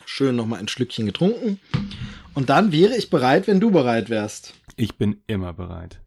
schön nochmal ein Schlückchen getrunken. Und dann wäre ich bereit, wenn du bereit wärst. Ich bin immer bereit.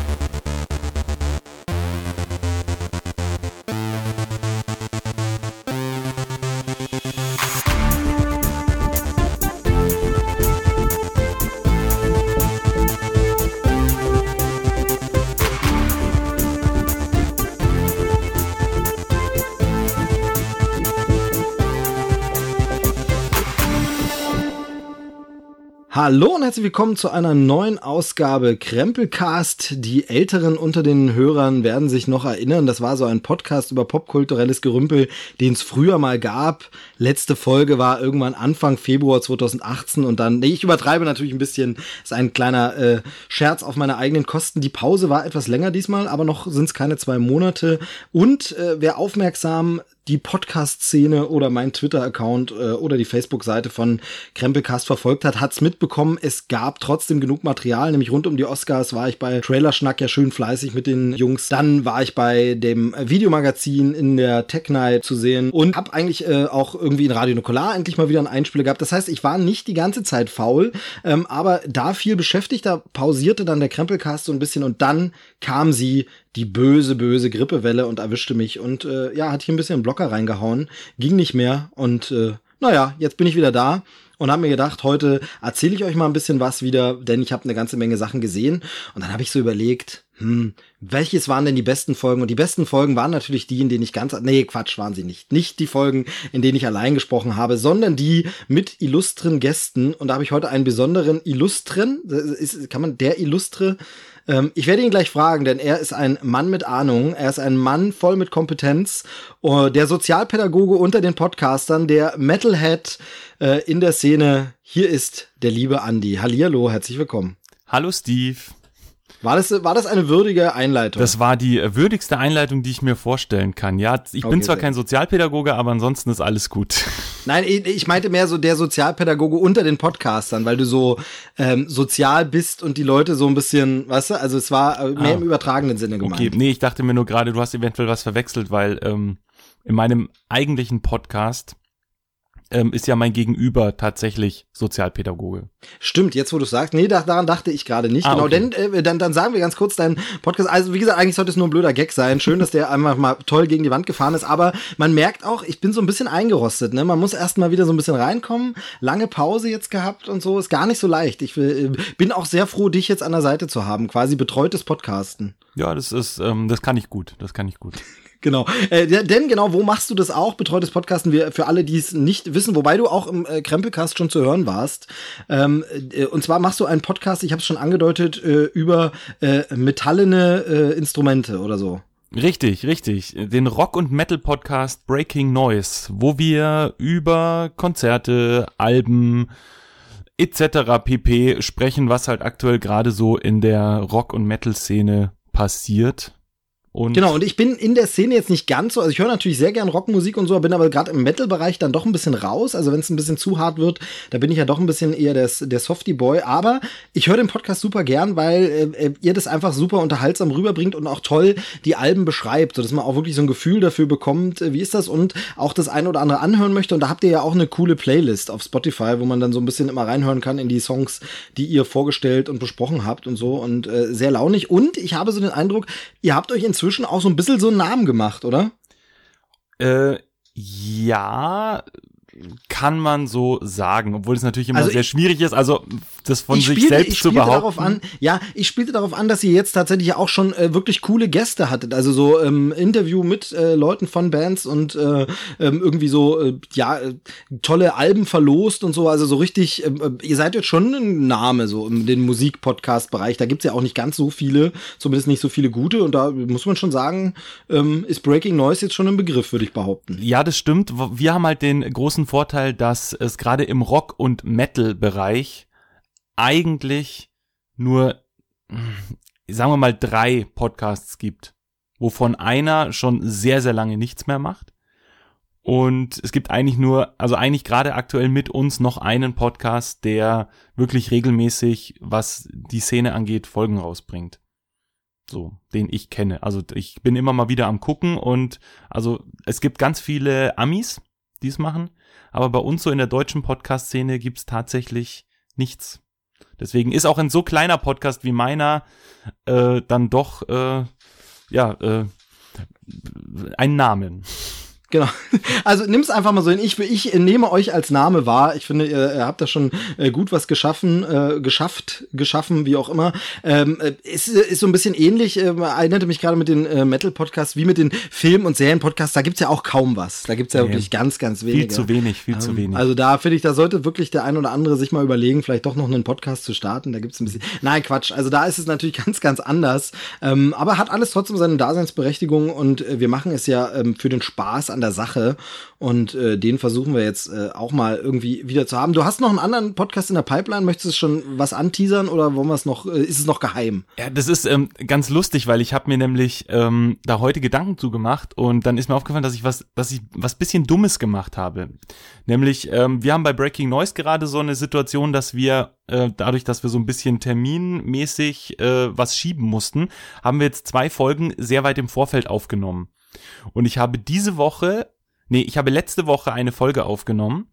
Hallo und herzlich willkommen zu einer neuen Ausgabe Krempelcast. Die Älteren unter den Hörern werden sich noch erinnern, das war so ein Podcast über popkulturelles Gerümpel, den es früher mal gab. Letzte Folge war irgendwann Anfang Februar 2018 und dann, ich übertreibe natürlich ein bisschen, ist ein kleiner Scherz auf meine eigenen Kosten. Die Pause war etwas länger diesmal, aber noch sind es keine 2 Monate. Und wer aufmerksam die Podcast-Szene oder mein Twitter-Account oder die Facebook-Seite von Krempelcast verfolgt hat, hat's mitbekommen, es gab trotzdem genug Material, nämlich rund um die Oscars war ich bei Trailerschnack ja schön fleißig mit den Jungs, dann war ich bei dem Videomagazin in der Tech Night zu sehen und hab eigentlich auch irgendwie in Radio Nukular endlich mal wieder einen Einspieler gehabt. Das heißt, ich war nicht die ganze Zeit faul, aber da viel beschäftigt, da pausierte dann der Krempelcast so ein bisschen und dann kam sie, die böse Grippewelle und erwischte mich und hat hier ein bisschen einen Blocker reingehauen, ging nicht mehr und jetzt bin ich wieder da und habe mir gedacht, heute erzähle ich euch mal ein bisschen was wieder, denn ich habe eine ganze Menge Sachen gesehen und dann habe ich so überlegt, welches waren denn die besten Folgen? Und die besten Folgen waren natürlich die, in denen ich waren sie nicht. Nicht die Folgen, in denen ich allein gesprochen habe, sondern die mit illustren Gästen und da habe ich heute einen besonderen Illustren, der Illustre. Ich werde ihn gleich fragen, denn er ist ein Mann mit Ahnung, er ist ein Mann voll mit Kompetenz, der Sozialpädagoge unter den Podcastern, der Metalhead in der Szene. Hier ist der liebe Andi. Hallihallo, herzlich willkommen. Hallo Steve. War das eine würdige Einleitung? Das war die würdigste Einleitung, die ich mir vorstellen kann. Ja, ich bin zwar kein Sozialpädagoge, aber ansonsten ist alles gut. Nein, ich meinte mehr so der Sozialpädagoge unter den Podcastern, weil du so sozial bist und die Leute so ein bisschen, weißt du, also es war mehr im übertragenen Sinne gemeint. Okay, nee, ich dachte mir nur gerade, du hast eventuell was verwechselt, weil in meinem eigentlichen Podcast ist ja mein Gegenüber tatsächlich Sozialpädagoge. Stimmt, jetzt wo du sagst, nee, daran dachte ich gerade nicht. Genau, okay. Denn dann sagen wir ganz kurz deinen Podcast. Also wie gesagt, eigentlich sollte es nur ein blöder Gag sein. Schön, dass der einfach mal toll gegen die Wand gefahren ist. Aber man merkt auch, ich bin so ein bisschen eingerostet. Ne? Man muss erst mal wieder so ein bisschen reinkommen. Lange Pause jetzt gehabt und so. Ist gar nicht so leicht. Ich bin auch sehr froh, dich jetzt an der Seite zu haben. Quasi betreutes Podcasten. Ja, das kann ich gut. Genau. Denn genau, wo machst du das auch? Betreutes Podcasten, für alle, die es nicht wissen, wobei du auch im Krempelcast schon zu hören warst. Und zwar machst du einen Podcast, ich habe es schon angedeutet, über metallene Instrumente oder so. Richtig. Den Rock- und Metal-Podcast Breaking Noise, wo wir über Konzerte, Alben etc. pp. sprechen, was halt aktuell gerade so in der Rock- und Metal-Szene passiert. Und ich bin in der Szene jetzt nicht ganz so, also ich höre natürlich sehr gern Rockmusik und so, bin aber gerade im Metal-Bereich dann doch ein bisschen raus, also wenn es ein bisschen zu hart wird, da bin ich ja doch ein bisschen eher der Softie-Boy, aber ich höre den Podcast super gern, weil ihr das einfach super unterhaltsam rüberbringt und auch toll die Alben beschreibt, sodass man auch wirklich so ein Gefühl dafür bekommt, wie ist das und auch das eine oder andere anhören möchte und da habt ihr ja auch eine coole Playlist auf Spotify, wo man dann so ein bisschen immer reinhören kann in die Songs, die ihr vorgestellt und besprochen habt und so und sehr launig und ich habe so den Eindruck, ihr habt euch inzwischen auch so ein bisschen so einen Namen gemacht, oder? Ja, kann man so sagen, obwohl es natürlich immer sehr schwierig ist, also das von sich selbst zu behaupten. Ich spielte darauf an, dass ihr jetzt tatsächlich auch schon wirklich coole Gäste hattet, also so Interview mit Leuten von Bands und irgendwie so tolle Alben verlost und so, also so richtig, ihr seid jetzt schon ein Name so in den Musik-Podcast-Bereich, da gibt's ja auch nicht ganz so viele, zumindest nicht so viele gute und da muss man schon sagen, ist Breaking Noise jetzt schon ein Begriff, würde ich behaupten. Ja, das stimmt, wir haben halt den großen Vorteil, dass es gerade im Rock- und Metal-Bereich eigentlich nur, sagen wir mal, 3 Podcasts gibt, wovon einer schon sehr, sehr lange nichts mehr macht. Und es gibt eigentlich gerade aktuell mit uns noch einen Podcast, der wirklich regelmäßig, was die Szene angeht, Folgen rausbringt. So, den ich kenne. Also ich bin immer mal wieder am gucken und also es gibt ganz viele Amis, die es machen, aber bei uns so in der deutschen Podcast-Szene gibt's tatsächlich nichts. Deswegen ist auch ein so kleiner Podcast wie meiner dann doch einen Namen. Genau. Also nimm's einfach mal so hin. Ich nehme euch als Name wahr. Ich finde, ihr habt da schon gut was geschaffen, wie auch immer. Ist so ein bisschen ähnlich, erinnerte mich gerade mit den Metal-Podcasts wie mit den Film- und Serien-Podcasts. Da gibt's ja auch kaum was. Da gibt's ja wirklich ganz, ganz wenige. Viel zu wenig. Also da finde ich, da sollte wirklich der ein oder andere sich mal überlegen, vielleicht doch noch einen Podcast zu starten. Da gibt's ein bisschen, nein, Quatsch. Also da ist es natürlich ganz, ganz anders. Aber hat alles trotzdem seine Daseinsberechtigung und wir machen es ja für den Spaß an der Sache und den versuchen wir jetzt auch mal irgendwie wieder zu haben. Du hast noch einen anderen Podcast in der Pipeline, möchtest du schon was anteasern oder wollen wir es noch, ist es noch geheim? Ja, das ist ganz lustig, weil ich habe mir nämlich da heute Gedanken zugemacht und dann ist mir aufgefallen, dass ich was bisschen Dummes gemacht habe. Nämlich, wir haben bei Breaking Noise gerade so eine Situation, dass wir dadurch, dass wir so ein bisschen terminmäßig was schieben mussten, haben wir jetzt 2 Folgen sehr weit im Vorfeld aufgenommen. Und ich habe letzte Woche eine Folge aufgenommen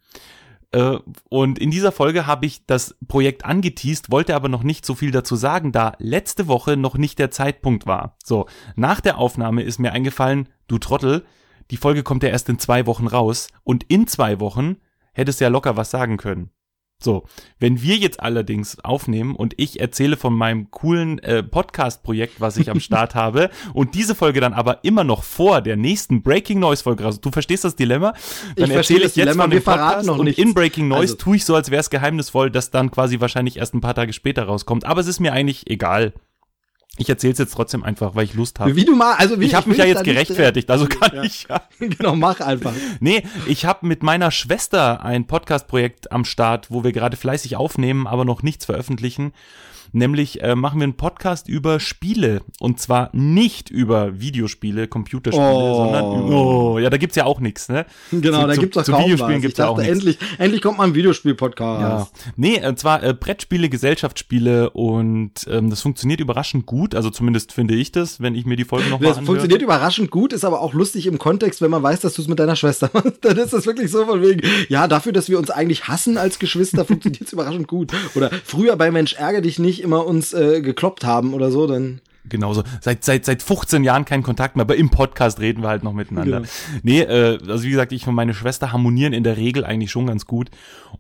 und in dieser Folge habe ich das Projekt angeteast, wollte aber noch nicht so viel dazu sagen, da letzte Woche noch nicht der Zeitpunkt war. So, nach der Aufnahme ist mir eingefallen, du Trottel, die Folge kommt ja erst in 2 Wochen raus und in 2 Wochen hättest du ja locker was sagen können. So, wenn wir jetzt allerdings aufnehmen und ich erzähle von meinem coolen Podcast-Projekt, was ich am Start habe und diese Folge dann aber immer noch vor der nächsten Breaking Noise-Folge raus, du verstehst das Dilemma? Dann erzähle ich jetzt von dem Podcast und in Breaking Noise tue ich so, als wäre es geheimnisvoll, dass dann quasi wahrscheinlich erst ein paar Tage später rauskommt, aber es ist mir eigentlich egal. Ich erzähl's jetzt trotzdem einfach, weil ich Lust habe. Wie du mal, also ich habe mich ja jetzt gerechtfertigt, also kann ich ja. Genau, mach einfach. Nee, ich habe mit meiner Schwester ein Podcast-Projekt am Start, wo wir gerade fleißig aufnehmen, aber noch nichts veröffentlichen. Nämlich machen wir einen Podcast über Spiele und zwar nicht über Videospiele, Computerspiele, sondern da gibt's ja auch nichts, ne? Genau, da gibt's doch kaum Videospielen was. Gibt's ja auch nichts. Endlich kommt mal ein Videospiel-Podcast. Ja. Nee, und zwar Brettspiele, Gesellschaftsspiele und das funktioniert überraschend gut, also zumindest finde ich das, wenn ich mir die Folgen nochmal anhöre. Das funktioniert überraschend gut, ist aber auch lustig im Kontext, wenn man weiß, dass du es mit deiner Schwester machst. Dann ist das wirklich so von wegen, ja, dafür, dass wir uns eigentlich hassen als Geschwister, funktioniert es überraschend gut. Oder früher bei Mensch ärgere dich nicht immer uns gekloppt haben oder so, dann genauso. Seit 15 Jahren keinen Kontakt mehr, aber im Podcast reden wir halt noch miteinander. Genau. Nee, also wie gesagt, ich und meine Schwester harmonieren in der Regel eigentlich schon ganz gut.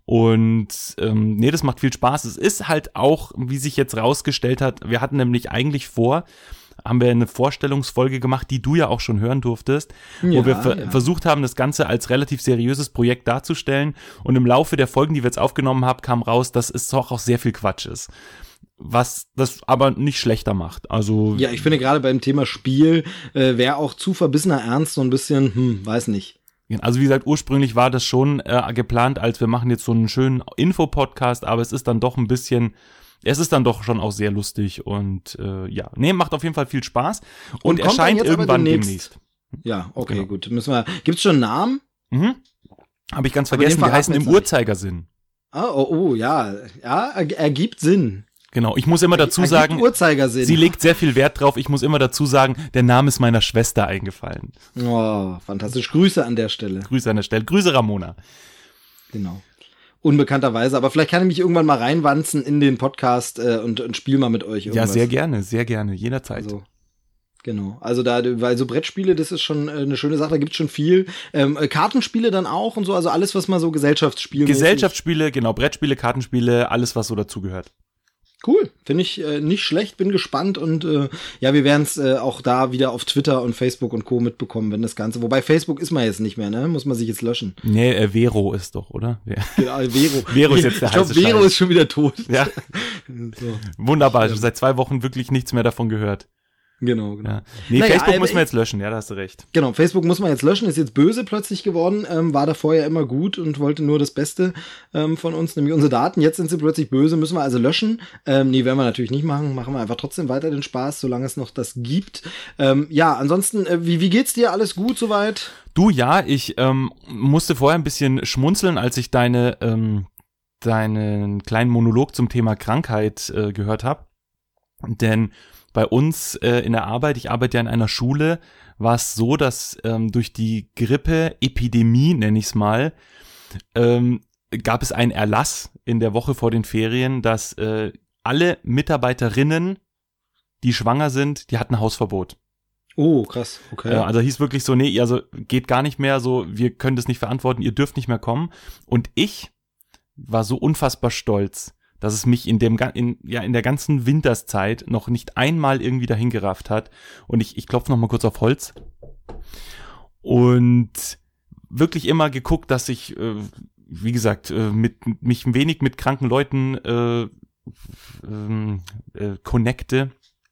Und nee, das macht viel Spaß. Es ist halt auch, wie sich jetzt rausgestellt hat, wir hatten nämlich eigentlich haben wir eine Vorstellungsfolge gemacht, die du ja auch schon hören durftest, wo wir versucht haben, das Ganze als relativ seriöses Projekt darzustellen. Und im Laufe der Folgen, die wir jetzt aufgenommen haben, kam raus, dass es doch auch sehr viel Quatsch ist. Was das aber nicht schlechter macht. Also ja, ich finde gerade beim Thema Spiel wäre auch zu verbissener Ernst so ein bisschen, weiß nicht. Also wie gesagt, ursprünglich war das schon geplant, als wir machen jetzt so einen schönen Info-Podcast, aber es ist dann doch schon auch sehr lustig und macht auf jeden Fall viel Spaß und erscheint irgendwann demnächst. Ja, okay, genau. Gut. Gibt's schon einen Namen? Habe ich ganz vergessen, die heißen im Uhrzeigersinn. Ja, ergibt Sinn. Genau, ich muss immer dazu sagen, sie legt sehr viel Wert drauf, ich muss immer dazu sagen, der Name ist meiner Schwester eingefallen. Oh, fantastisch. Grüße an der Stelle. Grüße Ramona. Genau. Unbekannterweise, aber vielleicht kann ich mich irgendwann mal reinwanzen in den Podcast und spiel mal mit euch irgendwas. Ja, sehr gerne, jederzeit. Also, genau, also weil so Brettspiele, das ist schon eine schöne Sache, da gibt's schon viel. Kartenspiele dann auch und so, also alles, was mal so Gesellschaftsspiele, genau, Brettspiele, Kartenspiele, alles, was so dazugehört. Cool, finde ich nicht schlecht, bin gespannt und wir werden es auch da wieder auf Twitter und Facebook und Co. mitbekommen, wenn das Ganze, wobei Facebook ist man jetzt nicht mehr, ne, muss man sich jetzt löschen. Nee, Vero ist doch, oder? Ja. Genau, Vero. Vero ist jetzt der heiße Scheiß. Ich glaube, Vero ist schon wieder tot. Ja. So. Wunderbar, ich habe seit 2 Wochen wirklich nichts mehr davon gehört. Genau. Ja. Nee, Facebook müssen wir jetzt löschen, ja, da hast du recht. Genau, Facebook muss man jetzt löschen, ist jetzt böse plötzlich geworden, war da vorher immer gut und wollte nur das Beste von uns, nämlich unsere Daten. Jetzt sind sie plötzlich böse, müssen wir also löschen. Nee, werden wir natürlich nicht machen wir einfach trotzdem weiter den Spaß, solange es noch das gibt. Ansonsten, wie geht's dir? Alles gut soweit? Du, ja, ich musste vorher ein bisschen schmunzeln, als ich deinen kleinen Monolog zum Thema Krankheit gehört habe, denn bei uns in der Arbeit, ich arbeite ja in einer Schule, war es so, dass durch die Grippe-Epidemie, nenne ich es mal, gab es einen Erlass in der Woche vor den Ferien, dass alle Mitarbeiterinnen, die schwanger sind, die hatten Hausverbot. Oh, krass, okay. Also hieß wirklich so, nee, also geht gar nicht mehr, so, wir können das nicht verantworten, ihr dürft nicht mehr kommen. Und ich war so unfassbar stolz, dass es mich in der ganzen Winterszeit noch nicht einmal irgendwie dahin gerafft hat. Und ich klopfe noch mal kurz auf Holz. Und wirklich immer geguckt, dass ich, wie gesagt, mich ein wenig mit kranken Leuten connecte.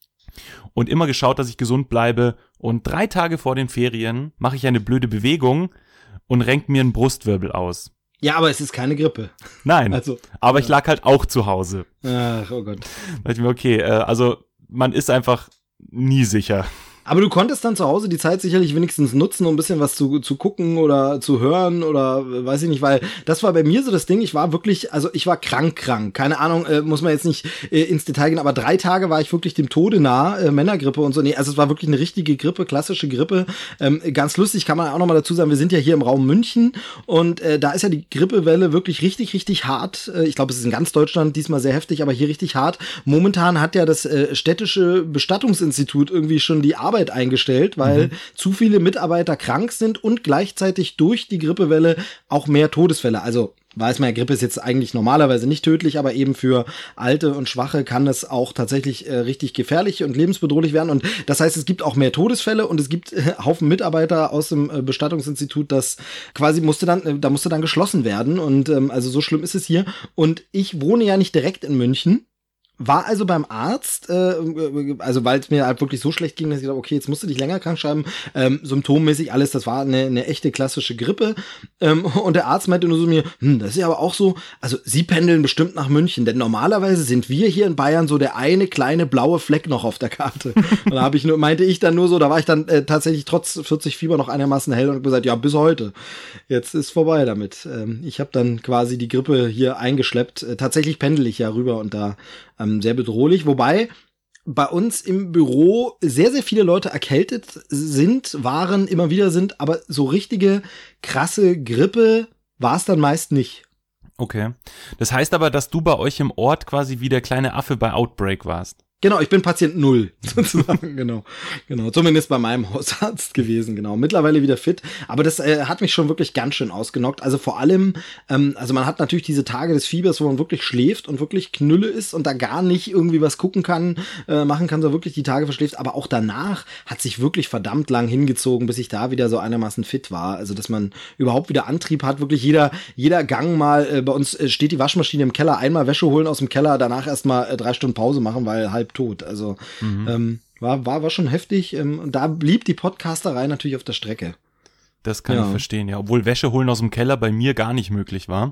Und immer geschaut, dass ich gesund bleibe. Und 3 Tage vor den Ferien mache ich eine blöde Bewegung und renkt mir einen Brustwirbel aus. Ja, aber es ist keine Grippe. Nein, also, aber ich lag halt auch zu Hause. Ach, oh Gott. Da dachte ich mir, okay, also man ist einfach nie sicher. Aber du konntest dann zu Hause die Zeit sicherlich wenigstens nutzen, um ein bisschen was zu gucken oder zu hören oder weiß ich nicht, weil das war bei mir so das Ding, ich war wirklich, also ich war krank. Keine Ahnung, muss man jetzt nicht ins Detail gehen, aber 3 Tage war ich wirklich dem Tode nah, Männergrippe und so. Nee, also es war wirklich eine richtige Grippe, klassische Grippe. Ganz lustig, kann man auch noch mal dazu sagen, wir sind ja hier im Raum München und da ist ja die Grippewelle wirklich richtig hart. Ich glaube, es ist in ganz Deutschland diesmal sehr heftig, aber hier richtig hart. Momentan hat ja das städtische Bestattungsinstitut irgendwie schon die Arbeit eingestellt, weil zu viele Mitarbeiter krank sind und gleichzeitig durch die Grippewelle auch mehr Todesfälle. Also weiß man ja, Grippe ist jetzt eigentlich normalerweise nicht tödlich, aber eben für Alte und Schwache kann es auch tatsächlich richtig gefährlich und lebensbedrohlich werden. Und das heißt, es gibt auch mehr Todesfälle und es gibt Haufen Mitarbeiter aus dem Bestattungsinstitut, das quasi musste dann geschlossen werden. Und also so schlimm ist es hier. Und ich wohne ja nicht direkt in München. War also beim Arzt, also weil es mir halt wirklich so schlecht ging, dass ich dachte, okay, jetzt musst du dich länger krank schreiben, symptommäßig alles, das war eine echte klassische Grippe. Und der Arzt meinte nur so mir, das ist ja aber auch so, also Sie pendeln bestimmt nach München, denn normalerweise sind wir hier in Bayern so der eine kleine blaue Fleck noch auf der Karte. Und da meinte ich dann nur so, da war ich dann tatsächlich trotz 40 Fieber noch einigermaßen hell und gesagt, ja, bis heute. Jetzt ist vorbei damit. Ich habe dann quasi die Grippe hier eingeschleppt. Tatsächlich pendel ich ja rüber und da sehr bedrohlich, wobei bei uns im Büro sehr, sehr viele Leute erkältet waren, immer wieder sind, aber so richtige krasse Grippe war es dann meist nicht. Okay. Das heißt aber, dass du bei euch im Ort quasi wie der kleine Affe bei Outbreak warst. Genau, ich bin Patient 0, sozusagen, genau. Zumindest bei meinem Hausarzt gewesen, genau. Mittlerweile wieder fit, aber das hat mich schon wirklich ganz schön ausgenockt. Also vor allem, also man hat natürlich diese Tage des Fiebers, wo man wirklich schläft und wirklich Knülle ist und da gar nicht irgendwie was gucken kann, machen kann, so wirklich die Tage verschläft. Aber auch danach hat sich wirklich verdammt lang hingezogen, bis ich da wieder so einigermaßen fit war. Also dass man überhaupt wieder Antrieb hat, wirklich jeder Gang mal, bei uns steht die Waschmaschine im Keller, einmal Wäsche holen aus dem Keller, danach erstmal 3 Stunden Pause machen, weil halb tot. Also war schon heftig. Und da blieb die Podcasterei natürlich auf der Strecke. Das kann ich verstehen, ja. Obwohl Wäsche holen aus dem Keller bei mir gar nicht möglich war.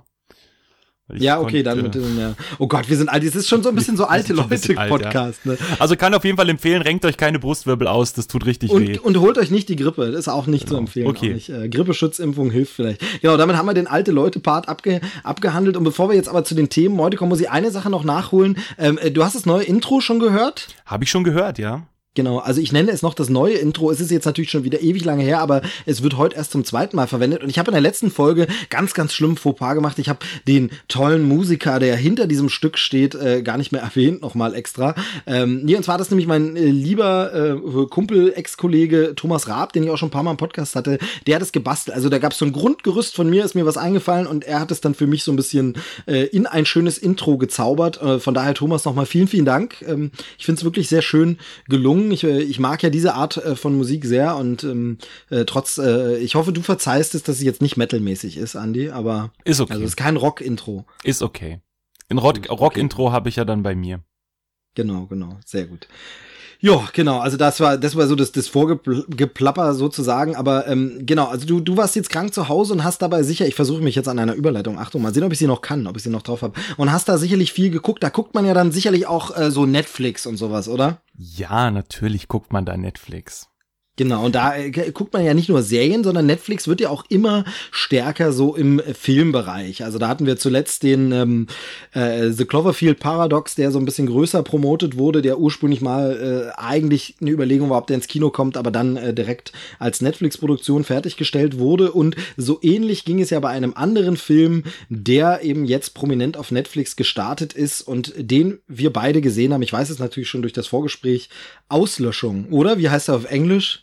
Ja, okay, dann ja. Oh Gott, wir sind alt. Es ist schon so ein bisschen so alte Leute-Podcast. Ja. Ne? Also kann auf jeden Fall empfehlen, renkt euch keine Brustwirbel aus, das tut richtig weh. Und holt euch nicht die Grippe, das ist auch nicht zu empfehlen. Okay. Grippeschutzimpfung hilft vielleicht. Genau, damit haben wir den alte Leute-Part abgehandelt. Und bevor wir jetzt aber zu den Themen heute kommen, muss ich eine Sache noch nachholen. Du hast das neue Intro schon gehört? Habe ich schon gehört, ja. Genau, also ich nenne es noch das neue Intro. Es ist jetzt natürlich schon wieder ewig lange her, aber es wird heute erst zum 2. Mal verwendet. Und ich habe in der letzten Folge ganz, ganz schlimm Fauxpas gemacht. Ich habe den tollen Musiker, der hinter diesem Stück steht, gar nicht mehr erwähnt, nochmal extra. Und zwar das nämlich mein lieber Kumpel, Ex-Kollege Thomas Raab, den ich auch schon ein paar Mal im Podcast hatte. Der hat es gebastelt. Also da gab es so ein Grundgerüst von mir, ist mir was eingefallen und er hat es dann für mich so ein bisschen in ein schönes Intro gezaubert. Von daher, Thomas, nochmal vielen, vielen Dank. Ich finde es wirklich sehr schön gelungen. Ich mag ja diese Art von Musik sehr und ich hoffe, du verzeihst es, dass es jetzt nicht metalmäßig ist, Andi, aber ist okay. Also es ist kein Rock-Intro. Ist okay. Ein Rock-Intro habe ich ja dann bei mir. Genau, sehr gut. Ja, genau, also das war so das Vorgeplapper sozusagen, aber genau, also du warst jetzt krank zu Hause und hast dabei sicher, ich versuche mich jetzt an einer Überleitung, Achtung, mal sehen, ob ich sie noch kann, ob ich sie noch drauf habe, und hast da sicherlich viel geguckt, da guckt man ja dann sicherlich auch so Netflix und sowas, oder? Ja, natürlich guckt man da Netflix. Genau, und da guckt man ja nicht nur Serien, sondern Netflix wird ja auch immer stärker so im Filmbereich. Also da hatten wir zuletzt den The Cloverfield Paradox, der so ein bisschen größer promotet wurde, der ursprünglich mal eigentlich eine Überlegung war, ob der ins Kino kommt, aber dann direkt als Netflix-Produktion fertiggestellt wurde. Und so ähnlich ging es ja bei einem anderen Film, der eben jetzt prominent auf Netflix gestartet ist und den wir beide gesehen haben. Ich weiß es natürlich schon durch das Vorgespräch. Auslöschung, oder? Wie heißt er auf Englisch?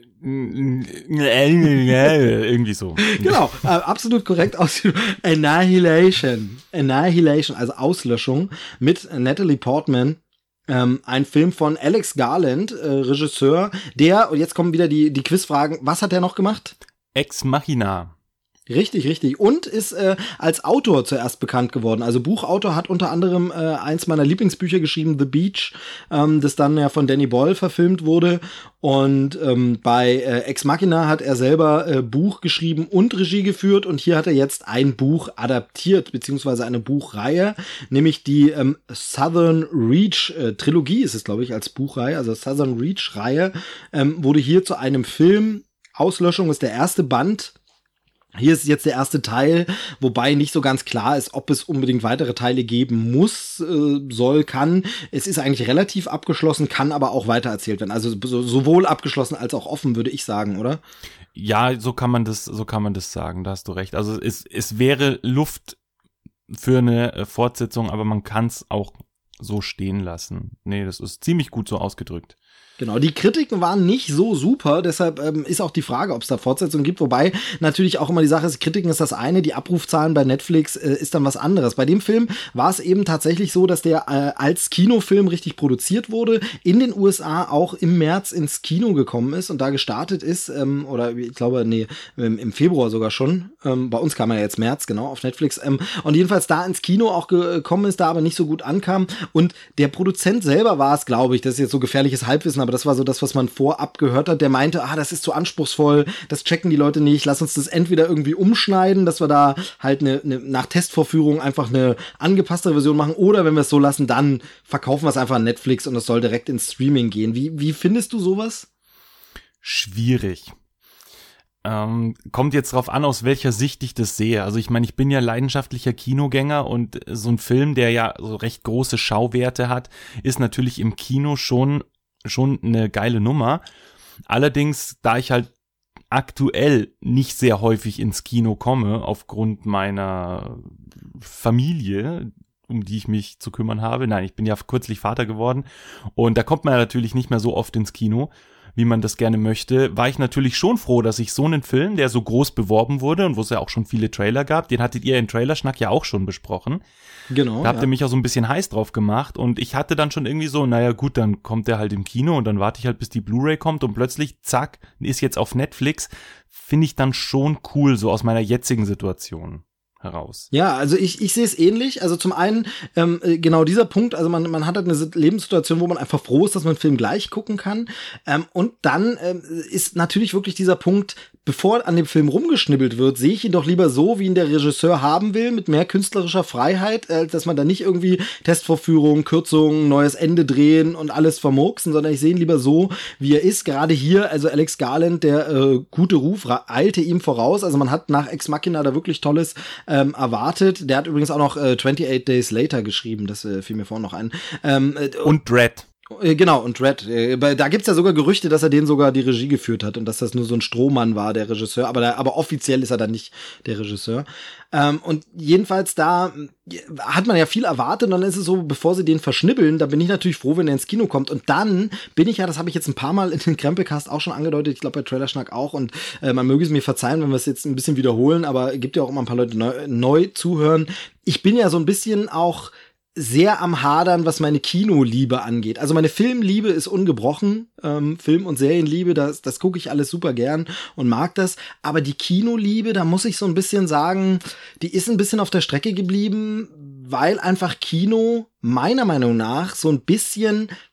Irgendwie so. Genau, absolut korrekt. Annihilation, also Auslöschung mit Natalie Portman. Ein Film von Alex Garland, Regisseur, und jetzt kommen wieder die Quizfragen. Was hat er noch gemacht? Ex Machina. Richtig. Und ist als Autor zuerst bekannt geworden. Also Buchautor, hat unter anderem eins meiner Lieblingsbücher geschrieben, The Beach, das dann ja von Danny Boyle verfilmt wurde. Und bei Ex Machina hat er selber Buch geschrieben und Regie geführt. Und hier hat er jetzt ein Buch adaptiert, beziehungsweise eine Buchreihe, nämlich die Southern Reach Trilogie ist es, glaube ich, als Buchreihe. Also Southern Reach Reihe wurde hier zu einem Film. Auslöschung ist der erste Band. Hier ist jetzt der erste Teil, wobei nicht so ganz klar ist, ob es unbedingt weitere Teile geben muss, kann. Es ist eigentlich relativ abgeschlossen, kann aber auch weitererzählt werden. Also sowohl abgeschlossen als auch offen, würde ich sagen, oder? Ja, so kann man das sagen, da hast du recht. Also es wäre Luft für eine Fortsetzung, aber man kann es auch so stehen lassen. Nee, das ist ziemlich gut so ausgedrückt. Genau, die Kritiken waren nicht so super, deshalb ist auch die Frage, ob es da Fortsetzungen gibt, wobei natürlich auch immer die Sache ist, Kritiken ist das eine, die Abrufzahlen bei Netflix ist dann was anderes. Bei dem Film war es eben tatsächlich so, dass der als Kinofilm richtig produziert wurde, in den USA auch im März ins Kino gekommen ist und da gestartet ist, oder ich glaube, im Februar sogar schon, bei uns kam er ja jetzt März, genau, auf Netflix, und jedenfalls da ins Kino auch gekommen ist, da aber nicht so gut ankam und der Produzent selber war es, glaube ich, das ist jetzt so gefährliches Halbwissen, aber das war so das, was man vorab gehört hat. Der meinte, das ist zu anspruchsvoll, das checken die Leute nicht, lass uns das entweder irgendwie umschneiden, dass wir da halt nach Testvorführung einfach eine angepasste Version machen oder wenn wir es so lassen, dann verkaufen wir es einfach an Netflix und es soll direkt ins Streaming gehen. Wie findest du sowas? Schwierig. Kommt jetzt drauf an, aus welcher Sicht ich das sehe. Also ich meine, ich bin ja leidenschaftlicher Kinogänger und so ein Film, der ja so recht große Schauwerte hat, ist natürlich im Kino schon eine geile Nummer. Allerdings, da ich halt aktuell nicht sehr häufig ins Kino komme, aufgrund meiner Familie, um die ich mich zu kümmern habe. Nein, ich bin ja kürzlich Vater geworden und da kommt man ja natürlich nicht mehr so oft ins Kino, wie man das gerne möchte, war ich natürlich schon froh, dass ich so einen Film, der so groß beworben wurde und wo es ja auch schon viele Trailer gab, den hattet ihr in Trailerschnack ja auch schon besprochen. Genau. Da habt ihr mich auch so ein bisschen heiß drauf gemacht und ich hatte dann schon irgendwie so, naja gut, dann kommt der halt im Kino und dann warte ich halt, bis die Blu-ray kommt und plötzlich, zack, ist jetzt auf Netflix. Finde ich dann schon cool, so aus meiner jetzigen Situation heraus. Ja, also ich sehe es ähnlich. Also zum einen genau dieser Punkt, also man hat halt eine Lebenssituation, wo man einfach froh ist, dass man einen Film gleich gucken kann. Und dann ist natürlich wirklich dieser Punkt, bevor an dem Film rumgeschnibbelt wird, sehe ich ihn doch lieber so, wie ihn der Regisseur haben will, mit mehr künstlerischer Freiheit, dass man da nicht irgendwie Testvorführungen, Kürzungen, neues Ende drehen und alles vermurksen, sondern ich sehe ihn lieber so, wie er ist. Gerade hier, also Alex Garland, der gute Ruf eilte ihm voraus. Also man hat nach Ex Machina da wirklich Tolles erwartet. Der hat übrigens auch noch 28 Days Later geschrieben, das fiel mir vorhin noch ein. Und Dread. Genau, und Dredd. Da gibt's ja sogar Gerüchte, dass er den sogar die Regie geführt hat und dass das nur so ein Strohmann war, der Regisseur. Aber offiziell ist er dann nicht der Regisseur. Und jedenfalls da hat man ja viel erwartet und dann ist es so, bevor sie den verschnibbeln, da bin ich natürlich froh, wenn er ins Kino kommt. Und dann bin ich ja, das habe ich jetzt ein paar Mal in den Krempelcast auch schon angedeutet, ich glaube bei Trailerschnack auch und man möge es mir verzeihen, wenn wir es jetzt ein bisschen wiederholen, aber es gibt ja auch immer ein paar Leute neu zuhören. Ich bin ja so ein bisschen auch sehr am Hadern, was meine Kinoliebe angeht. Also meine Filmliebe ist ungebrochen, Film- und Serienliebe, das gucke ich alles super gern und mag das. Aber die Kinoliebe, da muss ich so ein bisschen sagen, die ist ein bisschen auf der Strecke geblieben, weil einfach Kino meiner Meinung nach so ein bisschen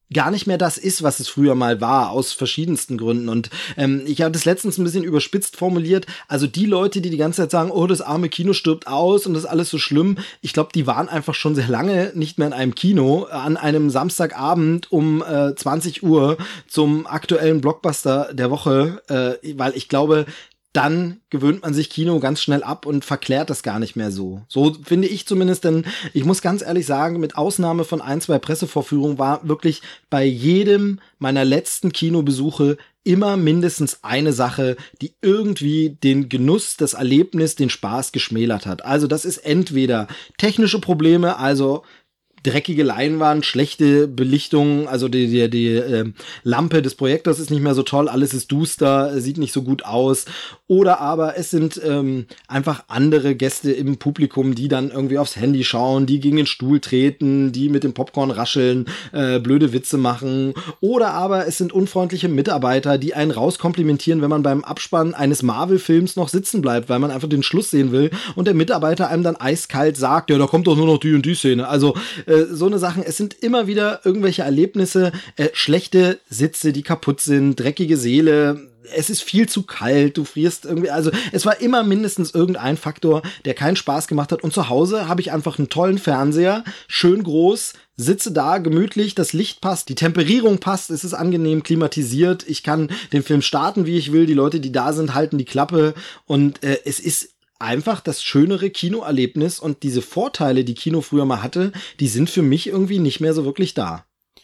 gar nicht mehr das ist, was es früher mal war, aus verschiedensten Gründen. Und ich habe das letztens ein bisschen überspitzt formuliert. Also die Leute, die ganze Zeit sagen, oh, das arme Kino stirbt aus und das ist alles so schlimm, ich glaube, die waren einfach schon sehr lange nicht mehr in einem Kino an einem Samstagabend um 20 Uhr zum aktuellen Blockbuster der Woche, weil ich glaube, dann gewöhnt man sich Kino ganz schnell ab und verklärt das gar nicht mehr so. So finde ich zumindest, denn ich muss ganz ehrlich sagen, mit Ausnahme von 1, 2 Pressevorführungen war wirklich bei jedem meiner letzten Kinobesuche immer mindestens eine Sache, die irgendwie den Genuss, das Erlebnis, den Spaß geschmälert hat. Also das ist entweder technische Probleme, also dreckige Leinwand, schlechte Belichtung, also die Lampe des Projektors ist nicht mehr so toll, alles ist duster, sieht nicht so gut aus. Oder aber es sind einfach andere Gäste im Publikum, die dann irgendwie aufs Handy schauen, die gegen den Stuhl treten, die mit dem Popcorn rascheln, blöde Witze machen. Oder aber es sind unfreundliche Mitarbeiter, die einen rauskomplimentieren, wenn man beim Abspann eines Marvel-Films noch sitzen bleibt, weil man einfach den Schluss sehen will und der Mitarbeiter einem dann eiskalt sagt, ja, da kommt doch nur noch die und die Szene. Also so eine Sachen, es sind immer wieder irgendwelche Erlebnisse, schlechte Sitze, die kaputt sind, dreckige Seele, es ist viel zu kalt, du frierst irgendwie, also es war immer mindestens irgendein Faktor, der keinen Spaß gemacht hat und zu Hause habe ich einfach einen tollen Fernseher, schön groß, sitze da gemütlich, das Licht passt, die Temperierung passt, es ist angenehm klimatisiert, ich kann den Film starten, wie ich will, die Leute, die da sind, halten die Klappe und es ist einfach das schönere Kinoerlebnis und diese Vorteile, die Kino früher mal hatte, die sind für mich irgendwie nicht mehr so wirklich da.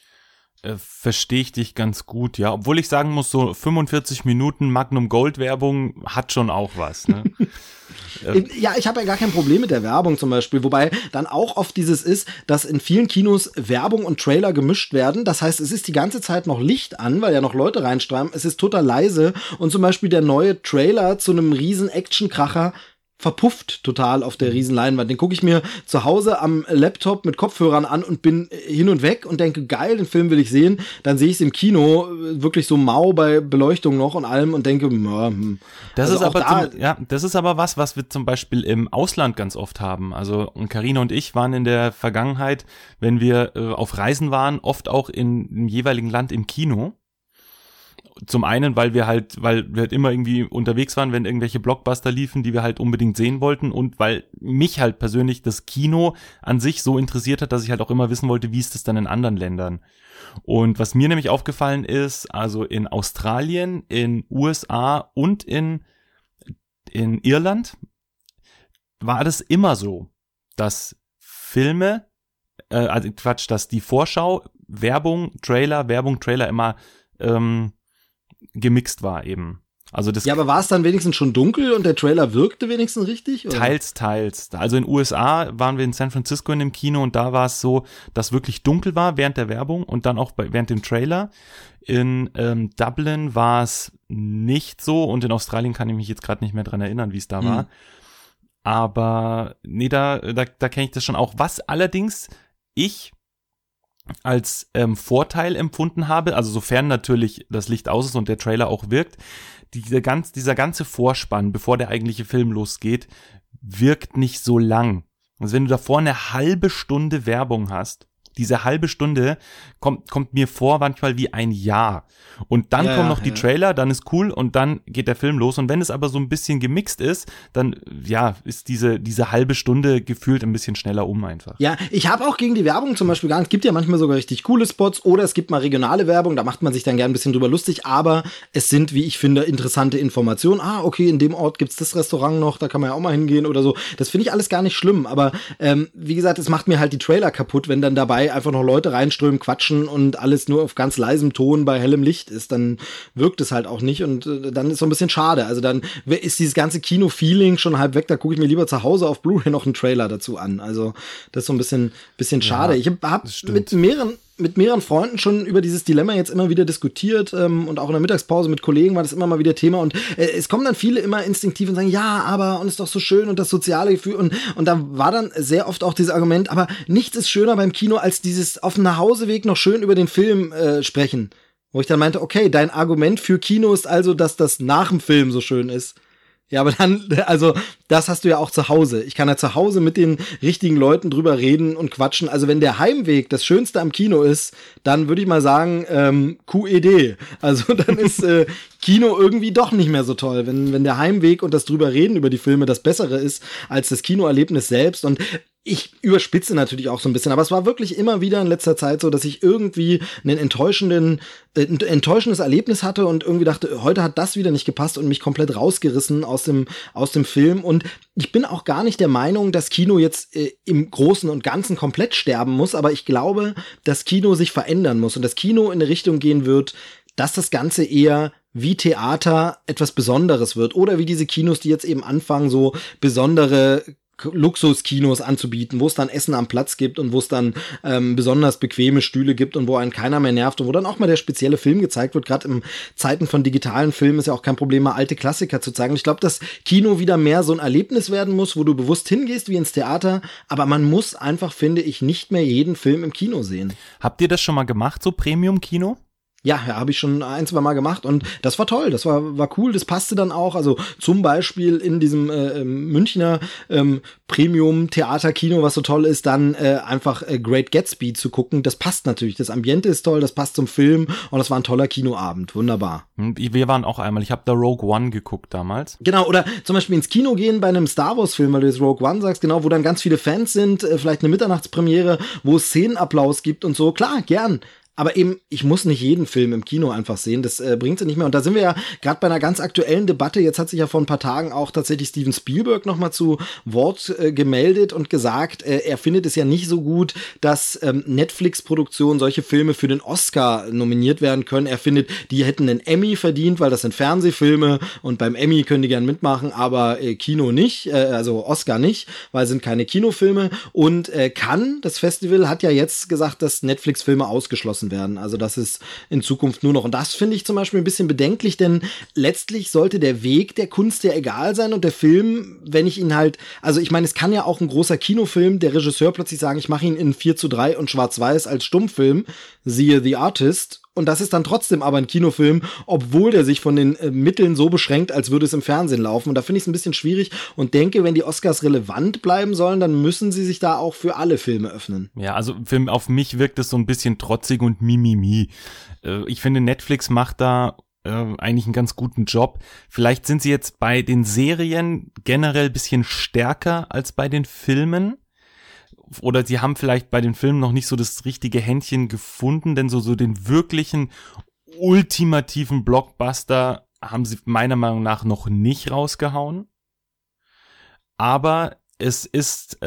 Verstehe ich dich ganz gut, ja. Obwohl ich sagen muss, so 45 Minuten Magnum Gold Werbung hat schon auch was, ne? Ja, ich habe ja gar kein Problem mit der Werbung zum Beispiel, wobei dann auch oft dieses ist, dass in vielen Kinos Werbung und Trailer gemischt werden. Das heißt, es ist die ganze Zeit noch Licht an, weil ja noch Leute reinstrahlen. Es ist total leise und zum Beispiel der neue Trailer zu einem riesen Actionkracher verpufft total auf der riesen Leinwand. Den gucke ich mir zu Hause am Laptop mit Kopfhörern an und bin hin und weg und denke, geil, den Film will ich sehen. Dann sehe ich es im Kino wirklich so mau bei Beleuchtung noch und allem und denke, das ist aber das ist aber was wir zum Beispiel im Ausland ganz oft haben. Also Carina und ich waren in der Vergangenheit, wenn wir auf Reisen waren, oft auch im jeweiligen Land im Kino. Zum einen, weil wir halt immer irgendwie unterwegs waren, wenn irgendwelche Blockbuster liefen, die wir halt unbedingt sehen wollten und weil mich halt persönlich das Kino an sich so interessiert hat, dass ich halt auch immer wissen wollte, wie ist das dann in anderen Ländern. Und was mir nämlich aufgefallen ist, also in Australien, in USA und in Irland war das immer so, dass Filme, dass die Vorschau, Werbung, Trailer immer gemixt war eben. Also das ja, aber war es dann wenigstens schon dunkel und der Trailer wirkte wenigstens richtig? Oder? Teils. Also in USA waren wir in San Francisco in dem Kino und da war es so, dass wirklich dunkel war während der Werbung und dann auch während dem Trailer. In Dublin war es nicht so und in Australien kann ich mich jetzt gerade nicht mehr dran erinnern, wie es da war. Aber nee, da kenne ich das schon auch. Was allerdings ich als Vorteil empfunden habe, also sofern natürlich das Licht aus ist und der Trailer auch wirkt, dieser ganze Vorspann, bevor der eigentliche Film losgeht, wirkt nicht so lang. Also wenn du davor eine halbe Stunde Werbung hast, diese halbe Stunde kommt mir vor manchmal wie ein Jahr. Und dann kommen noch die Trailer, dann ist cool und dann geht der Film los. Und wenn es aber so ein bisschen gemixt ist, dann ist diese halbe Stunde gefühlt ein bisschen schneller einfach. Ja, ich habe auch gegen die Werbung zum Beispiel gar nicht. Es gibt ja manchmal sogar richtig coole Spots oder es gibt mal regionale Werbung, da macht man sich dann gern ein bisschen drüber lustig, aber es sind, wie ich finde, interessante Informationen. Okay, in dem Ort gibt's das Restaurant noch, da kann man ja auch mal hingehen oder so. Das finde ich alles gar nicht schlimm, aber wie gesagt, es macht mir halt die Trailer kaputt, wenn dann dabei einfach noch Leute reinströmen, quatschen und alles nur auf ganz leisem Ton bei hellem Licht ist, dann wirkt es halt auch nicht und dann ist so ein bisschen schade. Also dann ist dieses ganze Kino-Feeling schon halb weg, da gucke ich mir lieber zu Hause auf Blu-ray noch einen Trailer dazu an. Also das ist so ein bisschen schade. Ja, ich hab mit mehreren Freunden schon über dieses Dilemma jetzt immer wieder diskutiert und auch in der Mittagspause mit Kollegen war das immer mal wieder Thema und es kommen dann viele immer instinktiv und sagen, ja, aber und ist doch so schön und das soziale Gefühl und da war dann sehr oft auch dieses Argument, aber nichts ist schöner beim Kino als dieses auf dem Nachhauseweg noch schön über den Film sprechen. Wo ich dann meinte, okay, dein Argument für Kino ist also, dass das nach dem Film so schön ist. Ja, aber dann, also das hast du ja auch zu Hause. Ich kann ja zu Hause mit den richtigen Leuten drüber reden und quatschen. Also wenn der Heimweg das Schönste am Kino ist, dann würde ich mal sagen, QED. Also dann ist Kino irgendwie doch nicht mehr so toll, wenn der Heimweg und das drüber reden über die Filme das Bessere ist als das Kinoerlebnis selbst. Und ich überspitze natürlich auch so ein bisschen, aber es war wirklich immer wieder in letzter Zeit so, dass ich irgendwie ein enttäuschendes Erlebnis hatte und irgendwie dachte, heute hat das wieder nicht gepasst und mich komplett rausgerissen aus dem Film. Und ich bin auch gar nicht der Meinung, dass Kino jetzt im Großen und Ganzen komplett sterben muss, aber ich glaube, dass Kino sich verändern muss und das Kino in eine Richtung gehen wird, dass das Ganze eher wie Theater etwas Besonderes wird oder wie diese Kinos, die jetzt eben anfangen, so besondere Luxuskinos anzubieten, wo es dann Essen am Platz gibt und wo es dann besonders bequeme Stühle gibt und wo einen keiner mehr nervt und wo dann auch mal der spezielle Film gezeigt wird. Gerade in Zeiten von digitalen Filmen ist ja auch kein Problem, mal alte Klassiker zu zeigen. Ich glaube, dass Kino wieder mehr so ein Erlebnis werden muss, wo du bewusst hingehst wie ins Theater, aber man muss einfach, finde ich, nicht mehr jeden Film im Kino sehen. Habt ihr das schon mal gemacht, so Premium-Kino? Ja, habe ich schon 1-2 Mal gemacht und das war toll, das war cool, das passte dann auch, also zum Beispiel in diesem Münchner Premium-Theater-Kino, was so toll ist, dann einfach Great Gatsby zu gucken, das passt natürlich, das Ambiente ist toll, das passt zum Film und das war ein toller Kinoabend, wunderbar. Wir waren auch einmal, ich habe da Rogue One geguckt damals. Genau, oder zum Beispiel ins Kino gehen bei einem Star Wars-Film, weil du jetzt Rogue One sagst, genau, wo dann ganz viele Fans sind, vielleicht eine Mitternachtspremiere, wo es Szenenapplaus gibt und so, klar, gern. Aber eben, ich muss nicht jeden Film im Kino einfach sehen, das bringt sie nicht mehr. Und da sind wir ja gerade bei einer ganz aktuellen Debatte. Jetzt hat sich ja vor ein paar Tagen auch tatsächlich Steven Spielberg nochmal zu Wort gemeldet und gesagt, er findet es ja nicht so gut, dass Netflix-Produktionen solche Filme für den Oscar nominiert werden können. Er findet, die hätten einen Emmy verdient, weil das sind Fernsehfilme und beim Emmy können die gern mitmachen, aber Kino nicht, also Oscar nicht, weil es sind keine Kinofilme. Und Cannes, das Festival, hat ja jetzt gesagt, dass Netflix-Filme ausgeschlossen werden. Also das ist in Zukunft nur noch. Und das finde ich zum Beispiel ein bisschen bedenklich, denn letztlich sollte der Weg der Kunst ja egal sein und der Film, wenn ich ihn halt, also ich meine, es kann ja auch ein großer Kinofilm, der Regisseur plötzlich sagen, ich mache ihn in 4:3 und schwarz-weiß als Stummfilm, siehe The Artist. Und das ist dann trotzdem aber ein Kinofilm, obwohl der sich von den Mitteln so beschränkt, als würde es im Fernsehen laufen. Und da finde ich es ein bisschen schwierig und denke, wenn die Oscars relevant bleiben sollen, dann müssen sie sich da auch für alle Filme öffnen. Ja, also auf mich wirkt es so ein bisschen trotzig und mimimi. Ich finde, Netflix macht da eigentlich einen ganz guten Job. Vielleicht sind sie jetzt bei den Serien generell ein bisschen stärker als bei den Filmen. Oder sie haben vielleicht bei den Filmen noch nicht so das richtige Händchen gefunden, denn so den wirklichen ultimativen Blockbuster haben sie meiner Meinung nach noch nicht rausgehauen. Aber es ist,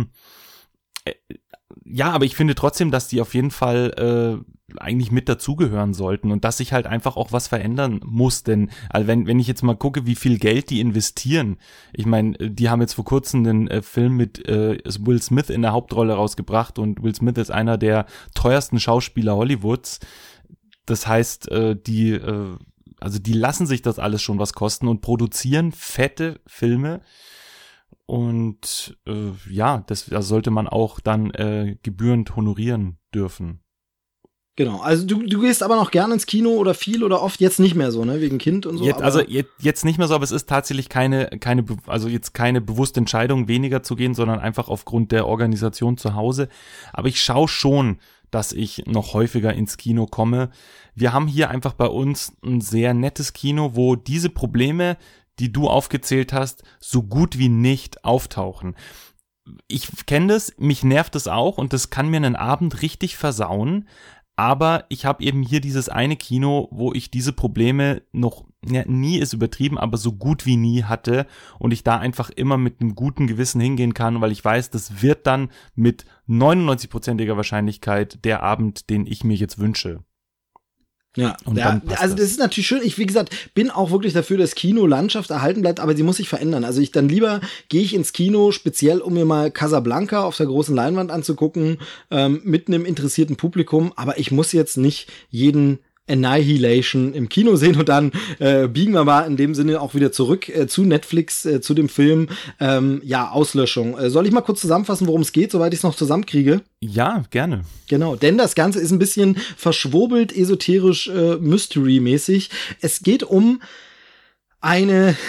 ja, aber ich finde trotzdem, dass die auf jeden Fall eigentlich mit dazugehören sollten und dass sich halt einfach auch was verändern muss, denn also wenn ich jetzt mal gucke, wie viel Geld die investieren, ich meine, die haben jetzt vor kurzem den Film mit Will Smith in der Hauptrolle rausgebracht und Will Smith ist einer der teuersten Schauspieler Hollywoods, das heißt, die lassen sich das alles schon was kosten und produzieren fette Filme. Und ja, das sollte man auch dann gebührend honorieren dürfen. Genau, also du gehst aber noch gerne ins Kino oder viel oder oft, jetzt nicht mehr so, ne, wegen Kind und so. Jetzt nicht mehr so, aber es ist tatsächlich keine bewusste Entscheidung, weniger zu gehen, sondern einfach aufgrund der Organisation zu Hause. Aber ich schaue schon, dass ich noch häufiger ins Kino komme. Wir haben hier einfach bei uns ein sehr nettes Kino, wo diese Probleme, die du aufgezählt hast, so gut wie nicht auftauchen. Ich kenne das, mich nervt es auch und das kann mir einen Abend richtig versauen, aber ich habe eben hier dieses eine Kino, wo ich diese Probleme noch, ja, nie ist übertrieben, aber so gut wie nie hatte und ich da einfach immer mit einem guten Gewissen hingehen kann, weil ich weiß, das wird dann mit 99%iger Wahrscheinlichkeit der Abend, den ich mir jetzt wünsche. Ja, also das ist natürlich schön. Ich, wie gesagt, bin auch wirklich dafür, dass Kinolandschaft erhalten bleibt, aber sie muss sich verändern. Also dann lieber gehe ich ins Kino, speziell um mir mal Casablanca auf der großen Leinwand anzugucken, mit einem interessierten Publikum, aber ich muss jetzt nicht jeden Annihilation im Kino sehen und dann biegen wir mal in dem Sinne auch wieder zurück zu Netflix, zu dem Film, Auslöschung. Soll ich mal kurz zusammenfassen, worum es geht, soweit ich es noch zusammenkriege? Ja, gerne. Genau, denn das Ganze ist ein bisschen verschwurbelt, esoterisch, Mystery-mäßig. Es geht um eine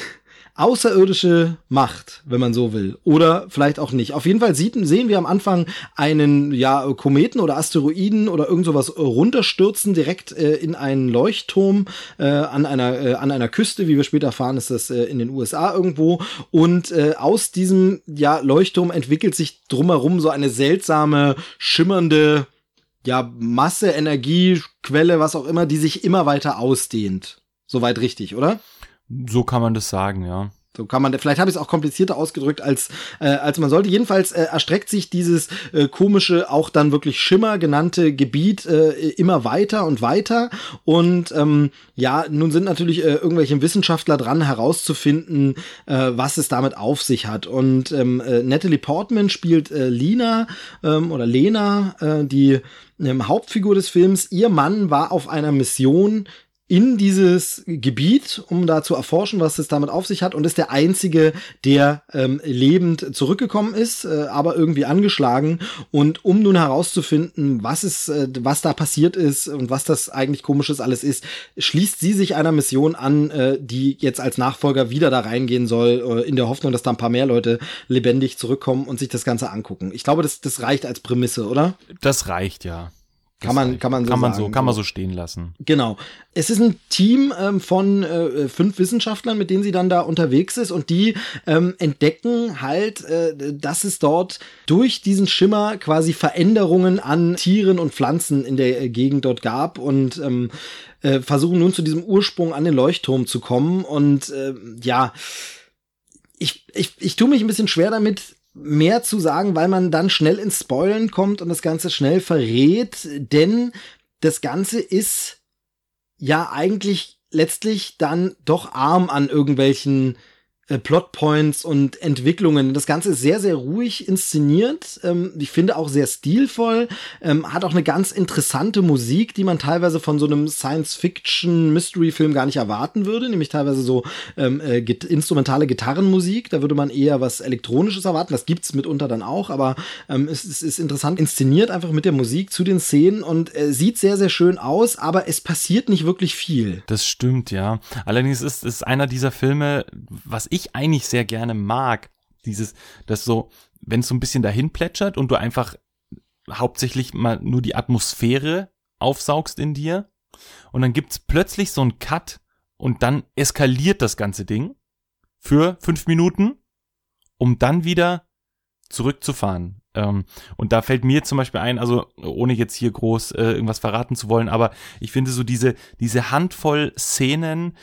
außerirdische Macht, wenn man so will. Oder vielleicht auch nicht. Auf jeden Fall sehen wir am Anfang einen Kometen oder Asteroiden oder irgend sowas runterstürzen, direkt in einen Leuchtturm an einer Küste. Wie wir später erfahren, ist das in den USA irgendwo. Und aus diesem Leuchtturm entwickelt sich drumherum so eine seltsame, schimmernde Masse, Energie, Quelle, was auch immer, die sich immer weiter ausdehnt. Soweit richtig, oder? So kann man das sagen, ja. So kann man, vielleicht habe ich es auch komplizierter ausgedrückt, als man sollte. Jedenfalls erstreckt sich dieses komische, auch dann wirklich Schimmer genannte Gebiet immer weiter und weiter. Und nun sind natürlich irgendwelche Wissenschaftler dran, herauszufinden, was es damit auf sich hat. Und Natalie Portman spielt Lena, die Hauptfigur des Films. Ihr Mann war auf einer Mission in dieses Gebiet, um da zu erforschen, was es damit auf sich hat, und ist der Einzige, der lebend zurückgekommen ist, aber irgendwie angeschlagen. Und um nun herauszufinden, was da passiert ist und was das eigentlich Komisches alles ist, schließt sie sich einer Mission an, die jetzt als Nachfolger wieder da reingehen soll, in der Hoffnung, dass da ein paar mehr Leute lebendig zurückkommen und sich das Ganze angucken. Ich glaube, das reicht als Prämisse, oder? Das reicht, ja. Kann man so stehen lassen. Genau. Es ist ein Team von 5 Wissenschaftlern, mit denen sie dann da unterwegs ist, und die entdecken halt, dass es dort durch diesen Schimmer quasi Veränderungen an Tieren und Pflanzen in der Gegend dort gab, und versuchen nun zu diesem Ursprung an den Leuchtturm zu kommen. Und ich tue mich ein bisschen schwer damit, mehr zu sagen, weil man dann schnell ins Spoilen kommt und das Ganze schnell verrät, denn das Ganze ist ja eigentlich letztlich dann doch arm an irgendwelchen Plotpoints und Entwicklungen. Das Ganze ist sehr, sehr ruhig inszeniert. Ich finde auch sehr stilvoll. Hat auch eine ganz interessante Musik, die man teilweise von so einem Science-Fiction-Mystery-Film gar nicht erwarten würde. Nämlich teilweise so instrumentale Gitarrenmusik. Da würde man eher was Elektronisches erwarten. Das gibt's mitunter dann auch. Aber es ist interessant inszeniert, einfach mit der Musik zu den Szenen, und sieht sehr, sehr schön aus. Aber es passiert nicht wirklich viel. Das stimmt, ja. Allerdings ist es einer dieser Filme, was ich eigentlich sehr gerne mag, das so, wenn es so ein bisschen dahin plätschert und du einfach hauptsächlich mal nur die Atmosphäre aufsaugst in dir, und dann gibt's plötzlich so einen Cut und dann eskaliert das ganze Ding für 5 Minuten, um dann wieder zurückzufahren. Und da fällt mir zum Beispiel ein, also ohne jetzt hier groß irgendwas verraten zu wollen, aber ich finde so diese Handvoll Szenen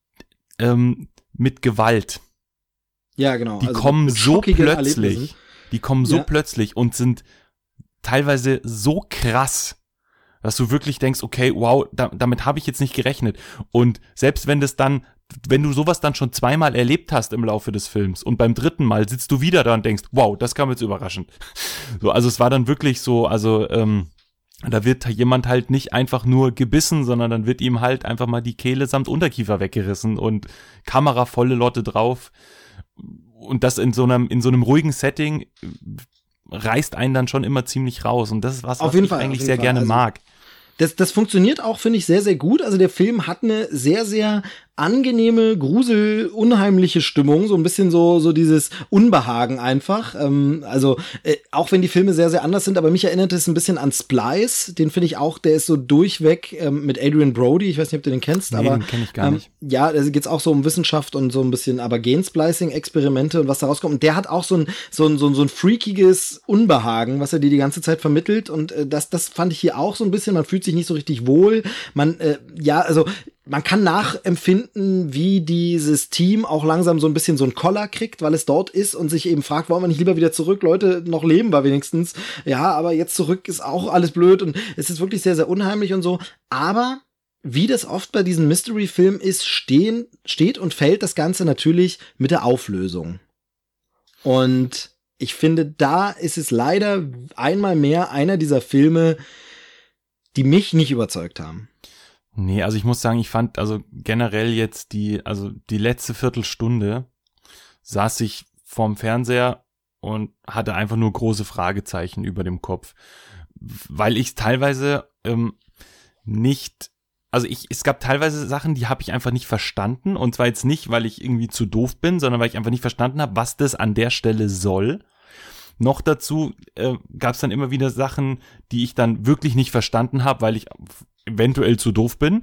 mit Gewalt. Ja, genau. Die kommen so plötzlich. Die kommen so plötzlich und sind teilweise so krass, dass du wirklich denkst, okay, wow, damit habe ich jetzt nicht gerechnet. Und selbst wenn du sowas dann schon 2-mal erlebt hast im Laufe des Films und beim 3. Mal sitzt du wieder da und denkst, wow, das kam jetzt überraschend. So, also es war dann wirklich so, da wird jemand halt nicht einfach nur gebissen, sondern dann wird ihm halt einfach mal die Kehle samt Unterkiefer weggerissen und Kamera volle Lotte drauf. Und das in so einem ruhigen Setting reißt einen dann schon immer ziemlich raus. Und das ist was ich eigentlich sehr gerne mag. Das funktioniert auch, finde ich, sehr, sehr gut. Also der Film hat eine sehr, sehr angenehme, unheimliche Stimmung, so ein bisschen so dieses Unbehagen einfach. Auch wenn die Filme sehr, sehr anders sind, aber mich erinnert es ein bisschen an Splice. Den finde ich auch, der ist so durchweg mit Adrian Brody. Ich weiß nicht, ob du den kennst, nee, aber den kenne ich gar nicht. Ja, da geht's auch so um Wissenschaft und so ein bisschen aber Gensplicing-Experimente und was da rauskommt. Und der hat auch so ein freakiges Unbehagen, was er dir die ganze Zeit vermittelt. Und das fand ich hier auch so ein bisschen. Man fühlt sich nicht so richtig wohl. Man kann nachempfinden, wie dieses Team auch langsam so ein bisschen so einen Koller kriegt, weil es dort ist und sich eben fragt, wollen wir nicht lieber wieder zurück? Leute, noch leben wir wenigstens. Ja, aber jetzt zurück ist auch alles blöd, und es ist wirklich sehr, sehr unheimlich und so. Aber wie das oft bei diesen Mystery-Filmen ist, steht und fällt das Ganze natürlich mit der Auflösung. Und ich finde, da ist es leider einmal mehr einer dieser Filme, die mich nicht überzeugt haben. Nee, also ich muss sagen, ich fand also generell jetzt die letzte Viertelstunde saß ich vorm Fernseher und hatte einfach nur große Fragezeichen über dem Kopf, weil ich teilweise nicht es gab teilweise Sachen, die habe ich einfach nicht verstanden. Und zwar jetzt nicht, weil ich irgendwie zu doof bin, sondern weil ich einfach nicht verstanden habe, was das an der Stelle soll. Noch dazu gab es dann immer wieder Sachen, die ich dann wirklich nicht verstanden habe, weil ich eventuell zu doof bin.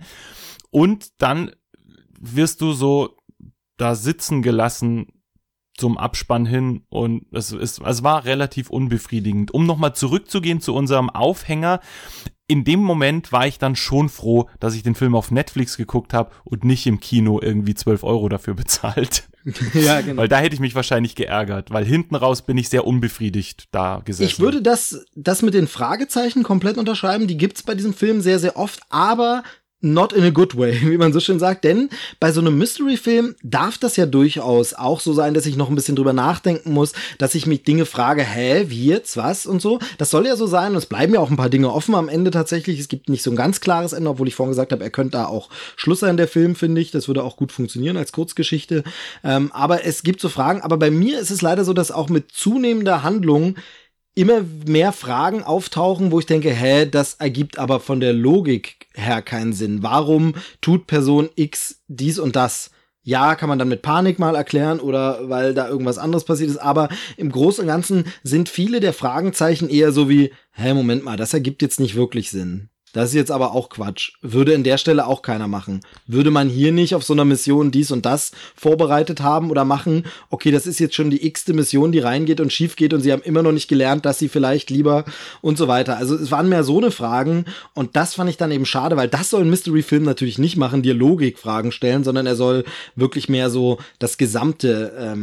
Und dann wirst du so da sitzen gelassen zum Abspann hin und es war relativ unbefriedigend. Um nochmal zurückzugehen zu unserem Aufhänger, in dem Moment war ich dann schon froh, dass ich den Film auf Netflix geguckt habe und nicht im Kino irgendwie 12 € dafür bezahlt. Ja, genau. Weil da hätte ich mich wahrscheinlich geärgert, weil hinten raus bin ich sehr unbefriedigt da gesessen. Ich würde das mit den Fragezeichen komplett unterschreiben. Die gibt's bei diesem Film sehr, sehr oft, aber not in a good way, wie man so schön sagt, denn bei so einem Mystery-Film darf das ja durchaus auch so sein, dass ich noch ein bisschen drüber nachdenken muss, dass ich mich Dinge frage, wie jetzt, was und so. Das soll ja so sein und es bleiben ja auch ein paar Dinge offen am Ende tatsächlich. Es gibt nicht so ein ganz klares Ende, obwohl ich vorhin gesagt habe, er könnte da auch Schluss sein, der Film, finde ich. Das würde auch gut funktionieren als Kurzgeschichte. Aber es gibt so Fragen, aber bei mir ist es leider so, dass auch mit zunehmender Handlung immer mehr Fragen auftauchen, wo ich denke, das ergibt aber von der Logik her keinen Sinn. Warum tut Person X dies und das? Ja, kann man dann mit Panik mal erklären oder weil da irgendwas anderes passiert ist, aber im Großen und Ganzen sind viele der Fragezeichen eher so wie, Moment mal, das ergibt jetzt nicht wirklich Sinn. Das ist jetzt aber auch Quatsch. Würde in der Stelle auch keiner machen. Würde man hier nicht auf so einer Mission dies und das vorbereitet haben oder machen, okay, das ist jetzt schon die x-te Mission, die reingeht und schief geht und sie haben immer noch nicht gelernt, dass sie vielleicht lieber und so weiter. Also es waren mehr so eine Fragen und das fand ich dann eben schade, weil das soll ein Mystery-Film natürlich nicht machen, dir Logikfragen stellen, sondern er soll wirklich mehr so das Gesamte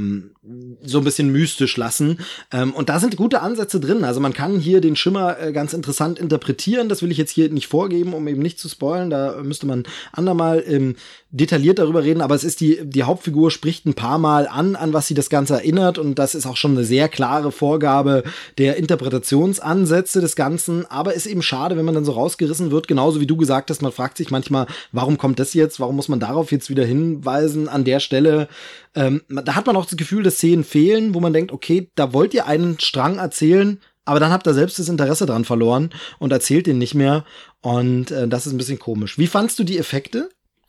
so ein bisschen mystisch lassen. Und da sind gute Ansätze drin. Also man kann hier den Schimmer ganz interessant interpretieren. Das will ich jetzt hier nicht vorgeben, um eben nicht zu spoilen. Da müsste man andermal detailliert darüber reden. Aber es ist die Hauptfigur spricht ein paar Mal an was sie das Ganze erinnert. Und das ist auch schon eine sehr klare Vorgabe der Interpretationsansätze des Ganzen. Aber ist eben schade, wenn man dann so rausgerissen wird. Genauso wie du gesagt hast, man fragt sich manchmal, warum kommt das jetzt? Warum muss man darauf jetzt wieder hinweisen an der Stelle? Da hat man auch das Gefühl, dass Szenen fehlen, wo man denkt, okay, da wollt ihr einen Strang erzählen, aber dann habt ihr selbst das Interesse dran verloren und erzählt den nicht mehr. Und das ist ein bisschen komisch. Wie fandst du die Effekte?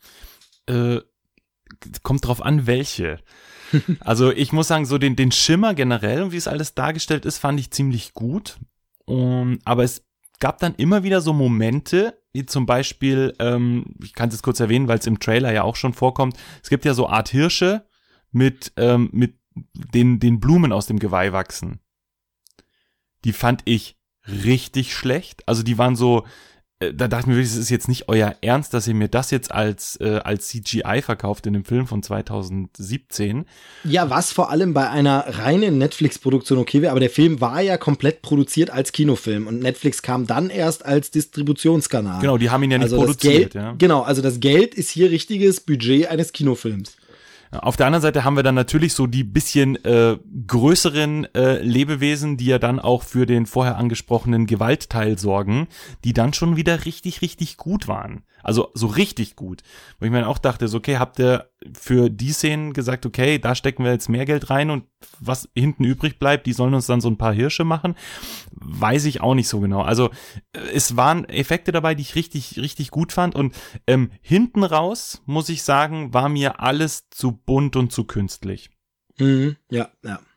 Kommt drauf an, welche. Also ich muss sagen, so den Schimmer generell und wie es alles dargestellt ist, fand ich ziemlich gut. Aber es gab dann immer wieder so Momente, wie zum Beispiel, ich kann es jetzt kurz erwähnen, weil es im Trailer ja auch schon vorkommt, es gibt ja so Art Hirsche mit den Blumen aus dem Geweih wachsen. Die fand ich richtig schlecht. Also die waren so, da dachte ich mir wirklich, das ist jetzt nicht euer Ernst, dass ihr mir das jetzt als CGI verkauft in dem Film von 2017. Ja, was vor allem bei einer reinen Netflix-Produktion okay wäre, aber der Film war ja komplett produziert als Kinofilm und Netflix kam dann erst als Distributionskanal. Genau, die haben ihn ja nicht produziert. Ja. Genau, also das Geld ist hier richtiges Budget eines Kinofilms. Auf der anderen Seite haben wir dann natürlich so die bisschen größeren Lebewesen, die ja dann auch für den vorher angesprochenen Gewaltteil sorgen, die dann schon wieder richtig, richtig gut waren. Also so richtig gut. Wo ich mir dann auch dachte, so okay, habt ihr für die Szenen gesagt, okay, da stecken wir jetzt mehr Geld rein und was hinten übrig bleibt, die sollen uns dann so ein paar Hirsche machen? Weiß ich auch nicht so genau. Also es waren Effekte dabei, die ich richtig, richtig gut fand und hinten raus, muss ich sagen, war mir alles zu bunt und zu künstlich. Ja.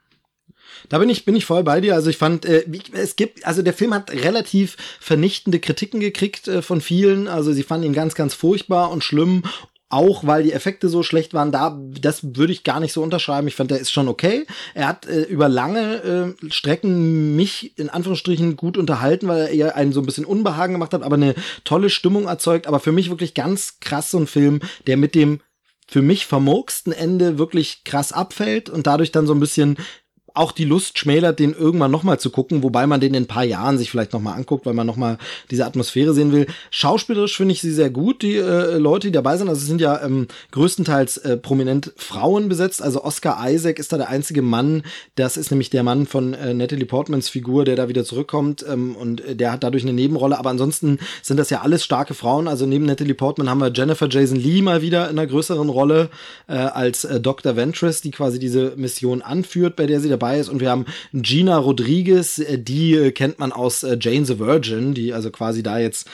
Da bin ich voll bei dir. Also ich fand, der Film hat relativ vernichtende Kritiken gekriegt von vielen. Also sie fanden ihn ganz, ganz furchtbar und schlimm. Auch weil die Effekte so schlecht waren, das würde ich gar nicht so unterschreiben. Ich fand, der ist schon okay. Er hat über lange Strecken mich in Anführungsstrichen gut unterhalten, weil er eher einen so ein bisschen Unbehagen gemacht hat, aber eine tolle Stimmung erzeugt. Aber für mich wirklich ganz krass so ein Film, der mit dem für mich vermurksten Ende wirklich krass abfällt und dadurch dann so ein bisschen auch die Lust schmälert, den irgendwann nochmal zu gucken, wobei man den in ein paar Jahren sich vielleicht nochmal anguckt, weil man nochmal diese Atmosphäre sehen will. Schauspielerisch finde ich sie sehr gut, die Leute, die dabei sind. Also es sind ja größtenteils prominent Frauen besetzt. Also Oscar Isaac ist da der einzige Mann. Das ist nämlich der Mann von Natalie Portmans Figur, der da wieder zurückkommt. Und der hat dadurch eine Nebenrolle. Aber ansonsten sind das ja alles starke Frauen. Also neben Natalie Portman haben wir Jennifer Jason Leigh mal wieder in einer größeren Rolle als Dr. Ventress, die quasi diese Mission anführt, bei der sie dabei dabei ist und wir haben Gina Rodriguez, die kennt man aus Jane the Virgin, die also quasi da jetzt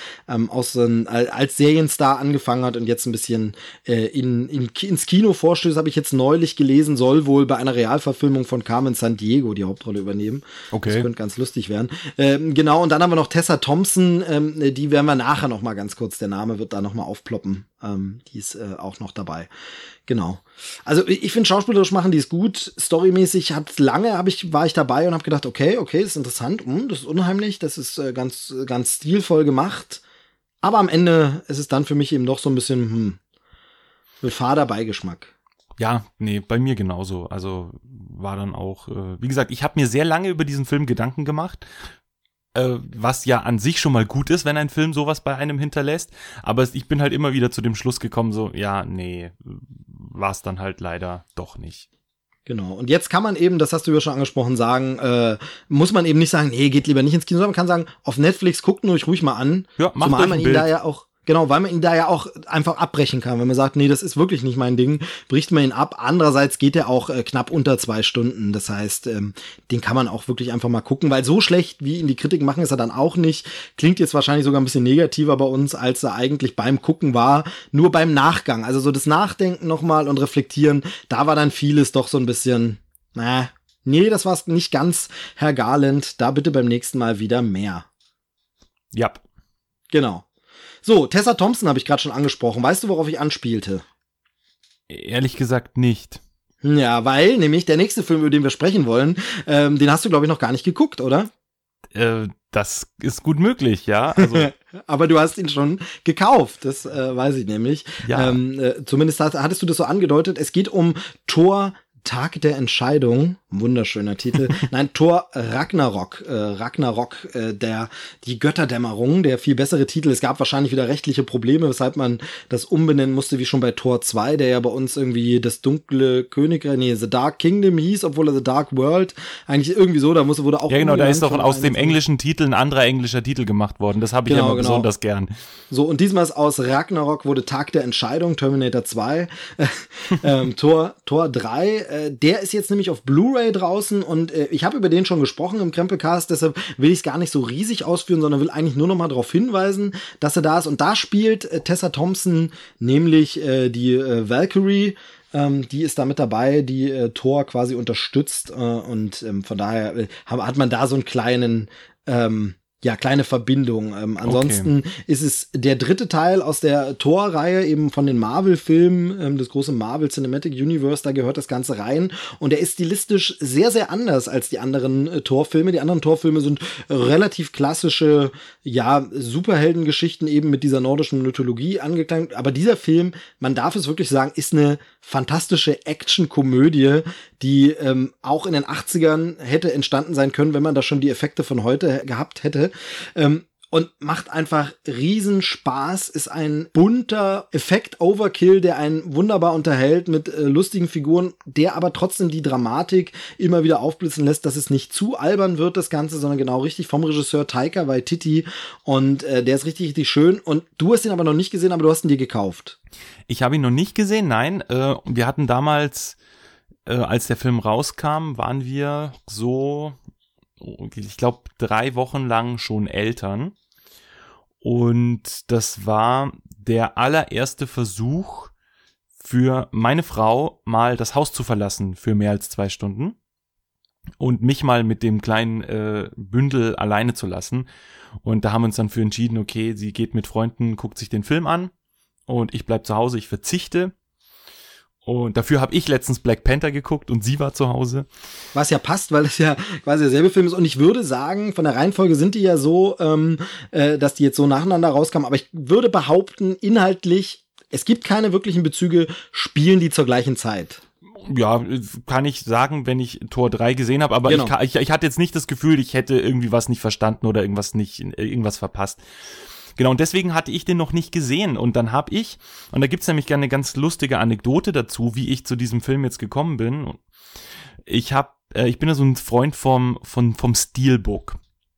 als Serienstar angefangen hat und jetzt ein bisschen ins Kino vorstößt, habe ich jetzt neulich gelesen, soll wohl bei einer Realverfilmung von Carmen Sandiego die Hauptrolle übernehmen. Okay. Das könnte ganz lustig werden. Genau, und dann haben wir noch Tessa Thompson, die werden wir nachher noch mal ganz kurz, der Name wird da noch mal aufploppen. Die ist auch noch dabei. Genau. Also ich finde, schauspielerisch machen die es gut. Storymäßig war ich dabei und habe gedacht, okay, das ist interessant, das ist unheimlich, das ist ganz, ganz stilvoll gemacht. Aber am Ende ist es dann für mich eben doch so ein bisschen mit fader Beigeschmack. Ja, nee, bei mir genauso. Also war dann auch, wie gesagt, ich habe mir sehr lange über diesen Film Gedanken gemacht, was ja an sich schon mal gut ist, wenn ein Film sowas bei einem hinterlässt. Aber ich bin halt immer wieder zu dem Schluss gekommen, so, ja, nee, war es dann halt leider doch nicht. Genau. Und jetzt kann man eben, das hast du ja schon angesprochen, sagen, muss man eben nicht sagen, nee, geht lieber nicht ins Kino, sondern man kann sagen, auf Netflix guckt euch ruhig mal an. Ja, macht euch ein Bild. Da ja auch Genau, weil man ihn da ja auch einfach abbrechen kann. Wenn man sagt, nee, das ist wirklich nicht mein Ding, bricht man ihn ab. Andererseits geht er auch knapp unter 2 Stunden. Das heißt, den kann man auch wirklich einfach mal gucken, weil so schlecht, wie ihn die Kritiken machen, ist er dann auch nicht. Klingt jetzt wahrscheinlich sogar ein bisschen negativer bei uns, als er eigentlich beim Gucken war. Nur beim Nachgang, also so das Nachdenken nochmal und Reflektieren, da war dann vieles doch so ein bisschen, nee, das war's nicht ganz, Herr Garland. Da bitte beim nächsten Mal wieder mehr. Ja. Genau. So, Tessa Thompson habe ich gerade schon angesprochen. Weißt du, worauf ich anspielte? Ehrlich gesagt nicht. Ja, weil nämlich der nächste Film, über den wir sprechen wollen, den hast du, glaube ich, noch gar nicht geguckt, oder? Das ist gut möglich, ja. Also aber du hast ihn schon gekauft, das weiß ich nämlich. Ja. Zumindest hattest du das so angedeutet. Es geht um Thor Tag der Entscheidung, wunderschöner Titel. Nein, Thor Ragnarok. Die Götterdämmerung, der viel bessere Titel. Es gab wahrscheinlich wieder rechtliche Probleme, weshalb man das umbenennen musste, wie schon bei Thor 2, der ja bei uns irgendwie das dunkle Königreich, The Dark Kingdom hieß, obwohl er The Dark World eigentlich irgendwie so, wurde auch. Ja, genau, da ist doch aus dem englischen Titel ein anderer englischer Titel gemacht worden. Das habe ich immer besonders gern. So, und diesmal ist aus Ragnarok wurde Tag der Entscheidung, Terminator 2, Thor 3, der ist jetzt nämlich auf Blu-ray draußen und ich habe über den schon gesprochen im Krempelcast, deshalb will ich es gar nicht so riesig ausführen, sondern will eigentlich nur noch mal darauf hinweisen, dass er da ist. Und da spielt Tessa Thompson nämlich die Valkyrie, die ist da mit dabei, die Thor quasi unterstützt und von daher hat man da so einen kleinen kleine Verbindung. Ansonsten ist es der dritte Teil aus der Thor-Reihe, eben von den Marvel-Filmen, das große Marvel Cinematic Universe, da gehört das Ganze rein. Und der ist stilistisch sehr, sehr anders als die anderen Thor-Filme. Die anderen Thor-Filme sind relativ klassische, Superheldengeschichten eben mit dieser nordischen Mythologie angeklangt. Aber dieser Film, man darf es wirklich sagen, ist eine fantastische Action-Komödie, die auch in den 80ern hätte entstanden sein können, wenn man da schon die Effekte von heute gehabt hätte. Und macht einfach riesen Spaß, ist ein bunter Effekt-Overkill, der einen wunderbar unterhält mit lustigen Figuren, der aber trotzdem die Dramatik immer wieder aufblitzen lässt, dass es nicht zu albern wird, das Ganze, sondern genau richtig vom Regisseur Taika Waititi. Und der ist richtig, richtig schön. Und du hast ihn aber noch nicht gesehen, aber du hast ihn dir gekauft. Ich habe ihn noch nicht gesehen, nein. Wir hatten damals, als der Film rauskam, waren wir so, ich glaube, 3 Wochen lang schon Eltern. Und das war der allererste Versuch für meine Frau, mal das Haus zu verlassen für mehr als 2 Stunden und mich mal mit dem kleinen Bündel alleine zu lassen. Und da haben wir uns dann für entschieden, okay, sie geht mit Freunden, guckt sich den Film an und ich bleib zu Hause, ich verzichte. Und dafür habe ich letztens Black Panther geguckt und sie war zu Hause. Was ja passt, weil es ja quasi derselbe Film ist. Und ich würde sagen, von der Reihenfolge sind die ja so, dass die jetzt so nacheinander rauskamen. Aber ich würde behaupten, inhaltlich, es gibt keine wirklichen Bezüge, spielen die zur gleichen Zeit. Ja, kann ich sagen, wenn ich Tor 3 gesehen habe. Aber genau. Ich hatte jetzt nicht das Gefühl, ich hätte irgendwie was nicht verstanden oder irgendwas verpasst. Genau, und deswegen hatte ich den noch nicht gesehen. Und dann habe ich, und da gibt's nämlich eine ganz lustige Anekdote dazu, wie ich zu diesem Film jetzt gekommen bin. Ich bin ja so ein Freund vom Steelbook.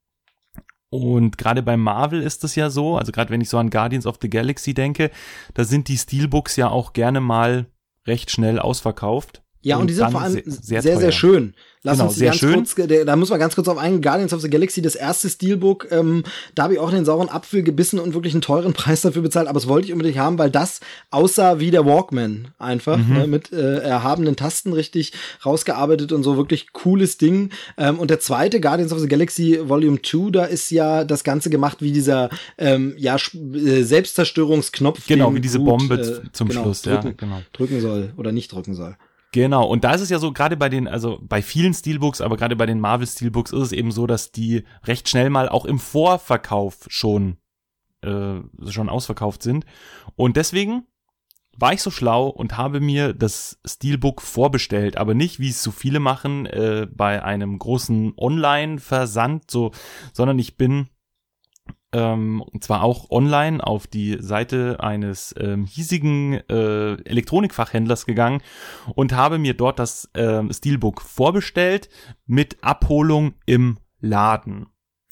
Und gerade bei Marvel ist es ja so, also gerade wenn ich so an Guardians of the Galaxy denke, da sind die Steelbooks ja auch gerne mal recht schnell ausverkauft. Ja, und die sind vor allem sehr, sehr, sehr schön. Lass uns sehr schön. Kurz, da muss man ganz kurz auf eingehen. Guardians of the Galaxy, das erste Steelbook, da habe ich auch in den sauren Apfel gebissen und wirklich einen teuren Preis dafür bezahlt, aber das wollte ich unbedingt haben, weil das aussah wie der Walkman einfach, ne, mit erhabenen Tasten richtig rausgearbeitet und so, wirklich cooles Ding. Und der zweite, Guardians of the Galaxy Volume 2, da ist ja das Ganze gemacht wie dieser Selbstzerstörungsknopf. Genau, wie diese Bombe zum Schluss, drücken soll oder nicht drücken soll. Genau, und da ist es ja so, gerade bei vielen Steelbooks, aber gerade bei den Marvel Steelbooks ist es eben so, dass die recht schnell mal auch im Vorverkauf schon ausverkauft sind. Und deswegen war ich so schlau und habe mir das Steelbook vorbestellt, aber nicht, wie es so viele machen, bei einem großen Online-Versand, sondern ich bin und zwar auch online auf die Seite eines hiesigen Elektronikfachhändlers gegangen und habe mir dort das Steelbook vorbestellt mit Abholung im Laden.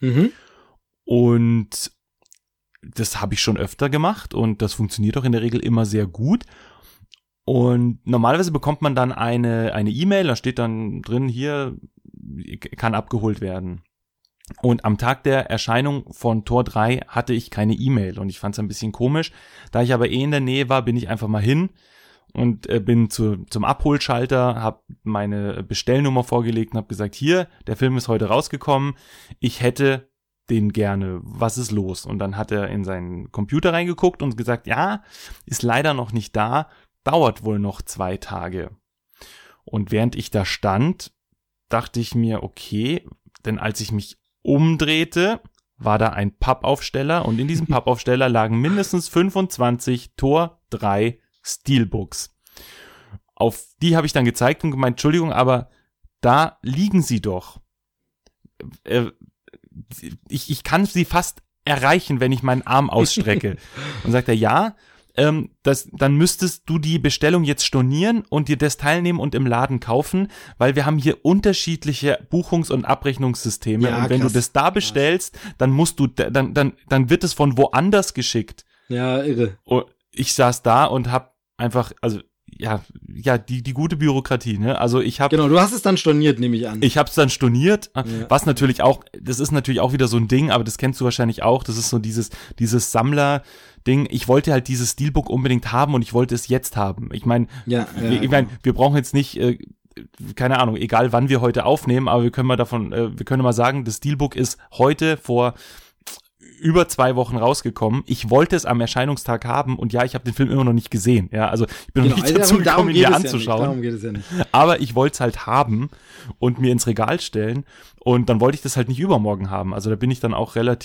Und das habe ich schon öfter gemacht und das funktioniert auch in der Regel immer sehr gut. Und normalerweise bekommt man dann eine E-Mail, da steht dann drin, hier kann abgeholt werden. Und am Tag der Erscheinung von Tor 3 hatte ich keine E-Mail und ich fand es ein bisschen komisch. Da ich aber in der Nähe war, bin ich einfach mal hin und bin zum Abholschalter, habe meine Bestellnummer vorgelegt und habe gesagt, hier, der Film ist heute rausgekommen, ich hätte den gerne, was ist los? Und dann hat er in seinen Computer reingeguckt und gesagt, ja, ist leider noch nicht da, dauert wohl noch 2 Tage. Und während ich da stand, dachte ich mir, okay, denn als ich mich umdrehte, war da ein Pappaufsteller und in diesem Pappaufsteller lagen mindestens 25 Tor 3 Steelbooks. Auf die habe ich dann gezeigt und gemeint, Entschuldigung, aber da liegen sie doch. Ich kann sie fast erreichen, wenn ich meinen Arm ausstrecke. Und sagt er, ja, dann müsstest du die Bestellung jetzt stornieren und dir das teilnehmen und im Laden kaufen, weil wir haben hier unterschiedliche Buchungs- und Abrechnungssysteme. Ja, und wenn du das da bestellst, dann musst du, dann wird es von woanders geschickt. Ja, irre. Und ich saß da und hab einfach, also die gute Bürokratie, ne? Also ich habe Genau, du hast es dann storniert, nehme ich an. Ich habe es dann storniert, was natürlich auch, das ist natürlich auch wieder so ein Ding, aber das kennst du wahrscheinlich auch, das ist so dieses Sammler-Ding. Ich wollte halt dieses Steelbook unbedingt haben und ich wollte es jetzt haben. Ich meine, wir brauchen jetzt nicht keine Ahnung, egal wann wir heute aufnehmen, aber wir können mal sagen, das Steelbook ist heute vor über 2 Wochen rausgekommen. Ich wollte es am Erscheinungstag haben und ja, ich habe den Film immer noch nicht gesehen. Ja, also ich bin noch nicht dazu gekommen, ihn mir anzuschauen. Darum geht es ja nicht. Aber ich wollte es halt haben und mir ins Regal stellen und dann wollte ich das halt nicht übermorgen haben. Also da bin ich dann auch ein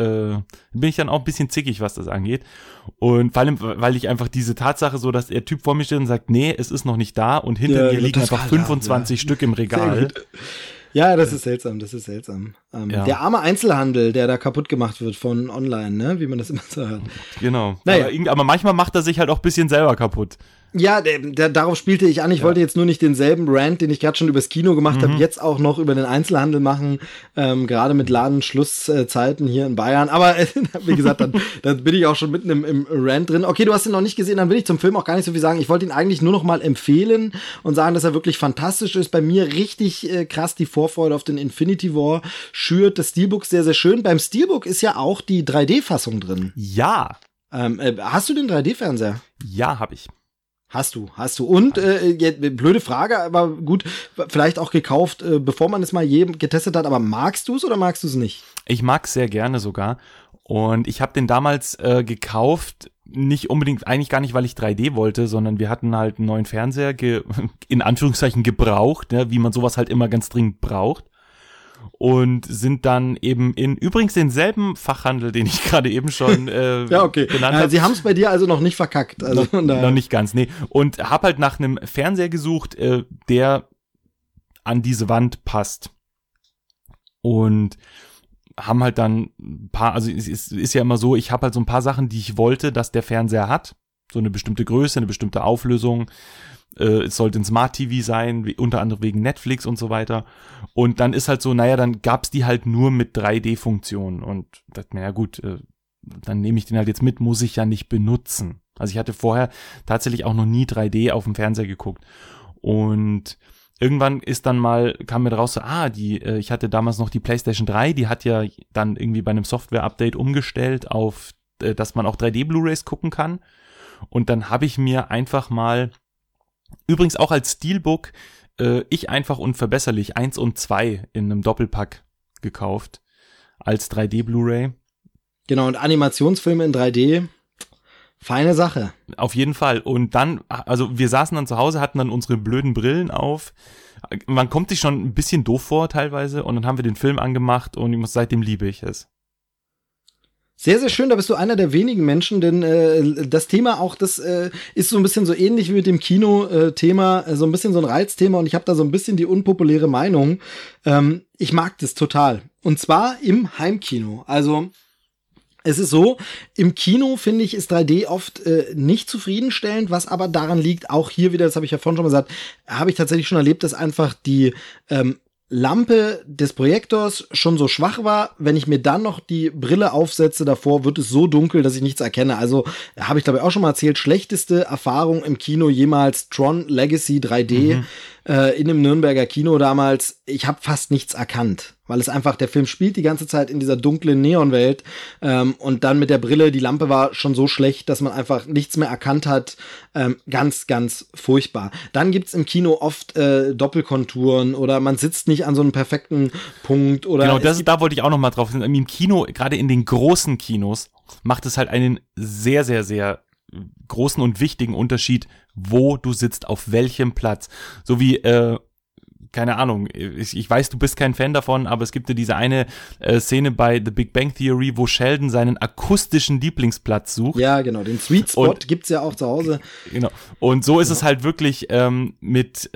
bisschen zickig, was das angeht. Und vor allem, weil ich einfach diese Tatsache so, dass der Typ vor mir steht und sagt, nee, es ist noch nicht da und hinter mir liegen einfach 25 Stück im Regal. Ja, das ist seltsam. Der arme Einzelhandel, der da kaputt gemacht wird von online, ne, wie man das immer so hört. Genau. Naja. Aber manchmal macht er sich halt auch ein bisschen selber kaputt. Ja, darauf spielte ich an. Ich wollte jetzt nur nicht denselben Rant, den ich gerade schon übers Kino gemacht habe, jetzt auch noch über den Einzelhandel machen, gerade mit Ladenschlusszeiten hier in Bayern. Aber wie gesagt, dann bin ich auch schon mitten im Rant drin. Okay, du hast ihn noch nicht gesehen, dann will ich zum Film auch gar nicht so viel sagen. Ich wollte ihn eigentlich nur noch mal empfehlen und sagen, dass er wirklich fantastisch ist. Bei mir richtig krass die Vorfreude auf den Infinity War schürt. Das Steelbook sehr, sehr schön. Beim Steelbook ist ja auch die 3D-Fassung drin. Ja. Hast du den 3D-Fernseher? Ja, habe ich. Hast du. Und, blöde Frage, aber gut, vielleicht auch gekauft, bevor man es mal getestet hat, aber magst du es oder magst du es nicht? Ich mag es sehr gerne sogar und ich habe den damals gekauft, nicht unbedingt, eigentlich gar nicht, weil ich 3D wollte, sondern wir hatten halt einen neuen Fernseher, in Anführungszeichen gebraucht, ne, wie man sowas halt immer ganz dringend braucht. Und sind dann eben in übrigens denselben Fachhandel, den ich gerade eben schon genannt habe. Sie haben es bei dir also noch nicht verkackt. Also noch nicht ganz, nee. Und hab halt nach einem Fernseher gesucht, der an diese Wand passt. Und haben halt dann ein paar, also es ist ja immer so, ich habe halt so ein paar Sachen, die ich wollte, dass der Fernseher hat. So eine bestimmte Größe, eine bestimmte Auflösung. Es sollte ein Smart TV sein, unter anderem wegen Netflix und so weiter. Und dann ist halt so, dann gab's die halt nur mit 3D-Funktionen. Und dachte mir, ja gut, dann nehme ich den halt jetzt mit, muss ich ja nicht benutzen. Also ich hatte vorher tatsächlich auch noch nie 3D auf dem Fernseher geguckt. Und irgendwann kam mir raus so, ich hatte damals noch die PlayStation 3, die hat ja dann irgendwie bei einem Software-Update umgestellt auf, dass man auch 3D-Blu-Rays gucken kann. Und dann habe ich mir einfach mal, übrigens auch als Steelbook, Ich einfach unverbesserlich 1 und 2 in einem Doppelpack gekauft als 3D-Blu-Ray. Genau, und Animationsfilme in 3D, feine Sache. Auf jeden Fall. Und dann, also wir saßen dann zu Hause, hatten dann unsere blöden Brillen auf. Man kommt sich schon ein bisschen doof vor teilweise und dann haben wir den Film angemacht und seitdem liebe ich es. Sehr, sehr schön, da bist du einer der wenigen Menschen, denn das Thema auch, das ist so ein bisschen so ähnlich wie mit dem Kino-Thema, so ein bisschen so ein Reizthema und ich habe da so ein bisschen die unpopuläre Meinung. Ich mag das total. Und zwar im Heimkino. Also es ist so, im Kino, finde ich, ist 3D oft nicht zufriedenstellend, was aber daran liegt, auch hier wieder, das habe ich ja vorhin schon mal gesagt, habe ich tatsächlich schon erlebt, dass einfach die Lampe des Projektors schon so schwach war. Wenn ich mir dann noch die Brille aufsetze davor, wird es so dunkel, dass ich nichts erkenne. Also habe ich glaube ich auch schon mal erzählt, schlechteste Erfahrung im Kino jemals, Tron Legacy 3D in einem Nürnberger Kino damals. Ich habe fast nichts erkannt, weil es einfach, der Film spielt die ganze Zeit in dieser dunklen Neonwelt und dann mit der Brille, die Lampe war schon so schlecht, dass man einfach nichts mehr erkannt hat. Ganz, ganz furchtbar. Dann gibt's im Kino oft Doppelkonturen oder man sitzt nicht an so einem perfekten Punkt. Oder genau, da wollte ich auch noch mal drauf hin. Im Kino, gerade in den großen Kinos, macht es halt einen sehr, sehr, sehr großen und wichtigen Unterschied, wo du sitzt, auf welchem Platz. So wie, keine Ahnung, ich weiß, du bist kein Fan davon, aber es gibt ja diese eine Szene bei The Big Bang Theory, wo Sheldon seinen akustischen Lieblingsplatz sucht. Ja, genau, den Sweet Spot gibt's ja auch zu Hause. Genau. Und so ist es halt wirklich mit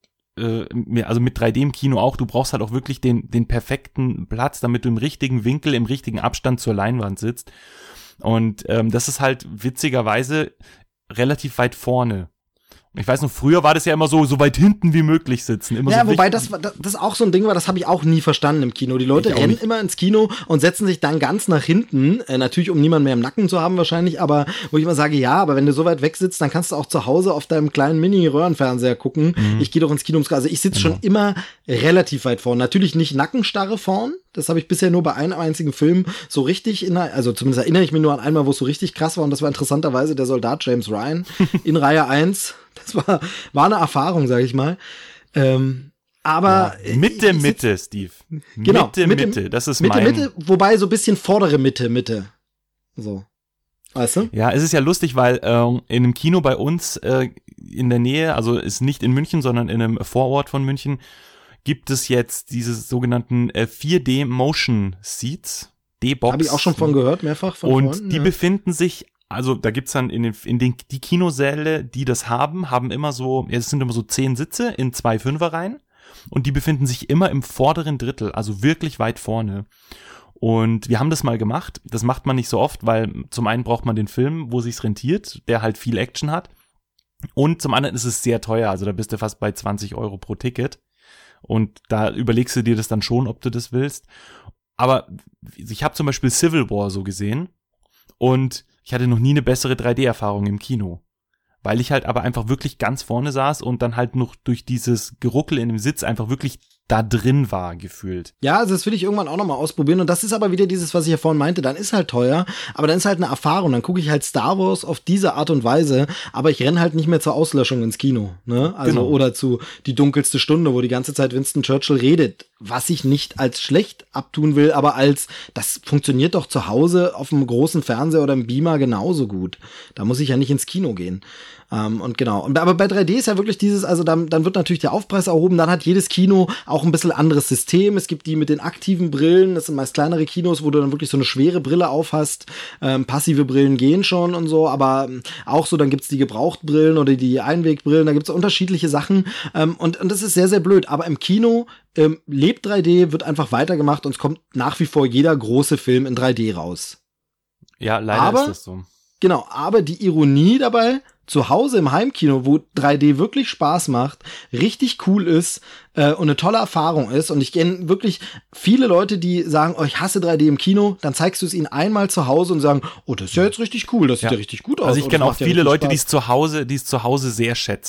3D im Kino auch, du brauchst halt auch wirklich den perfekten Platz, damit du im richtigen Winkel, im richtigen Abstand zur Leinwand sitzt. Und das ist halt witzigerweise relativ weit vorne. Ich weiß noch, früher war das ja immer so weit hinten wie möglich sitzen. Immer ja, so wobei das auch so ein Ding war, das habe ich auch nie verstanden im Kino. Die Leute rennen immer ins Kino und setzen sich dann ganz nach hinten, natürlich um niemanden mehr im Nacken zu haben wahrscheinlich, aber wo ich immer sage, ja, aber wenn du so weit weg sitzt, dann kannst du auch zu Hause auf deinem kleinen Mini-Röhrenfernseher gucken. Ich gehe doch ins Kino. Also ich sitze schon immer relativ weit vorne. Natürlich nicht Nackenstarre vorn. Das habe ich bisher nur bei einem einzigen Film so richtig, also zumindest erinnere ich mich nur an einmal, wo es so richtig krass war und das war interessanterweise der Soldat James Ryan in Reihe 1. Das war eine Erfahrung, sage ich mal. Aber ja, Mitte, Steve. Genau, Mitte, das ist mein... Mitte, wobei so ein bisschen vordere Mitte. So. Weißt du? Ja, es ist ja lustig, weil in einem Kino bei uns in der Nähe, also ist nicht in München, sondern in einem Vorort von München, gibt es jetzt diese sogenannten 4D Motion Seats, D-Box. Habe ich auch schon von gehört, mehrfach von Und Freunden, die befinden sich, also da gibt's dann die Kinosäle, die das haben immer so, es sind immer so 10 Sitze in 2 Fünferreihen und die befinden sich immer im vorderen Drittel, also wirklich weit vorne. Und wir haben das mal gemacht. Das macht man nicht so oft, weil zum einen braucht man den Film, wo sich's rentiert, der halt viel Action hat. Und zum anderen ist es sehr teuer, also da bist du fast bei 20 € pro Ticket. Und da überlegst du dir das dann schon, ob du das willst. Aber ich habe zum Beispiel Civil War so gesehen und ich hatte noch nie eine bessere 3D-Erfahrung im Kino. Weil ich halt aber einfach wirklich ganz vorne saß und dann halt noch durch dieses Geruckel in dem Sitz einfach wirklich da drin war, gefühlt. Ja, also das will ich irgendwann auch nochmal ausprobieren. Und das ist aber wieder dieses, was ich ja vorhin meinte, dann ist halt teuer, aber dann ist halt eine Erfahrung. Dann gucke ich halt Star Wars auf diese Art und Weise, aber ich renne halt nicht mehr zur Auslöschung ins Kino. Ne? Also genau. Oder zu Die dunkelste Stunde, wo die ganze Zeit Winston Churchill redet. Was ich nicht als schlecht abtun will, aber als, das funktioniert doch zu Hause auf einem großen Fernseher oder im Beamer genauso gut. Da muss ich ja nicht ins Kino gehen. Und genau. Aber bei 3D ist ja wirklich dieses, also dann wird natürlich der Aufpreis erhoben, dann hat jedes Kino auch ein bisschen anderes System. Es gibt die mit den aktiven Brillen, das sind meist kleinere Kinos, wo du dann wirklich so eine schwere Brille auf hast. Passive Brillen gehen schon und so, aber auch so, dann gibt's die Gebrauchtbrillen oder die Einwegbrillen, da gibt's unterschiedliche Sachen. Und das ist sehr, sehr blöd. Aber im Kino lebt 3D, wird einfach weitergemacht und es kommt nach wie vor jeder große Film in 3D raus. Ja, leider ist das so. Genau, aber die Ironie dabei, zu Hause im Heimkino, wo 3D wirklich Spaß macht, richtig cool ist und eine tolle Erfahrung ist. Und ich kenne wirklich viele Leute, die sagen, oh, ich hasse 3D im Kino. Dann zeigst du es ihnen einmal zu Hause und sagen, oh, das ist ja jetzt richtig cool, das sieht ja richtig gut aus. Also ich kenne auch viele Leute, die es zu Hause sehr schätzen.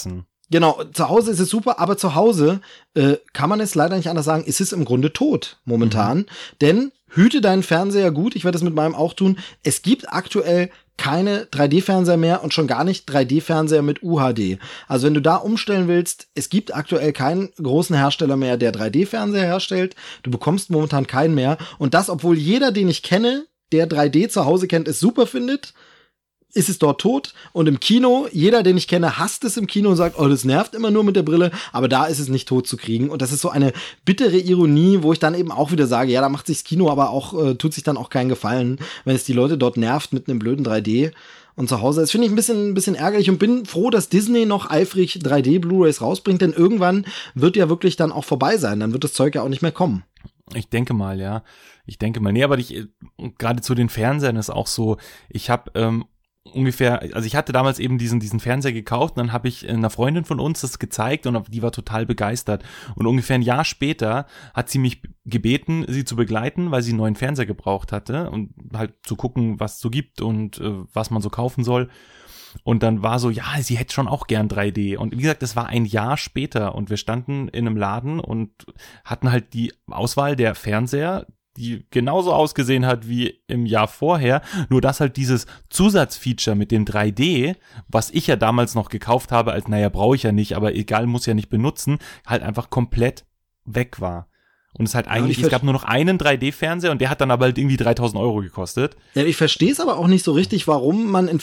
Genau, zu Hause ist es super, aber zu Hause kann man es leider nicht anders sagen, ist es im Grunde tot momentan. Denn hüte deinen Fernseher gut, ich werde das mit meinem auch tun. Es gibt aktuell keine 3D-Fernseher mehr und schon gar nicht 3D-Fernseher mit UHD. Also wenn du da umstellen willst, es gibt aktuell keinen großen Hersteller mehr, der 3D-Fernseher herstellt. Du bekommst momentan keinen mehr. Und das, obwohl jeder, den ich kenne, der 3D zu Hause kennt, es super findet, ist es dort tot. Und im Kino, jeder, den ich kenne, hasst es im Kino und sagt, oh, das nervt immer nur mit der Brille, aber da ist es nicht tot zu kriegen. Und das ist so eine bittere Ironie, wo ich dann eben auch wieder sage, ja, da macht sich das Kino aber auch, tut sich dann auch keinen Gefallen, wenn es die Leute dort nervt mit einem blöden 3D. Und zu Hause, das finde ich ein bisschen ärgerlich und bin froh, dass Disney noch eifrig 3D-Blu-rays rausbringt, denn irgendwann wird ja wirklich dann auch vorbei sein. Dann wird das Zeug ja auch nicht mehr kommen. Ich denke mal, ja. Nee, aber gerade zu den Fernsehern ist auch so, ich habe ungefähr, also ich hatte damals eben diesen Fernseher gekauft und dann habe ich einer Freundin von uns das gezeigt und die war total begeistert. Und ungefähr ein Jahr später hat sie mich gebeten, sie zu begleiten, weil sie einen neuen Fernseher gebraucht hatte und halt zu gucken, was es so gibt und was man so kaufen soll. Und dann war so, ja, sie hätte schon auch gern 3D. Und wie gesagt, das war ein Jahr später und wir standen in einem Laden und hatten halt die Auswahl der Fernseher, die genauso ausgesehen hat wie im Jahr vorher, nur dass halt dieses Zusatzfeature mit dem 3D, was ich ja damals noch gekauft habe, als naja, brauche ich ja nicht, aber egal, muss ja nicht benutzen, halt einfach komplett weg war. Und es halt eigentlich, es gab nur noch einen 3D-Fernseher und der hat dann aber halt irgendwie 3.000 Euro gekostet. Ja, ich verstehe es aber auch nicht so richtig, warum man,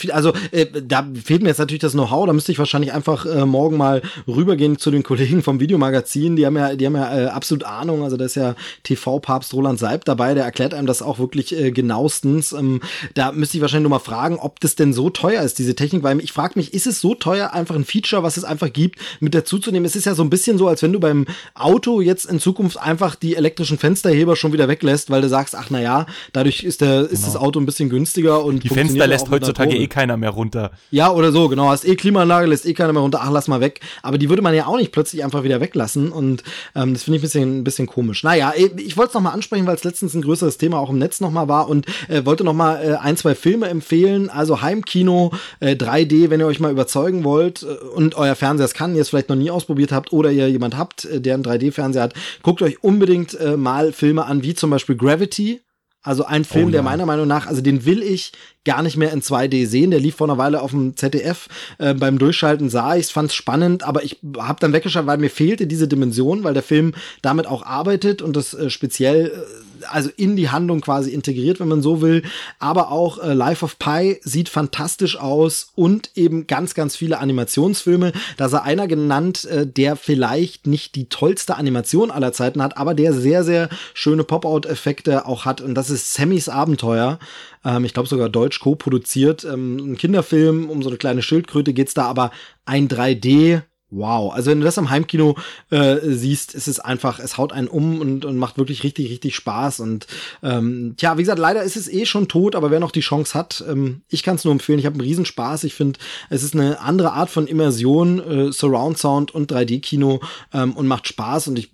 da fehlt mir jetzt natürlich das Know-how, da müsste ich wahrscheinlich einfach morgen mal rübergehen zu den Kollegen vom Videomagazin, die haben ja absolut Ahnung, also da ist ja TV-Papst Roland Seib dabei, der erklärt einem das auch wirklich genauestens. Da müsste ich wahrscheinlich nur mal fragen, ob das denn so teuer ist, diese Technik, weil ich frage mich, ist es so teuer, einfach ein Feature, was es einfach gibt, mit dazuzunehmen? Es ist ja so ein bisschen so, als wenn du beim Auto jetzt in Zukunft einfach die elektrischen Fensterheber schon wieder weglässt, weil du sagst, ach na ja, dadurch ist das Auto ein bisschen günstiger und die Fenster lässt heutzutage keiner mehr runter. Ja, oder so, genau, hast Klimaanlage, lässt keiner mehr runter, ach, lass mal weg. Aber die würde man ja auch nicht plötzlich einfach wieder weglassen und das finde ich ein bisschen komisch. Naja, ich wollte es nochmal ansprechen, weil es letztens ein größeres Thema auch im Netz nochmal war und wollte nochmal ein, zwei Filme empfehlen, also Heimkino, 3D, wenn ihr euch mal überzeugen wollt und euer Fernseher es kann, ihr es vielleicht noch nie ausprobiert habt oder ihr jemand habt, der einen 3D-Fernseher hat, guckt euch unbedingt mal Filme an, wie zum Beispiel Gravity. Also ein Film, der meiner Meinung nach, also den will ich gar nicht mehr in 2D sehen. Der lief vor einer Weile auf dem ZDF. Beim Durchschalten sah ich's, fand's spannend, aber ich habe dann weggeschaut, weil mir fehlte diese Dimension, weil der Film damit auch arbeitet und das speziell also in die Handlung quasi integriert, wenn man so will. Aber auch Life of Pi sieht fantastisch aus und eben ganz, ganz viele Animationsfilme. Da sei einer genannt, der vielleicht nicht die tollste Animation aller Zeiten hat, aber der sehr, sehr schöne Pop-Out-Effekte auch hat. Und das ist Sammys Abenteuer. Ich glaube sogar deutsch co-produziert. Ein Kinderfilm, um so eine kleine Schildkröte geht's da, aber ein 3D. Wow, also wenn du das am Heimkino siehst, ist es einfach, es haut einen um und macht wirklich richtig, richtig Spaß. Und wie gesagt, leider ist es schon tot, aber wer noch die Chance hat, ich kann es nur empfehlen, ich habe einen Riesenspaß. Ich finde, es ist eine andere Art von Immersion, Surround Sound und 3D-Kino und macht Spaß. Und ich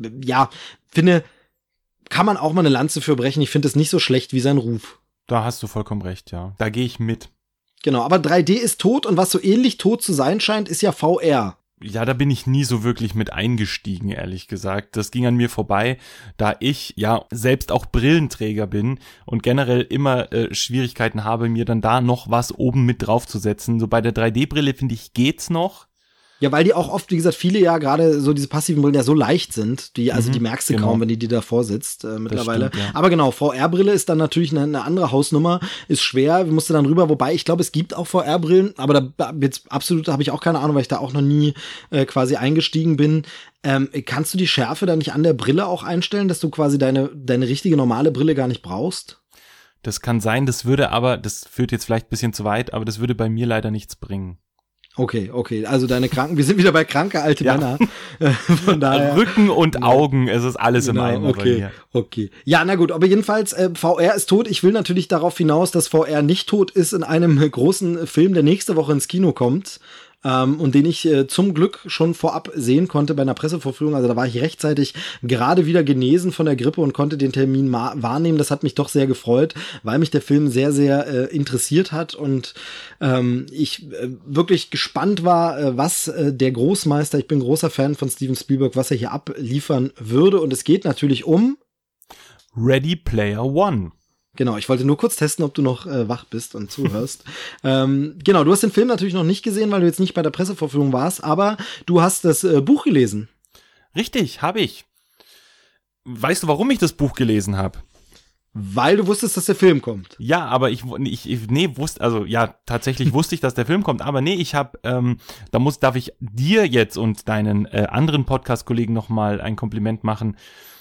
finde, kann man auch mal eine Lanze für brechen. Ich finde es nicht so schlecht wie sein Ruf. Da hast du vollkommen recht, ja. Da gehe ich mit. Genau, aber 3D ist tot und was so ähnlich tot zu sein scheint, ist ja VR. Ja, da bin ich nie so wirklich mit eingestiegen, ehrlich gesagt. Das ging an mir vorbei, da ich ja selbst auch Brillenträger bin und generell immer Schwierigkeiten habe, mir dann da noch was oben mit draufzusetzen. So bei der 3D-Brille, finde ich, geht's noch. Ja, weil die auch oft, wie gesagt, viele ja gerade so diese passiven Brillen ja so leicht sind, die merkst du kaum, wenn die davor sitzt mittlerweile. Stimmt, ja. Aber genau, VR-Brille ist dann natürlich eine andere Hausnummer, ist schwer, musst du dann rüber, wobei ich glaube, es gibt auch VR-Brillen, aber da jetzt absolut habe ich auch keine Ahnung, weil ich da auch noch nie quasi eingestiegen bin. Kannst du die Schärfe dann nicht an der Brille auch einstellen, dass du quasi deine richtige normale Brille gar nicht brauchst? Das kann sein, das führt jetzt vielleicht ein bisschen zu weit, aber das würde bei mir leider nichts bringen. Okay, also wir sind wieder bei kranke alte Männer. Von daher. Rücken und Augen, es ist alles im Eimer bei mir. Okay. Ja, na gut, aber jedenfalls, VR ist tot. Ich will natürlich darauf hinaus, dass VR nicht tot ist in einem großen Film, der nächste Woche ins Kino kommt. und den ich zum Glück schon vorab sehen konnte bei einer Pressevorführung. Also da war ich rechtzeitig gerade wieder genesen von der Grippe und konnte den Termin wahrnehmen. Das hat mich doch sehr gefreut, weil mich der Film sehr, sehr interessiert hat und ich wirklich gespannt war, was der Großmeister, ich bin großer Fan von Steven Spielberg, was er hier abliefern würde. Und es geht natürlich um Ready Player One. Genau, ich wollte nur kurz testen, ob du noch wach bist und zuhörst. Genau, du hast den Film natürlich noch nicht gesehen, weil du jetzt nicht bei der Pressevorführung warst, aber du hast das Buch gelesen. Richtig, habe ich. Weißt du, warum ich das Buch gelesen habe? Weil du wusstest, dass der Film kommt. Ja, aber tatsächlich wusste ich, dass der Film kommt, aber nee, ich habe, darf ich dir jetzt und deinen anderen Podcast-Kollegen nochmal ein Kompliment machen.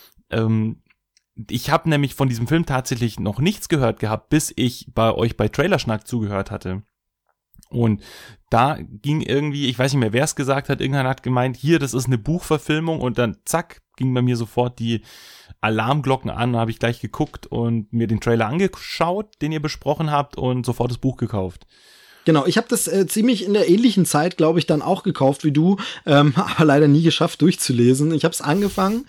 Ich habe nämlich von diesem Film tatsächlich noch nichts gehört gehabt, bis ich bei euch bei Trailerschnack zugehört hatte. Und da ging irgendwie, ich weiß nicht mehr, wer es gesagt hat, irgendeiner hat gemeint, hier, das ist eine Buchverfilmung und dann zack, ging bei mir sofort die Alarmglocken an, habe ich gleich geguckt und mir den Trailer angeschaut, den ihr besprochen habt und sofort das Buch gekauft. Genau, ich habe das ziemlich in der ähnlichen Zeit, glaube ich, dann auch gekauft wie du, aber leider nie geschafft durchzulesen. Ich habe es angefangen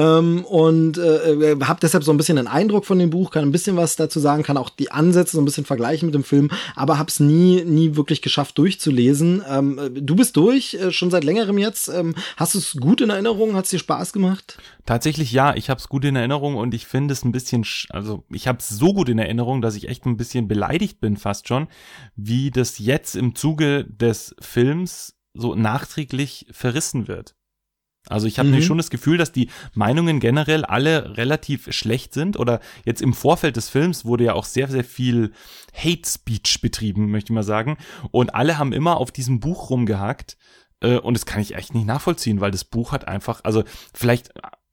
und habe deshalb so ein bisschen einen Eindruck von dem Buch, kann ein bisschen was dazu sagen, kann auch die Ansätze so ein bisschen vergleichen mit dem Film, aber habe es nie wirklich geschafft durchzulesen. Du bist durch, schon seit längerem jetzt. Hast du es gut in Erinnerung? Hat es dir Spaß gemacht? Tatsächlich ja, ich habe es gut in Erinnerung und ich finde es ein bisschen, ich habe es so gut in Erinnerung, dass ich echt ein bisschen beleidigt bin fast schon, wie das jetzt im Zuge des Films so nachträglich verrissen wird. Also ich habe nämlich schon das Gefühl, dass die Meinungen generell alle relativ schlecht sind oder jetzt im Vorfeld des Films wurde ja auch sehr, sehr viel Hate Speech betrieben, möchte ich mal sagen. Und alle haben immer auf diesem Buch rumgehackt und das kann ich echt nicht nachvollziehen, weil das Buch hat einfach, also vielleicht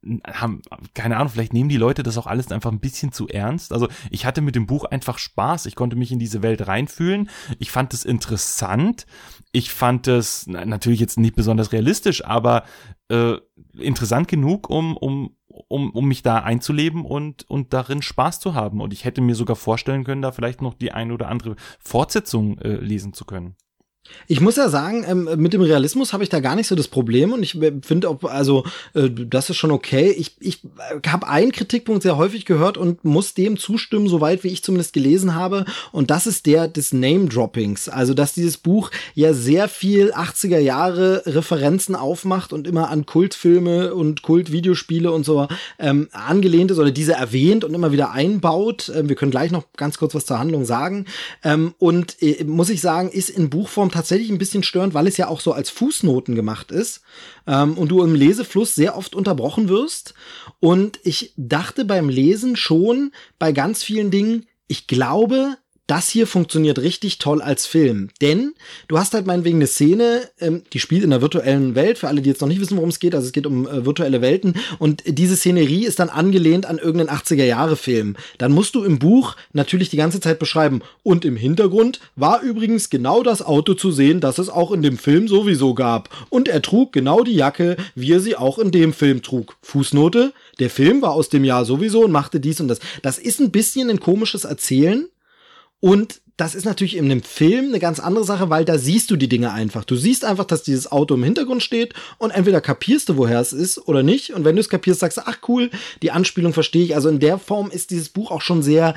keine Ahnung, vielleicht nehmen die Leute das auch alles einfach ein bisschen zu ernst. Also ich hatte mit dem Buch einfach Spaß. Ich konnte mich in diese Welt reinfühlen. Ich fand es interessant. Ich fand es natürlich jetzt nicht besonders realistisch, aber interessant genug, um mich da einzuleben und darin Spaß zu haben. Und ich hätte mir sogar vorstellen können, da vielleicht noch die ein oder andere Fortsetzung lesen zu können. Ich muss ja sagen, mit dem Realismus habe ich da gar nicht so das Problem und ich finde, das ist schon okay. Ich habe einen Kritikpunkt sehr häufig gehört und muss dem zustimmen, soweit wie ich zumindest gelesen habe, und das ist der des Name-Droppings. Also, dass dieses Buch ja sehr viel 80er Jahre Referenzen aufmacht und immer an Kultfilme und Kultvideospiele und so angelehnt ist oder diese erwähnt und immer wieder einbaut. Wir können gleich noch ganz kurz was zur Handlung sagen. Muss ich sagen, ist in Buchform tatsächlich ein bisschen störend, weil es ja auch so als Fußnoten gemacht ist und du im Lesefluss sehr oft unterbrochen wirst. Und ich dachte beim Lesen schon bei ganz vielen Dingen, ich glaube, das hier funktioniert richtig toll als Film. Denn du hast halt meinetwegen eine Szene, die spielt in der virtuellen Welt, für alle, die jetzt noch nicht wissen, worum es geht. Also es geht um virtuelle Welten. Und diese Szenerie ist dann angelehnt an irgendeinen 80er-Jahre-Film. Dann musst du im Buch natürlich die ganze Zeit beschreiben. Und im Hintergrund war übrigens genau das Auto zu sehen, das es auch in dem Film sowieso gab. Und er trug genau die Jacke, wie er sie auch in dem Film trug. Fußnote, der Film war aus dem Jahr sowieso und machte dies und das. Das ist ein bisschen ein komisches Erzählen. Und das ist natürlich in einem Film eine ganz andere Sache, weil da siehst du die Dinge einfach. Du siehst einfach, dass dieses Auto im Hintergrund steht und entweder kapierst du, woher es ist oder nicht. Und wenn du es kapierst, sagst du, ach cool, die Anspielung verstehe ich. Also in der Form ist dieses Buch auch schon sehr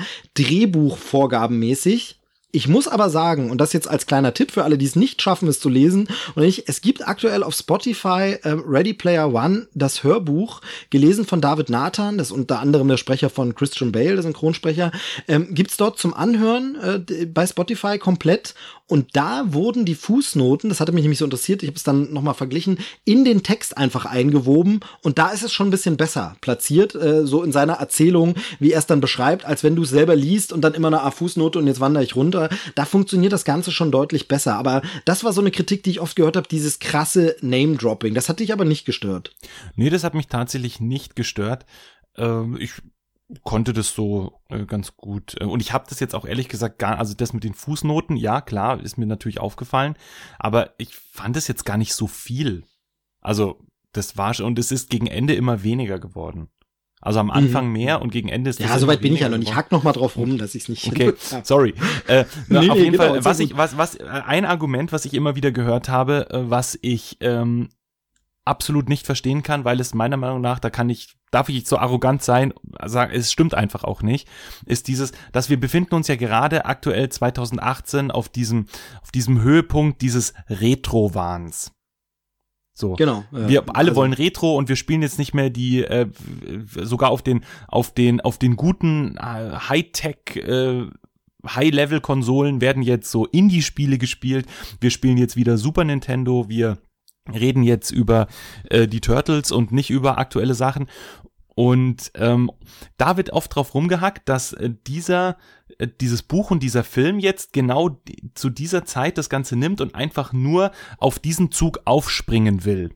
Drehbuchvorgabenmäßig. Ich muss aber sagen, und das jetzt als kleiner Tipp für alle, die es nicht schaffen, es zu lesen, es gibt aktuell auf Spotify Ready Player One, das Hörbuch, gelesen von David Nathan, das ist unter anderem der Sprecher von Christian Bale, der Synchronsprecher, gibt's dort zum Anhören bei Spotify komplett. Und da wurden die Fußnoten, das hatte mich nämlich so interessiert, ich habe es dann nochmal verglichen, in den Text einfach eingewoben. Und da ist es schon ein bisschen besser platziert, so in seiner Erzählung, wie er es dann beschreibt, als wenn du es selber liest und dann immer eine Fußnote und jetzt wandere ich runter. Da funktioniert das Ganze schon deutlich besser. Aber das war so eine Kritik, die ich oft gehört habe, dieses krasse Name-Dropping. Das hat dich aber nicht gestört. Nee, das hat mich tatsächlich nicht gestört. Ich konnte das so ganz gut. Und ich habe das jetzt auch ehrlich gesagt also das mit den Fußnoten, ja klar, ist mir natürlich aufgefallen, aber ich fand es jetzt gar nicht so viel. Also das war schon, und es ist gegen Ende immer weniger geworden. Also am Anfang mehr und gegen Ende ist das. Ja, soweit bin ich ja noch nicht. Hack noch mal drauf rum, dass ich es nicht. Okay, sorry. Auf jeden Fall, genau, ein Argument, was ich immer wieder gehört habe, was ich absolut nicht verstehen kann, weil es meiner Meinung nach, darf ich so arrogant sein, sagen, es stimmt einfach auch nicht, ist dieses, dass wir befinden uns ja gerade aktuell 2018 auf diesem Höhepunkt dieses Retro-Wahns. So. Genau. Wir alle wollen Retro und wir spielen jetzt nicht mehr die sogar auf den guten Hightech High-Level-Konsolen werden jetzt so Indie-Spiele gespielt. Wir spielen jetzt wieder Super Nintendo. Wir reden jetzt über die Turtles und nicht über aktuelle Sachen. Und da wird oft drauf rumgehackt, dass dieses Buch und dieser Film jetzt genau zu dieser Zeit das Ganze nimmt und einfach nur auf diesen Zug aufspringen will.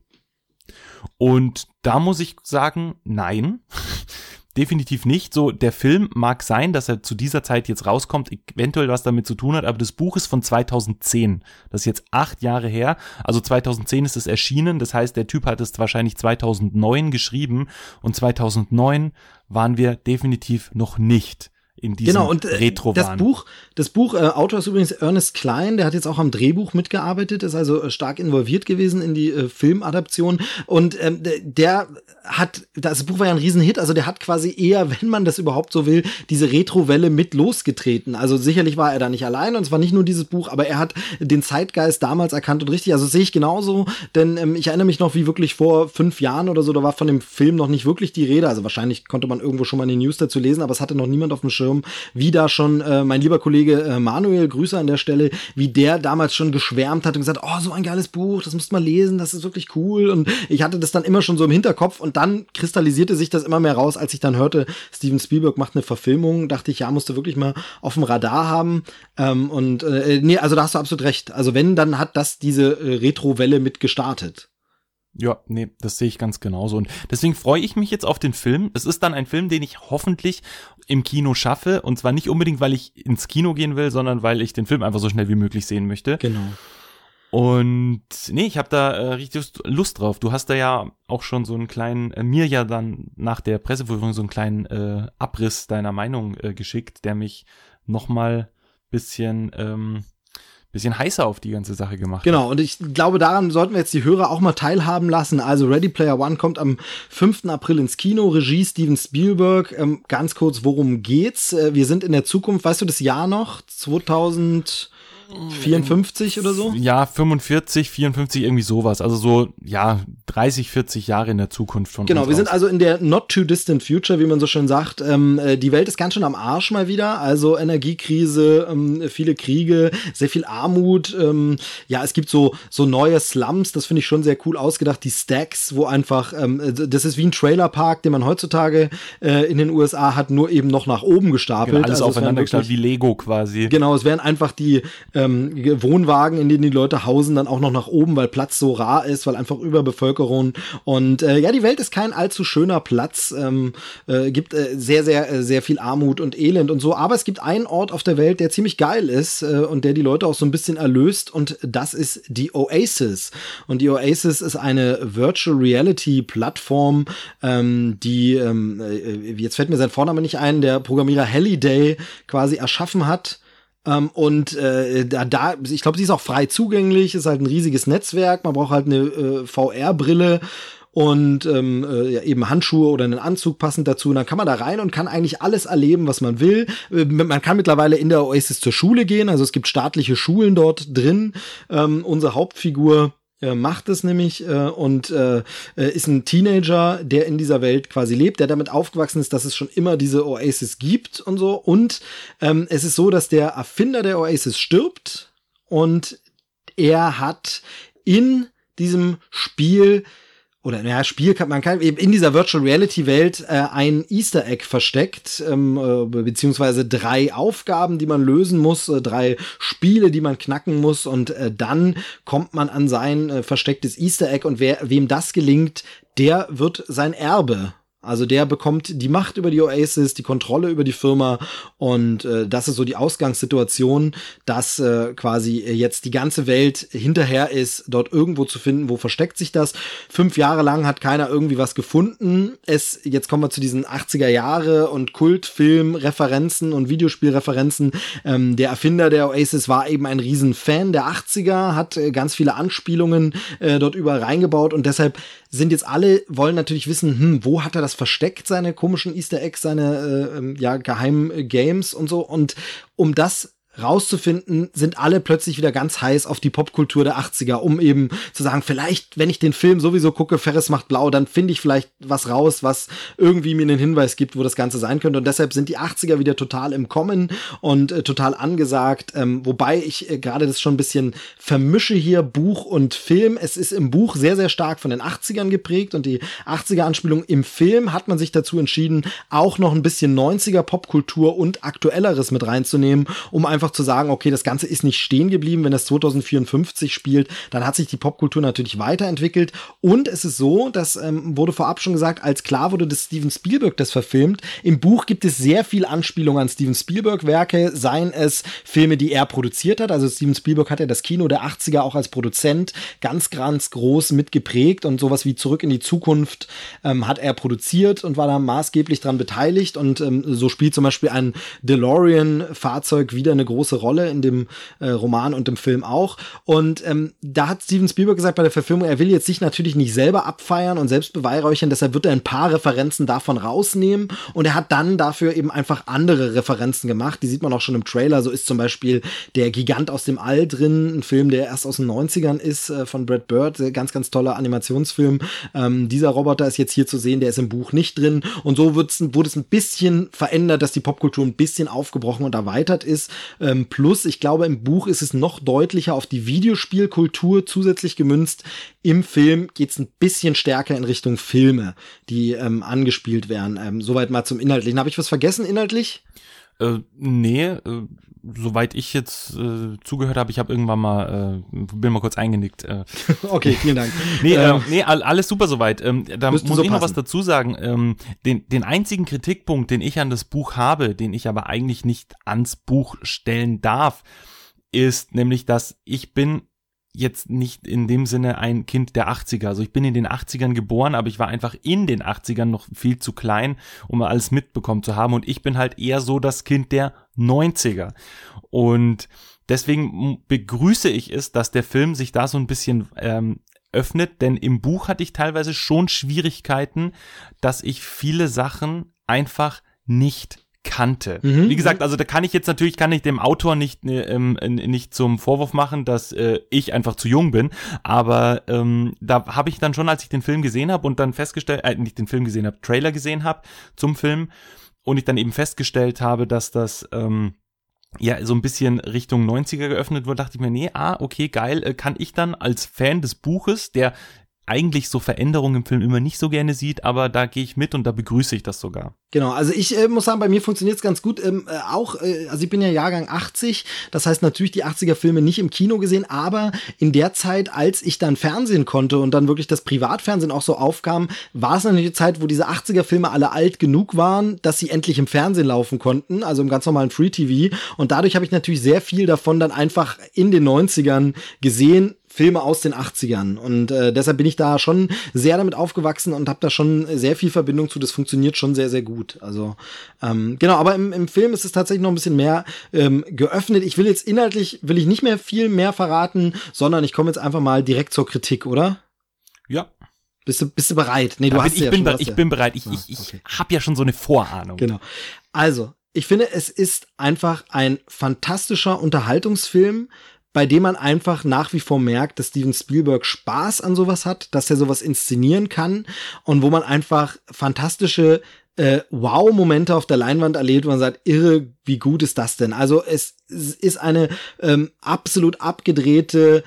Und da muss ich sagen, nein, definitiv nicht. So, der Film mag sein, dass er zu dieser Zeit jetzt rauskommt, eventuell was damit zu tun hat, aber das Buch ist von 2010. Das ist jetzt 8 Jahre her. Also 2010 ist es erschienen. Das heißt, der Typ hat es wahrscheinlich 2009 geschrieben und 2009 waren wir definitiv noch nicht in diesem Retro-Wahn. Das Buch, Autor ist übrigens Ernest Cline, der hat jetzt auch am Drehbuch mitgearbeitet, ist also stark involviert gewesen in die Filmadaption und das Buch war ja ein Riesenhit, also der hat quasi eher, wenn man das überhaupt so will, diese Retro-Welle mit losgetreten. Also sicherlich war er da nicht allein und es war nicht nur dieses Buch, aber er hat den Zeitgeist damals erkannt und richtig, also das sehe ich genauso, denn ich erinnere mich noch, wie wirklich vor 5 Jahren oder so, da war von dem Film noch nicht wirklich die Rede, also wahrscheinlich konnte man irgendwo schon mal in den News dazu lesen, aber es hatte noch niemand auf dem Schirm, wie da schon mein lieber Kollege Manuel, Grüße an der Stelle, wie der damals schon geschwärmt hat und gesagt, oh, so ein geiles Buch, das müsst man lesen, das ist wirklich cool und ich hatte das dann immer schon so im Hinterkopf und dann kristallisierte sich das immer mehr raus, als ich dann hörte, Steven Spielberg macht eine Verfilmung, dachte ich, ja, musst du wirklich mal auf dem Radar haben nee, also da hast du absolut recht, also wenn, dann hat das diese Retro-Welle mit gestartet. Ja, nee, das sehe ich ganz genauso. Und deswegen freue ich mich jetzt auf den Film. Es ist dann ein Film, den ich hoffentlich im Kino schaffe. Und zwar nicht unbedingt, weil ich ins Kino gehen will, sondern weil ich den Film einfach so schnell wie möglich sehen möchte. Genau. Und nee, ich habe da richtig Lust drauf. Du hast da ja auch schon so einen kleinen, mir ja dann nach der Pressevorführung so einen kleinen Abriss deiner Meinung geschickt, der mich nochmal bisschen heißer auf die ganze Sache gemacht. Genau, und ich glaube, daran sollten wir jetzt die Hörer auch mal teilhaben lassen. Also Ready Player One kommt am 5. April ins Kino, Regie Steven Spielberg. Ganz kurz, worum geht's? Wir sind in der Zukunft, weißt du das Jahr noch? 2054 oder so? Ja, 45, 54, irgendwie sowas. Also so, ja, 30, 40 Jahre in der Zukunft von Genau, wir sind also in der not too distant future, wie man so schön sagt. Die Welt ist ganz schön am Arsch mal wieder. Also Energiekrise, viele Kriege, sehr viel Armut. Ja, es gibt so neue Slums, das finde ich schon sehr cool ausgedacht. Die Stacks, wo einfach, das ist wie ein Trailerpark, den man heutzutage in den USA hat, nur eben noch nach oben gestapelt. Genau, alles aufeinander gestapelt, wie Lego quasi. Genau, es wären einfach die Wohnwagen, in denen die Leute hausen, dann auch noch nach oben, weil Platz so rar ist, weil einfach Überbevölkerung und ja, die Welt ist kein allzu schöner Platz, gibt sehr, sehr, sehr viel Armut und Elend und so, aber es gibt einen Ort auf der Welt, der ziemlich geil ist und der die Leute auch so ein bisschen erlöst und das ist die Oasis und die Oasis ist eine Virtual Reality Plattform, die jetzt fällt mir sein Vorname nicht ein, der Programmierer Halliday quasi erschaffen hat. Ich glaube, sie ist auch frei zugänglich, ist halt ein riesiges Netzwerk, man braucht halt eine VR-Brille und ja, eben Handschuhe oder einen Anzug passend dazu. Und dann kann man da rein und kann eigentlich alles erleben, was man will. Man kann mittlerweile in der Oasis zur Schule gehen, also es gibt staatliche Schulen dort drin. Unsere Hauptfigur macht es nämlich und ist ein Teenager, der in dieser Welt quasi lebt, der damit aufgewachsen ist, dass es schon immer diese Oasis gibt und so. Und es ist so, dass der Erfinder der Oasis stirbt und er hat in diesem Spiel man kann eben in dieser Virtual Reality Welt ein Easter Egg versteckt, beziehungsweise 3 Aufgaben, die man lösen muss, 3 Spiele, die man knacken muss und dann kommt man an sein verstecktes Easter Egg und wem das gelingt, der wird sein Erbe Also der bekommt die Macht über die Oasis, die Kontrolle über die Firma und das ist so die Ausgangssituation, dass quasi jetzt die ganze Welt hinterher ist, dort irgendwo zu finden, wo versteckt sich das. 5 Jahre lang hat keiner irgendwie was gefunden. Jetzt kommen wir zu diesen 80er Jahre und Kultfilm-Referenzen und Videospielreferenzen. Der Erfinder der Oasis war eben ein Riesenfan der 80er, hat ganz viele Anspielungen dort überall reingebaut und deshalb sind jetzt alle, wollen natürlich wissen, wo hat er das versteckt, seine komischen Easter Eggs, seine geheimen Games und so. Und um das rauszufinden, sind alle plötzlich wieder ganz heiß auf die Popkultur der 80er, um eben zu sagen, vielleicht, wenn ich den Film sowieso gucke, Ferris macht blau, dann finde ich vielleicht was raus, was irgendwie mir einen Hinweis gibt, wo das Ganze sein könnte. Und deshalb sind die 80er wieder total im Kommen und total angesagt, wobei ich gerade das schon ein bisschen vermische hier, Buch und Film. Es ist im Buch sehr, sehr stark von den 80ern geprägt und die 80er-Anspielung im Film hat man sich dazu entschieden, auch noch ein bisschen 90er Popkultur und Aktuelleres mit reinzunehmen, um einfach zu sagen, okay, das Ganze ist nicht stehen geblieben, wenn das 2054 spielt, dann hat sich die Popkultur natürlich weiterentwickelt und es ist so, das wurde vorab schon gesagt, als klar wurde, dass Steven Spielberg das verfilmt. Im Buch gibt es sehr viel Anspielung an Steven Spielberg-Werke, seien es Filme, die er produziert hat, also Steven Spielberg hat ja das Kino der 80er auch als Produzent ganz, ganz groß mitgeprägt und sowas wie Zurück in die Zukunft hat er produziert und war da maßgeblich dran beteiligt und so spielt zum Beispiel ein DeLorean-Fahrzeug wieder eine große Rolle in dem Roman und im Film auch. Und da hat Steven Spielberg gesagt bei der Verfilmung, er will jetzt sich natürlich nicht selber abfeiern und selbst beweihräuchern, deshalb wird er ein paar Referenzen davon rausnehmen und er hat dann dafür eben einfach andere Referenzen gemacht. Die sieht man auch schon im Trailer. So ist zum Beispiel der Gigant aus dem All drin, ein Film, der erst aus den 90ern ist, von Brad Bird, ganz, ganz toller Animationsfilm. Dieser Roboter ist jetzt hier zu sehen, der ist im Buch nicht drin und so wurde es ein bisschen verändert, dass die Popkultur ein bisschen aufgebrochen und erweitert ist. Plus, ich glaube, im Buch ist es noch deutlicher auf die Videospielkultur zusätzlich gemünzt. Im Film geht es ein bisschen stärker in Richtung Filme, die angespielt werden. Soweit mal zum Inhaltlichen. Habe ich was vergessen inhaltlich? Nee, soweit ich jetzt zugehört habe, ich habe irgendwann mal, bin mal kurz eingenickt. Okay, vielen Dank. Nee, alles super soweit. Da muss ich noch was dazu sagen. Den einzigen Kritikpunkt, den ich an das Buch habe, den ich aber eigentlich nicht ans Buch stellen darf, ist nämlich, dass ich bin jetzt nicht in dem Sinne ein Kind der 80er. Also ich bin in den 80ern geboren, aber ich war einfach in den 80ern noch viel zu klein, um alles mitbekommen zu haben. Und ich bin halt eher so das Kind der 90er. Und deswegen begrüße ich es, dass der Film sich da so ein bisschen öffnet, denn im Buch hatte ich teilweise schon Schwierigkeiten, dass ich viele Sachen einfach nicht kannte. Wie gesagt, also da kann ich dem Autor nicht zum Vorwurf machen, dass ich einfach zu jung bin, aber da habe ich dann schon, als ich den Film gesehen habe und dann nicht den Film gesehen habe, Trailer gesehen habe zum Film und ich dann eben festgestellt habe, dass das so ein bisschen Richtung 90er geöffnet wurde, dachte ich mir, okay, geil, kann ich dann als Fan des Buches, der eigentlich so Veränderungen im Film immer nicht so gerne sieht, aber da gehe ich mit und da begrüße ich das sogar. Genau, also ich muss sagen, bei mir funktioniert es ganz gut. Also ich bin ja Jahrgang 80, das heißt natürlich die 80er-Filme nicht im Kino gesehen, aber in der Zeit, als ich dann Fernsehen konnte und dann wirklich das Privatfernsehen auch so aufkam, war es natürlich die Zeit, wo diese 80er-Filme alle alt genug waren, dass sie endlich im Fernsehen laufen konnten, also im ganz normalen Free-TV. Und dadurch habe ich natürlich sehr viel davon dann einfach in den 90ern gesehen, Filme aus den 80ern und deshalb bin ich da schon sehr damit aufgewachsen und habe da schon sehr viel Verbindung zu, das funktioniert schon sehr, sehr gut. Also genau, aber im Film ist es tatsächlich noch ein bisschen mehr geöffnet. Ich will jetzt inhaltlich, nicht mehr viel mehr verraten, sondern ich komme jetzt einfach mal direkt zur Kritik, oder? Ja. Bist du bereit? Nee, ich bin bereit. Ich habe ja schon so eine Vorahnung. Genau. Also, ich finde, es ist einfach ein fantastischer Unterhaltungsfilm, bei dem man einfach nach wie vor merkt, dass Steven Spielberg Spaß an sowas hat, dass er sowas inszenieren kann und wo man einfach fantastische Wow-Momente auf der Leinwand erlebt, wo man sagt, irre, wie gut ist das denn? Also es ist eine absolut abgedrehte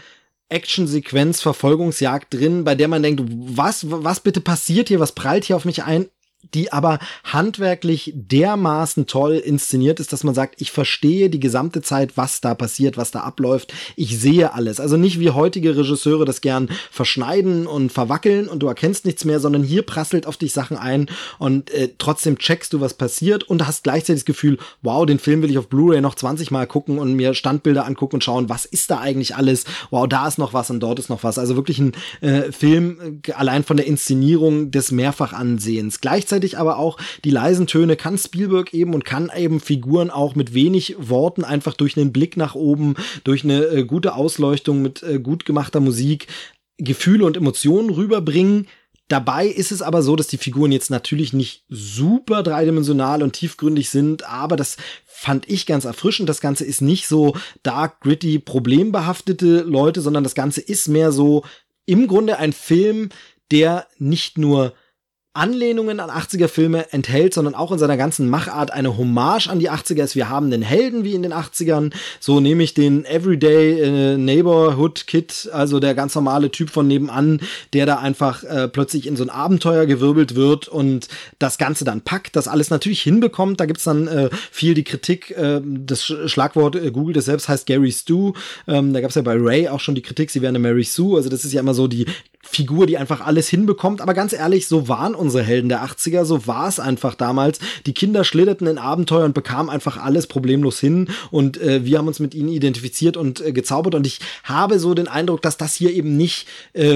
Action-Sequenz, Verfolgungsjagd drin, bei der man denkt, was bitte passiert hier, was prallt hier auf mich ein? die aber handwerklich dermaßen toll inszeniert ist, dass man sagt, ich verstehe die gesamte Zeit, was da passiert, was da abläuft. Ich sehe alles. Also nicht wie heutige Regisseure das gern verschneiden und verwackeln und du erkennst nichts mehr, sondern hier prasselt auf dich Sachen ein und trotzdem checkst du, was passiert und hast gleichzeitig das Gefühl, wow, den Film will ich auf Blu-ray noch 20 Mal gucken und mir Standbilder angucken und schauen, was ist da eigentlich alles? Wow, da ist noch was und dort ist noch was. Also wirklich ein Film allein von der Inszenierung des Mehrfachansehens. Gleichzeitig aber auch die leisen Töne kann Spielberg eben und kann eben Figuren auch mit wenig Worten einfach durch einen Blick nach oben, durch eine gute Ausleuchtung mit gut gemachter Musik Gefühle und Emotionen rüberbringen. Dabei ist es aber so, dass die Figuren jetzt natürlich nicht super dreidimensional und tiefgründig sind, aber das fand ich ganz erfrischend. Das Ganze ist nicht so dark, gritty, problembehaftete Leute, sondern das Ganze ist mehr so im Grunde ein Film, der nicht nur Anlehnungen an 80er-Filme enthält, sondern auch in seiner ganzen Machart eine Hommage an die 80er ist. Wir haben den Helden wie in den 80ern, so nehme ich den Everyday Neighborhood Kid, also der ganz normale Typ von nebenan, der da einfach plötzlich in so ein Abenteuer gewirbelt wird und das Ganze dann packt, das alles natürlich hinbekommt. Da gibt's dann viel die Kritik, das Schlagwort googelt es selbst, heißt Gary Stu. Da gab's ja bei Ray auch schon die Kritik, sie wäre eine Mary Sue, also das ist ja immer so die Figur, die einfach alles hinbekommt, aber ganz ehrlich, so waren unsere Helden der 80er, so war es einfach damals. Die Kinder schlitterten in Abenteuer und bekamen einfach alles problemlos hin und wir haben uns mit ihnen identifiziert und gezaubert und ich habe so den Eindruck, dass das hier eben nicht,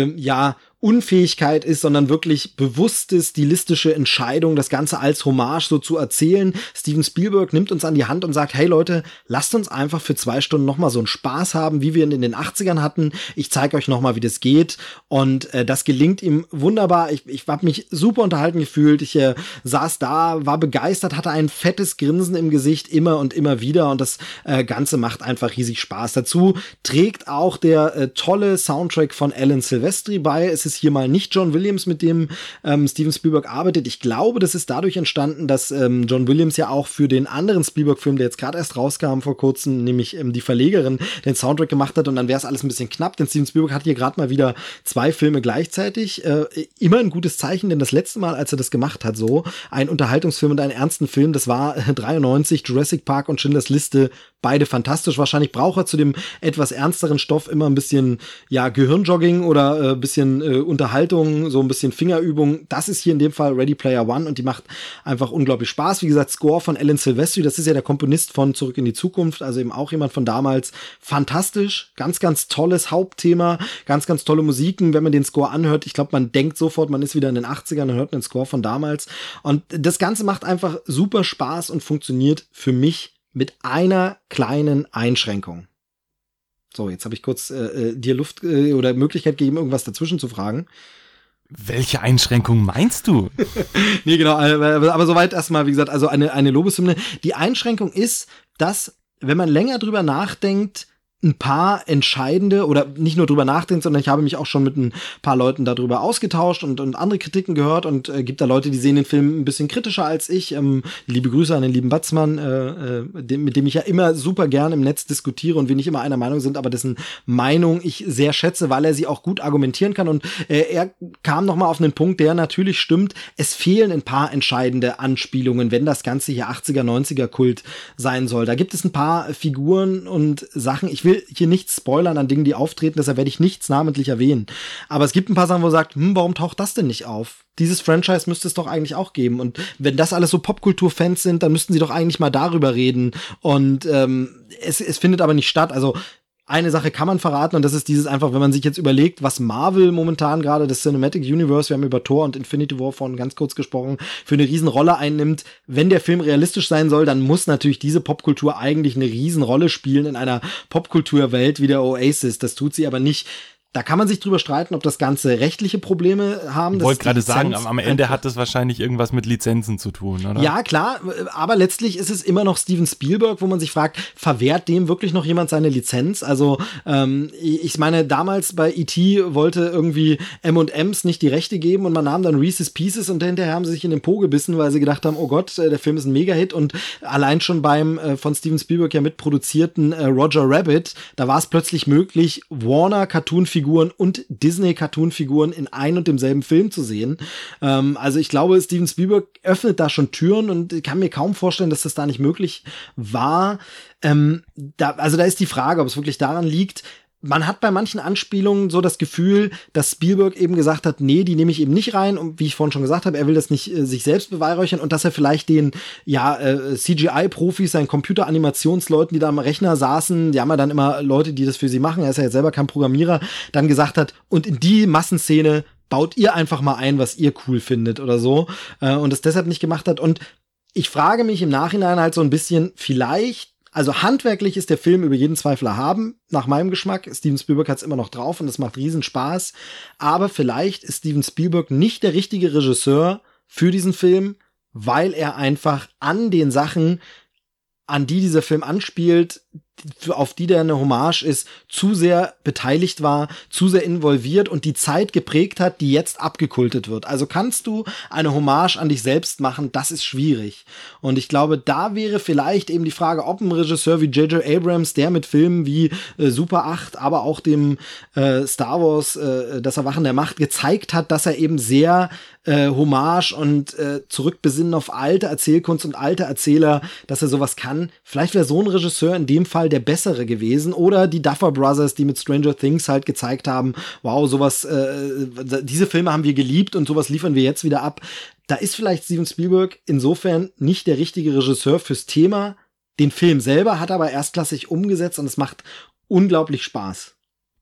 Unfähigkeit ist, sondern wirklich bewusste stilistische Entscheidung, das Ganze als Hommage so zu erzählen. Steven Spielberg nimmt uns an die Hand und sagt, hey Leute, lasst uns einfach für 2 Stunden nochmal so einen Spaß haben, wie wir ihn in den 80ern hatten. Ich zeige euch nochmal, wie das geht und das gelingt ihm wunderbar. Ich habe mich super unterhalten gefühlt. Ich saß da, war begeistert, hatte ein fettes Grinsen im Gesicht immer und immer wieder und das Ganze macht einfach riesig Spaß. Dazu trägt auch der tolle Soundtrack von Alan Silvestri bei. Es ist hier mal nicht John Williams, mit dem Steven Spielberg arbeitet. Ich glaube, das ist dadurch entstanden, dass John Williams ja auch für den anderen Spielberg-Film, der jetzt gerade erst rauskam vor kurzem, nämlich Die Verlegerin, den Soundtrack gemacht hat und dann wäre es alles ein bisschen knapp, denn Steven Spielberg hat hier gerade mal wieder 2 Filme gleichzeitig. Immer ein gutes Zeichen, denn das letzte Mal, als er das gemacht hat, so ein Unterhaltungsfilm und einen ernsten Film, das war 93, Jurassic Park und Schindlers Liste, beide fantastisch. Wahrscheinlich braucht er zu dem etwas ernsteren Stoff immer ein bisschen, Gehirnjogging oder ein bisschen Unterhaltung, so ein bisschen Fingerübung. Das ist hier in dem Fall Ready Player One und die macht einfach unglaublich Spaß. Wie gesagt, Score von Alan Silvestri, das ist ja der Komponist von Zurück in die Zukunft, also eben auch jemand von damals. Fantastisch, ganz, ganz tolles Hauptthema, ganz, ganz tolle Musiken. Wenn man den Score anhört, ich glaube, man denkt sofort, man ist wieder in den 80ern und hört einen Score von damals. Und das Ganze macht einfach super Spaß und funktioniert für mich mit einer kleinen Einschränkung. So, jetzt habe ich kurz dir Luft oder Möglichkeit gegeben, irgendwas dazwischen zu fragen. Welche Einschränkung meinst du? Nee, genau, aber soweit erstmal, wie gesagt, also eine Lobeshymne. Die Einschränkung ist, dass, wenn man länger drüber nachdenkt, ein paar entscheidende oder nicht nur drüber nachdenkt, sondern ich habe mich auch schon mit ein paar Leuten darüber ausgetauscht und andere Kritiken gehört und gibt da Leute, die sehen den Film ein bisschen kritischer als ich. Liebe Grüße an den lieben Batzmann, mit dem ich ja immer super gern im Netz diskutiere und wir nicht immer einer Meinung sind, aber dessen Meinung ich sehr schätze, weil er sie auch gut argumentieren kann und er kam nochmal auf einen Punkt, der natürlich stimmt. Es fehlen ein paar entscheidende Anspielungen, wenn das Ganze hier 80er, 90er Kult sein soll. Da gibt es ein paar Figuren und Sachen. Ich will hier nichts spoilern an Dingen, die auftreten, deshalb werde ich nichts namentlich erwähnen. Aber es gibt ein paar Sachen, wo man sagt, warum taucht das denn nicht auf? Dieses Franchise müsste es doch eigentlich auch geben. Und wenn das alles so Popkultur-Fans sind, dann müssten sie doch eigentlich mal darüber reden. Und es findet aber nicht statt. Also eine Sache kann man verraten und das ist dieses einfach, wenn man sich jetzt überlegt, was Marvel momentan gerade, das Cinematic Universe, wir haben über Thor und Infinity War vorhin ganz kurz gesprochen, für eine Riesenrolle einnimmt. Wenn der Film realistisch sein soll, dann muss natürlich diese Popkultur eigentlich eine Riesenrolle spielen in einer Popkulturwelt wie der Oasis. Das tut sie aber nicht. Da kann man sich drüber streiten, ob das Ganze rechtliche Probleme haben. Ich wollte gerade sagen, am Ende hat das wahrscheinlich irgendwas mit Lizenzen zu tun, oder? Ja, klar, aber letztlich ist es immer noch Steven Spielberg, wo man sich fragt, verwehrt dem wirklich noch jemand seine Lizenz? Also ich meine, damals bei E.T. wollte irgendwie M&M's nicht die Rechte geben und man nahm dann Reese's Pieces und hinterher haben sie sich in den Po gebissen, weil sie gedacht haben, oh Gott, der Film ist ein Mega-Hit und allein schon beim von Steven Spielberg ja mitproduzierten Roger Rabbit, da war es plötzlich möglich, Warner Cartoon-Figuren Cartoon-Figuren und Disney-Cartoon-Figuren in ein und demselben Film zu sehen. Also ich glaube, Steven Spielberg öffnet da schon Türen und ich kann mir kaum vorstellen, dass das da nicht möglich war. Da ist die Frage, ob es wirklich daran liegt. Man hat bei manchen Anspielungen so das Gefühl, dass Spielberg eben gesagt hat, nee, die nehme ich eben nicht rein. Und wie ich vorhin schon gesagt habe, er will das nicht sich selbst beweihräuchern und dass er vielleicht den CGI-Profis, seinen Computeranimationsleuten, die da am Rechner saßen, die haben ja dann immer Leute, die das für sie machen, er ist ja jetzt selber kein Programmierer, dann gesagt hat, und in die Massenszene baut ihr einfach mal ein, was ihr cool findet oder so. Und das deshalb nicht gemacht hat. Und ich frage mich im Nachhinein halt so ein bisschen, vielleicht, also handwerklich ist der Film über jeden Zweifel erhaben, nach meinem Geschmack. Steven Spielberg hat es immer noch drauf und es macht riesen Spaß. Aber vielleicht ist Steven Spielberg nicht der richtige Regisseur für diesen Film, weil er einfach an den Sachen, an die dieser Film anspielt, auf die der eine Hommage ist, zu sehr beteiligt war, zu sehr involviert und die Zeit geprägt hat, die jetzt abgekultet wird. Also kannst du eine Hommage an dich selbst machen, das ist schwierig. Und ich glaube, da wäre vielleicht eben die Frage, ob ein Regisseur wie J.J. Abrams, der mit Filmen wie Super 8, aber auch dem Star Wars, das Erwachen der Macht, gezeigt hat, dass er eben sehr Hommage und zurückbesinnen auf alte Erzählkunst und alte Erzähler, dass er sowas kann. Vielleicht wäre so ein Regisseur in dem Fall der bessere gewesen, oder die Duffer Brothers, die mit Stranger Things halt gezeigt haben, wow, sowas, diese Filme haben wir geliebt und sowas liefern wir jetzt wieder ab. Da ist vielleicht Steven Spielberg insofern nicht der richtige Regisseur fürs Thema. Den Film selber hat er aber erstklassig umgesetzt und es macht unglaublich Spaß.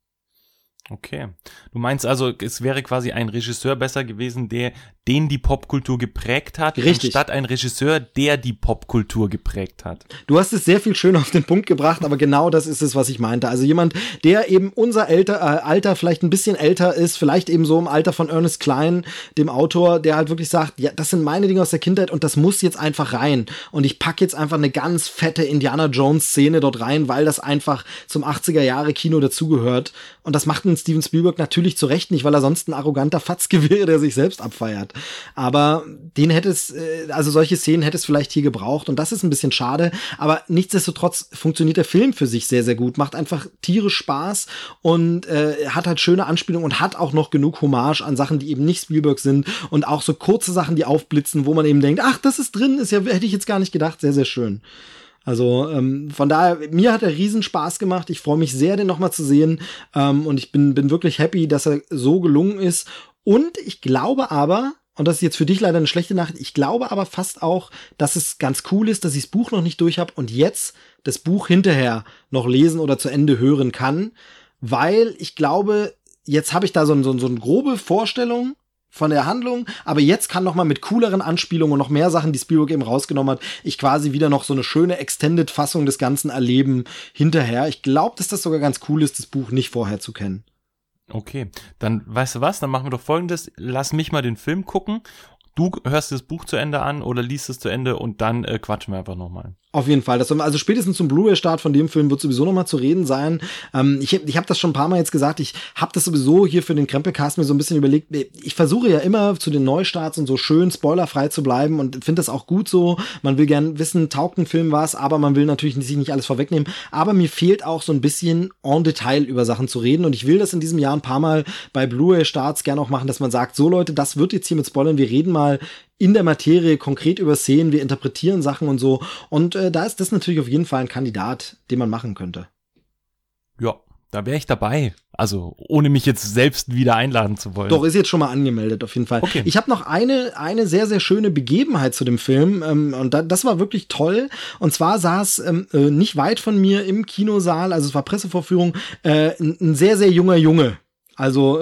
Okay. Du meinst also, es wäre quasi ein Regisseur besser gewesen, den die Popkultur geprägt hat, richtig, anstatt ein Regisseur, der die Popkultur geprägt hat. Du hast es sehr viel schön auf den Punkt gebracht, aber genau das ist es, was ich meinte. Also jemand, der eben unser Alter vielleicht ein bisschen älter ist, vielleicht eben so im Alter von Ernest Cline, dem Autor, der halt wirklich sagt, ja, das sind meine Dinge aus der Kindheit und das muss jetzt einfach rein. Und ich packe jetzt einfach eine ganz fette Indiana Jones-Szene dort rein, weil das einfach zum 80er-Jahre-Kino dazugehört. Und das macht ein Steven Spielberg natürlich zu Recht nicht, weil er sonst ein arroganter Fatzke wäre, der sich selbst abfeiert. Aber den hätte es, also solche Szenen hätte es vielleicht hier gebraucht und das ist ein bisschen schade, aber nichtsdestotrotz funktioniert der Film für sich sehr, sehr gut, macht einfach tierisch Spaß und hat halt schöne Anspielungen und hat auch noch genug Hommage an Sachen, die eben nicht Spielberg sind und auch so kurze Sachen, die aufblitzen, wo man eben denkt, ach, das ist drin, ist ja, hätte ich jetzt gar nicht gedacht, sehr, sehr schön. Also von daher, mir hat er riesen Spaß gemacht. Ich freue mich sehr, den nochmal zu sehen. Und ich bin wirklich happy, dass er so gelungen ist. Und ich glaube aber, und das ist jetzt für dich leider eine schlechte Nachricht, ich glaube aber fast auch, dass es ganz cool ist, dass ich das Buch noch nicht durch habe und jetzt das Buch hinterher noch lesen oder zu Ende hören kann. Weil ich glaube, jetzt habe ich da so eine grobe Vorstellung von der Handlung, aber jetzt kann noch mal mit cooleren Anspielungen und noch mehr Sachen, die Spielberg eben rausgenommen hat, ich quasi wieder noch so eine schöne Extended-Fassung des Ganzen erleben hinterher. Ich glaube, dass das sogar ganz cool ist, das Buch nicht vorher zu kennen. Okay, dann weißt du was, dann machen wir doch Folgendes, lass mich mal den Film gucken, du hörst das Buch zu Ende an oder liest es zu Ende und dann quatschen wir einfach nochmal. Auf jeden Fall. Also spätestens zum Blu-ray-Start von dem Film wird sowieso noch mal zu reden sein. Ich hab das schon ein paar Mal jetzt gesagt. Ich habe das sowieso hier für den Krempelcast mir so ein bisschen überlegt. Ich versuche ja immer zu den Neustarts und so schön spoilerfrei zu bleiben und finde das auch gut so. Man will gern wissen, taugt ein Film was, aber man will natürlich sich nicht alles vorwegnehmen. Aber mir fehlt auch so ein bisschen en Detail über Sachen zu reden und ich will das in diesem Jahr ein paar Mal bei Blu-ray-Starts gerne auch machen, dass man sagt, so Leute, das wird jetzt hier mit Spoilern. Wir reden mal in der Materie konkret über Szenen, wir interpretieren Sachen und so. Und da ist das natürlich auf jeden Fall ein Kandidat, den man machen könnte. Ja, da wäre ich dabei. Also, ohne mich jetzt selbst wieder einladen zu wollen. Doch, ist jetzt schon mal angemeldet, auf jeden Fall. Okay. Ich habe noch eine sehr, sehr schöne Begebenheit zu dem Film. Und das war wirklich toll. Und zwar saß nicht weit von mir im Kinosaal, also es war Pressevorführung, ein sehr, sehr junger Junge. Also,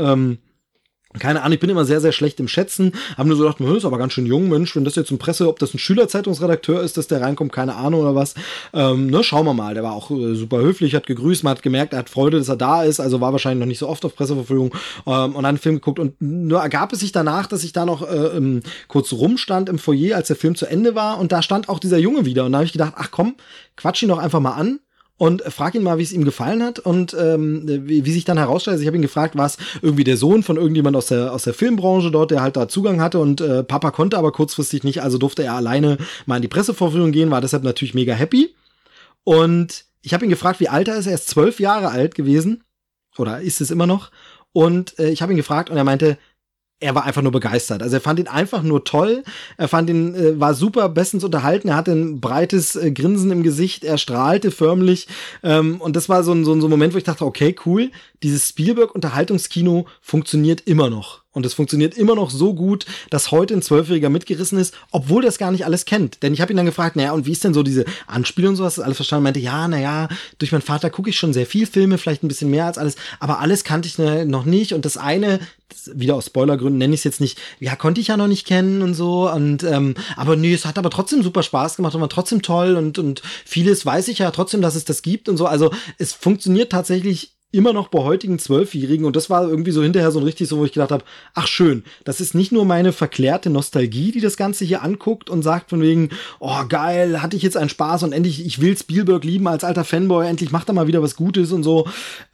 keine Ahnung, ich bin immer sehr, sehr schlecht im Schätzen. Hab nur so gedacht, ist aber ganz schön jung, Mensch, wenn das jetzt ob das ein Schülerzeitungsredakteur ist, dass der reinkommt, keine Ahnung oder was. Schauen wir mal. Der war auch super höflich, hat gegrüßt, man hat gemerkt, er hat Freude, dass er da ist, also war wahrscheinlich noch nicht so oft auf Presseverfügung und hat den Film geguckt. Und nur ergab es sich danach, dass ich da noch kurz rumstand im Foyer, als der Film zu Ende war und da stand auch dieser Junge wieder. Und da habe ich gedacht, ach komm, quatsch ihn doch einfach mal an. Und frag ihn mal, wie es ihm gefallen hat und wie sich dann herausstellt. Also ich habe ihn gefragt, war es irgendwie der Sohn von irgendjemand aus der Filmbranche dort, der halt da Zugang hatte und Papa konnte aber kurzfristig nicht, also durfte er alleine mal in die Pressevorführung gehen, war deshalb natürlich mega happy. Und ich habe ihn gefragt, wie alt er ist. Er ist 12 Jahre alt gewesen. oder ist es immer noch. Und ich habe ihn gefragt und er meinte, er war einfach nur begeistert. Also er fand ihn einfach nur toll. Er fand ihn, war super bestens unterhalten. Er hatte ein breites Grinsen im Gesicht. Er strahlte förmlich. Und das war so ein Moment, wo ich dachte, okay, cool. Dieses Spielberg-Unterhaltungskino funktioniert immer noch. Und es funktioniert immer noch so gut, dass heute ein 12-Jähriger mitgerissen ist, obwohl das gar nicht alles kennt. Denn ich habe ihn dann gefragt, naja, und wie ist denn so diese Anspielung und sowas? Das alles verstanden. Meinte, ja, naja, durch meinen Vater gucke ich schon sehr viel Filme, vielleicht ein bisschen mehr als alles. Aber alles kannte ich noch nicht. Und das eine, wieder aus Spoilergründen nenne ich es jetzt nicht, ja, konnte ich ja noch nicht kennen und so. Und aber nee, es hat aber trotzdem super Spaß gemacht und war trotzdem toll. Und vieles weiß ich ja trotzdem, dass es das gibt und so. Also es funktioniert tatsächlich immer noch bei heutigen 12-Jährigen und das war irgendwie so hinterher so richtig so, wo ich gedacht habe, ach schön, das ist nicht nur meine verklärte Nostalgie, die das Ganze hier anguckt und sagt von wegen, oh geil, hatte ich jetzt einen Spaß und endlich, ich will Spielberg lieben als alter Fanboy, endlich macht er mal wieder was Gutes und so.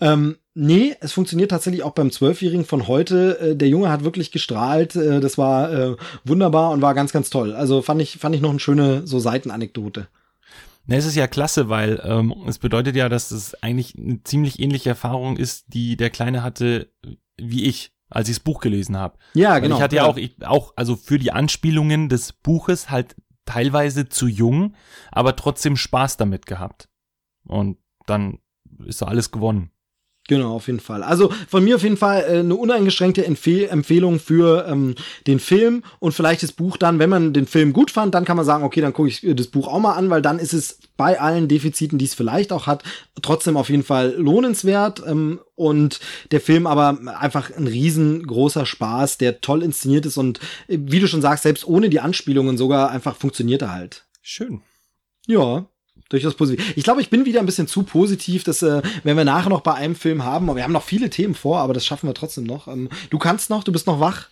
Nee, es funktioniert tatsächlich auch beim 12-Jährigen von heute. Der Junge hat wirklich gestrahlt, das war wunderbar und war ganz, ganz toll. Also fand ich noch eine schöne so Seitenanekdote. Na, es ist ja klasse, weil es bedeutet ja, dass es eigentlich eine ziemlich ähnliche Erfahrung ist, die der Kleine hatte, wie ich, als ich das Buch gelesen habe. Ja, weil genau. ich hatte ja auch, also für die Anspielungen des Buches halt teilweise zu jung, aber trotzdem Spaß damit gehabt. Und dann ist so alles gewonnen. Genau, auf jeden Fall. Also von mir auf jeden Fall eine uneingeschränkte Empfehlung für den Film und vielleicht das Buch dann, wenn man den Film gut fand, dann kann man sagen, okay, dann gucke ich das Buch auch mal an, weil dann ist es bei allen Defiziten, die es vielleicht auch hat, trotzdem auf jeden Fall lohnenswert und der Film aber einfach ein riesengroßer Spaß, der toll inszeniert ist und wie du schon sagst, selbst ohne die Anspielungen sogar einfach funktioniert er halt. Schön. Ja. Durchaus positiv. Ich glaube, ich bin wieder ein bisschen zu positiv, dass wenn wir nachher noch bei einem Film haben, aber wir haben noch viele Themen vor, aber das schaffen wir trotzdem noch. Du kannst noch, du bist noch wach.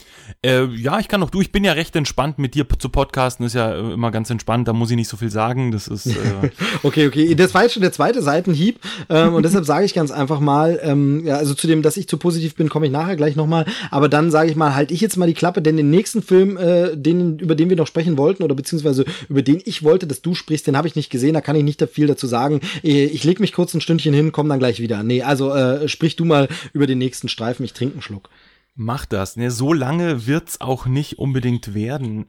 Ja, ich kann noch. Ich bin ja recht entspannt, mit dir zu podcasten, ist ja immer ganz entspannt, da muss ich nicht so viel sagen, das ist Okay, das war jetzt schon der zweite Seitenhieb und deshalb sage ich ganz einfach mal, ja, also zu dem, dass ich zu positiv bin, komme ich nachher gleich nochmal, aber dann sage ich mal, halt ich jetzt mal die Klappe, denn den nächsten Film, über den wir noch sprechen wollten oder beziehungsweise über den ich wollte, dass du sprichst, den habe ich nicht gesehen, da kann ich nicht viel dazu sagen. Ich leg mich kurz ein Stündchen hin, komm dann gleich wieder. Nee, also sprich du mal über den nächsten Streifen, ich trinke einen Schluck. Mach das. Ne, so lange wird's auch nicht unbedingt werden.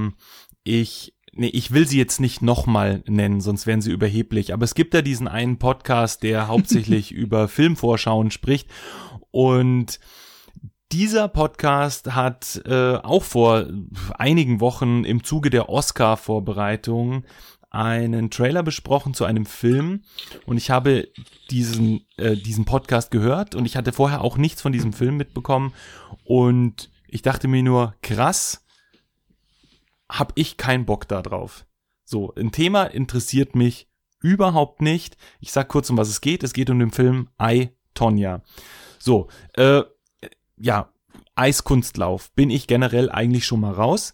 Ich will sie jetzt nicht nochmal nennen, sonst wären sie überheblich. Aber es gibt ja diesen einen Podcast, der hauptsächlich über Filmvorschauen spricht. Und dieser Podcast hat auch vor einigen Wochen im Zuge der Oscar-Vorbereitung einen Trailer besprochen zu einem Film und ich habe diesen Podcast gehört und ich hatte vorher auch nichts von diesem Film mitbekommen und ich dachte mir nur, krass, hab ich keinen Bock da drauf. So, ein Thema interessiert mich überhaupt nicht. Ich sag kurz, um was es geht. Es geht um den Film I, Tonya. So, ja, Eiskunstlauf bin ich generell eigentlich schon mal raus.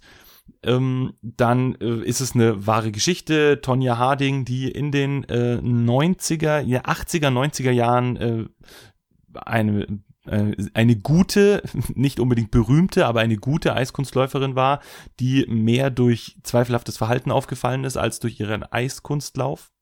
Dann ist es eine wahre Geschichte. Tonya Harding, die in den 80er, 90er Jahren eine gute, nicht unbedingt berühmte, aber eine gute Eiskunstläuferin war, die mehr durch zweifelhaftes Verhalten aufgefallen ist, als durch ihren Eiskunstlauf.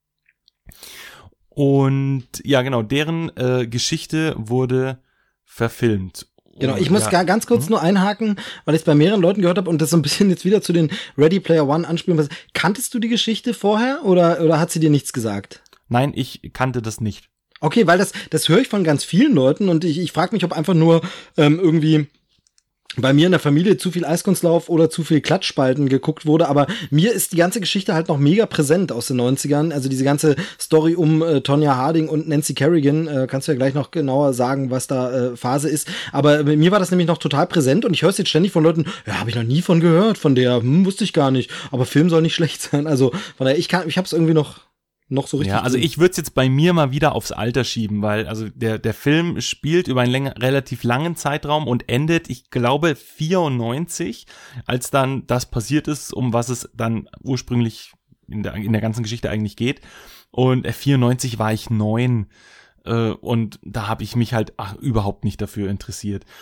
Und ja, genau, deren Geschichte wurde verfilmt. Genau, ich muss ganz kurz nur einhaken, weil ich es bei mehreren Leuten gehört habe und das so ein bisschen jetzt wieder zu den Ready Player One anspielen. Kanntest du die Geschichte vorher oder hat sie dir nichts gesagt? Nein, ich kannte das nicht. Okay, weil das höre ich von ganz vielen Leuten und ich frage mich, ob einfach nur irgendwie bei mir in der Familie zu viel Eiskunstlauf oder zu viel Klatschspalten geguckt wurde, aber mir ist die ganze Geschichte halt noch mega präsent aus den 90ern, also diese ganze Story um Tonya Harding und Nancy Kerrigan, kannst du ja gleich noch genauer sagen, was da Phase ist, aber bei mir war das nämlich noch total präsent und ich höre es jetzt ständig von Leuten, ja, habe ich noch nie von gehört, von der, wusste ich gar nicht, aber Film soll nicht schlecht sein, also von daher, ich habe es irgendwie noch so richtig. Ja, also ich würde es jetzt bei mir mal wieder aufs Alter schieben, weil also der Film spielt über einen relativ langen Zeitraum und endet, ich glaube, 94, als dann das passiert ist, um was es dann ursprünglich in der ganzen Geschichte eigentlich geht. Und 94 war ich 9 und da habe ich mich halt überhaupt nicht dafür interessiert.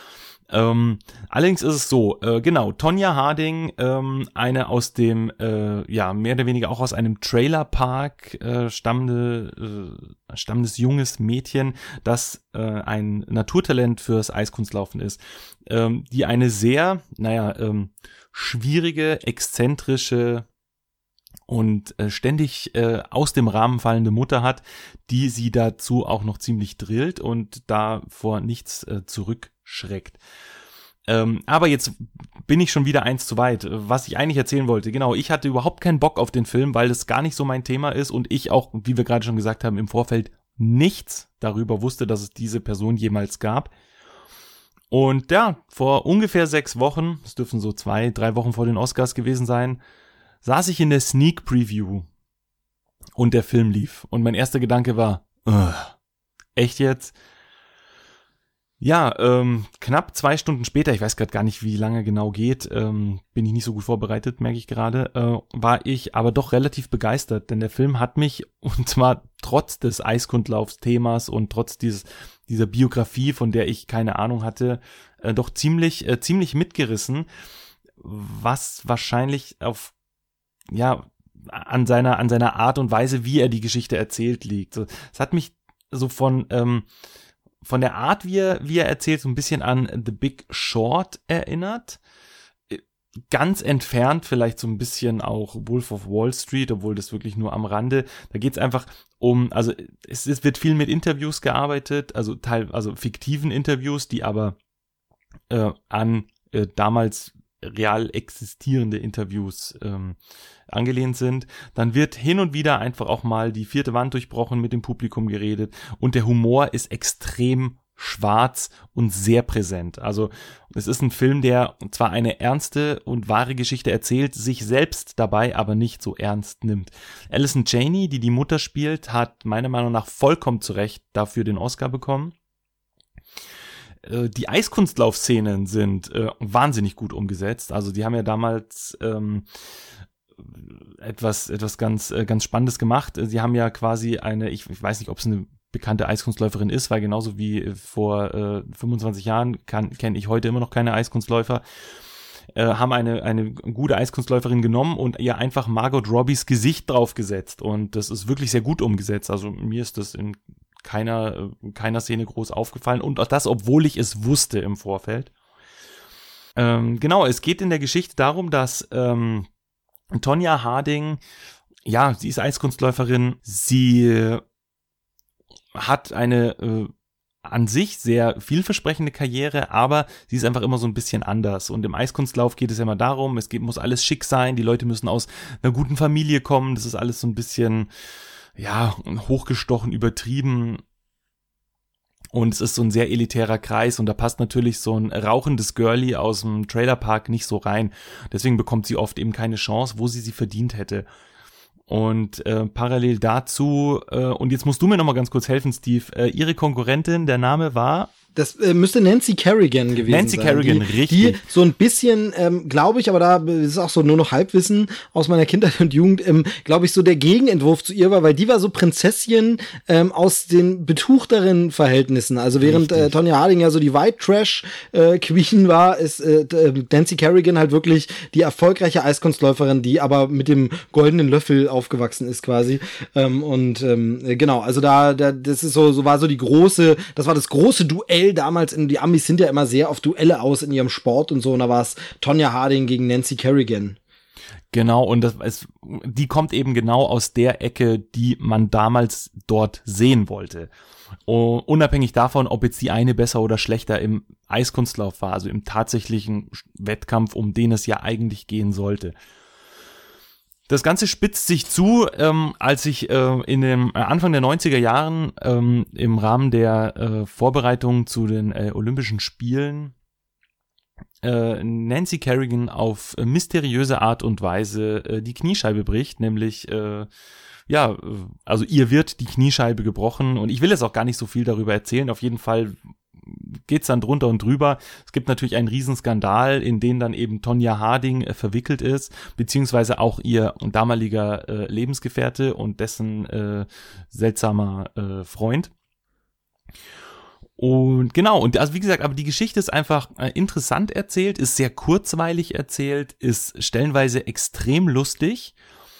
Allerdings ist es so, genau, Tonya Harding, eine aus dem, mehr oder weniger auch aus einem Trailerpark stammendes junges Mädchen, das ein Naturtalent fürs Eiskunstlaufen ist, die eine sehr, schwierige, exzentrische und ständig aus dem Rahmen fallende Mutter hat, die sie dazu auch noch ziemlich drillt und da vor nichts zurückschreckt. Aber jetzt bin ich schon wieder eins zu weit. Was ich eigentlich erzählen wollte, genau, ich hatte überhaupt keinen Bock auf den Film, weil das gar nicht so mein Thema ist und ich auch, wie wir gerade schon gesagt haben, im Vorfeld nichts darüber wusste, dass es diese Person jemals gab. Und ja, vor ungefähr 6 Wochen, es dürfen so 2-3 Wochen vor den Oscars gewesen sein, saß ich in der Sneak Preview und der Film lief. Und mein erster Gedanke war, echt jetzt? Ja, knapp 2 Stunden später, ich weiß gerade gar nicht, wie lange genau geht, bin ich nicht so gut vorbereitet, merke ich gerade, war ich aber doch relativ begeistert, denn der Film hat mich, und zwar trotz des Eiskunstlaufsthemas und trotz dieser Biografie, von der ich keine Ahnung hatte, doch ziemlich mitgerissen, was wahrscheinlich an seiner Art und Weise, wie er die Geschichte erzählt, liegt. So, es hat mich so von der Art, wie er erzählt, so ein bisschen an The Big Short erinnert. Ganz entfernt vielleicht so ein bisschen auch Wolf of Wall Street, obwohl das wirklich nur am Rande. Da geht's einfach also es wird viel mit Interviews gearbeitet, also fiktiven Interviews, die aber an damals real existierende Interviews angelehnt sind. Dann wird hin und wieder einfach auch mal die 4. Wand durchbrochen, mit dem Publikum geredet und der Humor ist extrem schwarz und sehr präsent. Also es ist ein Film, der zwar eine ernste und wahre Geschichte erzählt, sich selbst dabei aber nicht so ernst nimmt. Allison Janney, die Mutter spielt, hat meiner Meinung nach vollkommen zu Recht dafür den Oscar bekommen. Die Eiskunstlaufszenen sind wahnsinnig gut umgesetzt. Also die haben ja damals etwas ganz Spannendes gemacht. Sie haben ja quasi ich weiß nicht, ob es eine bekannte Eiskunstläuferin ist, weil genauso wie vor 25 Jahren kenne ich heute immer noch keine Eiskunstläufer, haben eine gute Eiskunstläuferin genommen und ihr einfach Margot Robbies Gesicht draufgesetzt. Und das ist wirklich sehr gut umgesetzt. Also mir ist das in keiner Szene groß aufgefallen und auch das, obwohl ich es wusste im Vorfeld. Genau, es geht in der Geschichte darum, dass Tonya Harding, ja, sie ist Eiskunstläuferin, sie hat eine an sich sehr vielversprechende Karriere, aber sie ist einfach immer so ein bisschen anders. Und im Eiskunstlauf geht es ja immer darum, muss alles schick sein, die Leute müssen aus einer guten Familie kommen, das ist alles so ein bisschen hochgestochen, übertrieben und es ist so ein sehr elitärer Kreis und da passt natürlich so ein rauchendes Girlie aus dem Trailerpark nicht so rein. Deswegen bekommt sie oft eben keine Chance, wo sie verdient hätte. Und parallel dazu, und jetzt musst du mir noch mal ganz kurz helfen, Steve, ihre Konkurrentin, der Name war... Das müsste Nancy Kerrigan gewesen sein. Nancy Kerrigan, richtig. Die so ein bisschen, glaube ich, aber da ist auch so nur noch Halbwissen aus meiner Kindheit und Jugend, glaube ich, so der Gegenentwurf zu ihr war, weil die war so Prinzesschen aus den betuchteren Verhältnissen. Also während Tonya Harding ja so die White Trash Queen war, ist Nancy Kerrigan halt wirklich die erfolgreiche Eiskunstläuferin, die aber mit dem goldenen Löffel aufgewachsen ist quasi. Genau, also das ist so war so das war das große Duell damals, die Amis sind ja immer sehr auf Duelle aus in ihrem Sport und so, und da war es Tonya Harding gegen Nancy Kerrigan. Genau, und die kommt eben genau aus der Ecke, die man damals dort sehen wollte. Unabhängig davon, ob jetzt die eine besser oder schlechter im Eiskunstlauf war, also im tatsächlichen Wettkampf, um den es ja eigentlich gehen sollte. Das Ganze spitzt sich zu, als ich in dem Anfang der 90er Jahren im Rahmen der Vorbereitung zu den Olympischen Spielen Nancy Kerrigan auf mysteriöse Art und Weise die Kniescheibe bricht, nämlich also ihr wird die Kniescheibe gebrochen und ich will jetzt auch gar nicht so viel darüber erzählen, auf jeden Fall geht's dann drunter und drüber. Es gibt natürlich einen Riesenskandal, in den dann eben Tonya Harding verwickelt ist, beziehungsweise auch ihr damaliger Lebensgefährte und dessen seltsamer Freund. Und genau, und also wie gesagt, aber die Geschichte ist einfach interessant erzählt, ist sehr kurzweilig erzählt, ist stellenweise extrem lustig.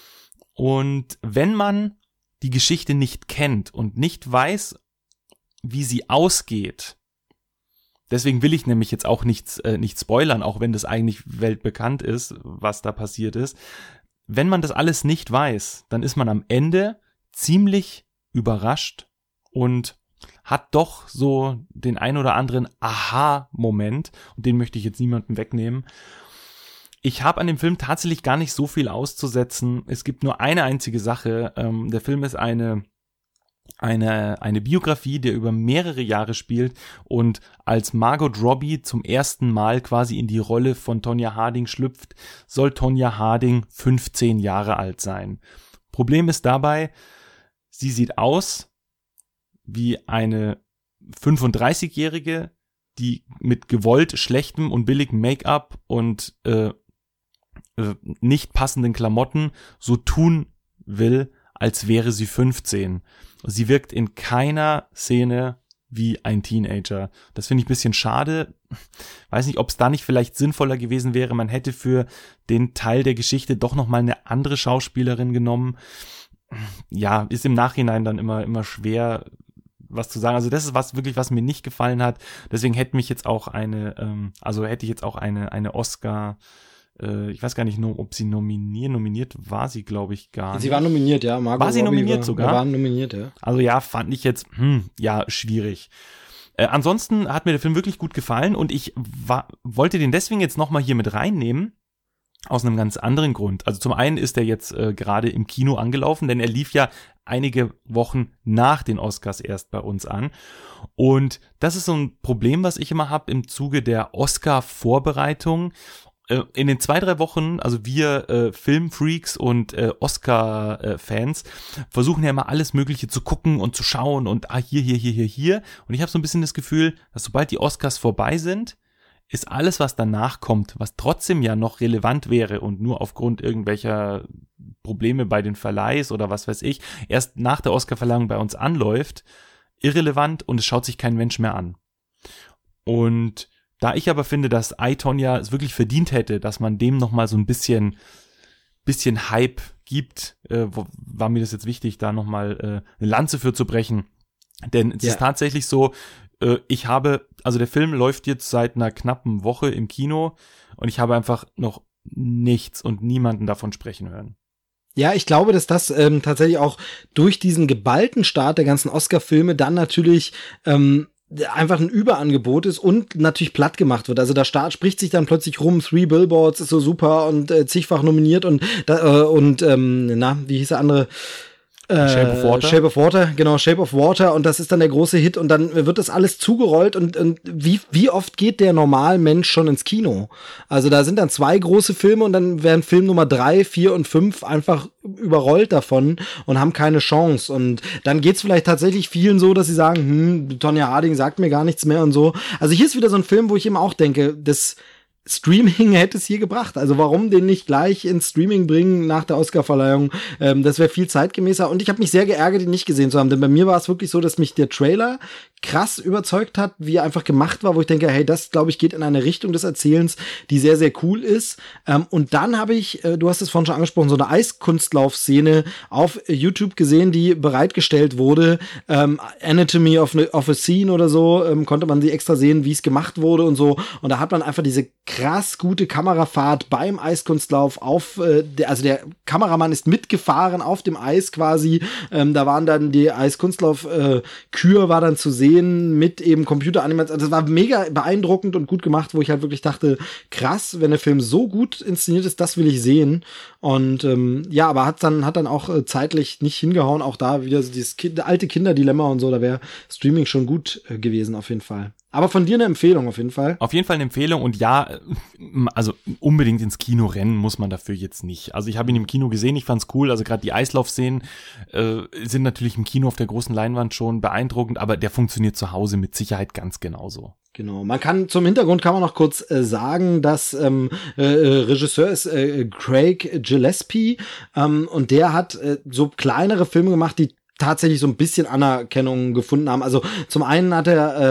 Und wenn man die Geschichte nicht kennt und nicht weiß, wie sie ausgeht, deswegen will ich nämlich jetzt auch nicht spoilern, auch wenn das eigentlich weltbekannt ist, was da passiert ist. Wenn man das alles nicht weiß, dann ist man am Ende ziemlich überrascht und hat doch so den ein oder anderen Aha-Moment, und den möchte ich jetzt niemandem wegnehmen. Ich habe an dem Film tatsächlich gar nicht so viel auszusetzen. Es gibt nur eine einzige Sache. Der Film ist eine Biografie, der über mehrere Jahre spielt, und als Margot Robbie zum ersten Mal quasi in die Rolle von Tonya Harding schlüpft, soll Tonya Harding 15 Jahre alt sein. Problem ist dabei, sie sieht aus wie eine 35-Jährige, die mit gewollt schlechtem und billigem Make-up und nicht passenden Klamotten so tun will, als wäre sie 15. Sie wirkt in keiner Szene wie ein Teenager. Das finde ich ein bisschen schade. Weiß nicht, ob es da nicht vielleicht sinnvoller gewesen wäre, man hätte für den Teil der Geschichte doch nochmal eine andere Schauspielerin genommen. Ja, ist im Nachhinein dann immer schwer, was zu sagen. Also das ist was mir nicht gefallen hat. Deswegen hätte ich jetzt auch eine Oscar, ich weiß gar nicht nur, ob sie nominiert war sie, glaube ich, gar nicht. Sie war nominiert, ja. Margot war sie Robbie nominiert sogar? War nominiert, ja. Also ja, fand ich jetzt, schwierig. Ansonsten hat mir der Film wirklich gut gefallen und ich wollte den deswegen jetzt nochmal hier mit reinnehmen, aus einem ganz anderen Grund. Also zum einen ist er jetzt gerade im Kino angelaufen, denn er lief ja einige Wochen nach den Oscars erst bei uns an. Und das ist so ein Problem, was ich immer habe im Zuge der Oscar-Vorbereitung. In den 2-3 Wochen, also wir Filmfreaks und Oscar-Fans versuchen ja immer alles Mögliche zu gucken und zu schauen und hier. Und ich habe so ein bisschen das Gefühl, dass sobald die Oscars vorbei sind, ist alles, was danach kommt, was trotzdem ja noch relevant wäre und nur aufgrund irgendwelcher Probleme bei den Verleihs oder was weiß ich, erst nach der Oscarverleihung bei uns anläuft, irrelevant und es schaut sich kein Mensch mehr an. Und da ich aber finde, dass I, Tonya es wirklich verdient hätte, dass man dem nochmal so ein bisschen Hype gibt, war mir das jetzt wichtig, da nochmal eine Lanze für zu brechen. Denn es ist tatsächlich so, der Film läuft jetzt seit einer knappen Woche im Kino und ich habe einfach noch nichts und niemanden davon sprechen hören. Ja, ich glaube, dass das tatsächlich auch durch diesen geballten Start der ganzen Oscar-Filme dann natürlich einfach ein Überangebot ist und natürlich platt gemacht wird. Also der Start spricht sich dann plötzlich rum, 3 Billboards ist so super und zigfach nominiert und wie hieß der andere? Shape of Water, genau, Shape of Water, und das ist dann der große Hit und dann wird das alles zugerollt und wie oft geht der Normalmensch schon ins Kino? Also da sind dann 2 große Filme und dann werden Film Nummer 3, 4 und 5 einfach überrollt davon und haben keine Chance, und dann geht's vielleicht tatsächlich vielen so, dass sie sagen, Tonya Harding sagt mir gar nichts mehr und so. Also hier ist wieder so ein Film, wo ich immer auch denke, das Streaming hätte es hier gebracht. Also warum den nicht gleich ins Streaming bringen nach der Oscarverleihung? Das wäre viel zeitgemäßer. Und ich habe mich sehr geärgert, ihn nicht gesehen zu haben. Denn bei mir war es wirklich so, dass mich der Trailer krass überzeugt hat, wie er einfach gemacht war, wo ich denke, hey, das, glaube ich, geht in eine Richtung des Erzählens, die sehr, sehr cool ist. Und dann habe ich, du hast es vorhin schon angesprochen, so eine Eiskunstlauf-Szene auf YouTube gesehen, die bereitgestellt wurde. Anatomy of a Scene oder so, konnte man sie extra sehen, wie es gemacht wurde und so. Und da hat man einfach diese krass gute Kamerafahrt beim Eiskunstlauf also der Kameramann ist mitgefahren auf dem Eis quasi. Da waren dann die Eiskunstlauf-Kür war dann zu sehen mit eben Computeranimation. Also das war mega beeindruckend und gut gemacht, wo ich halt wirklich dachte, krass, wenn der Film so gut inszeniert ist, das will ich sehen. Und aber hat dann auch zeitlich nicht hingehauen. Auch da wieder so dieses alte Kinderdilemma und so, da wäre Streaming schon gut gewesen auf jeden Fall. Aber von dir eine Empfehlung auf jeden Fall. Auf jeden Fall eine Empfehlung, und ja, also unbedingt ins Kino rennen muss man dafür jetzt nicht. Also ich habe ihn im Kino gesehen, ich fand's cool, also gerade die Eislaufszenen sind natürlich im Kino auf der großen Leinwand schon beeindruckend, aber der funktioniert zu Hause mit Sicherheit ganz genauso. Genau, zum Hintergrund kann man noch kurz sagen, dass Regisseur ist Craig Gillespie und der hat so kleinere Filme gemacht, die tatsächlich so ein bisschen Anerkennung gefunden haben. Also zum einen hat er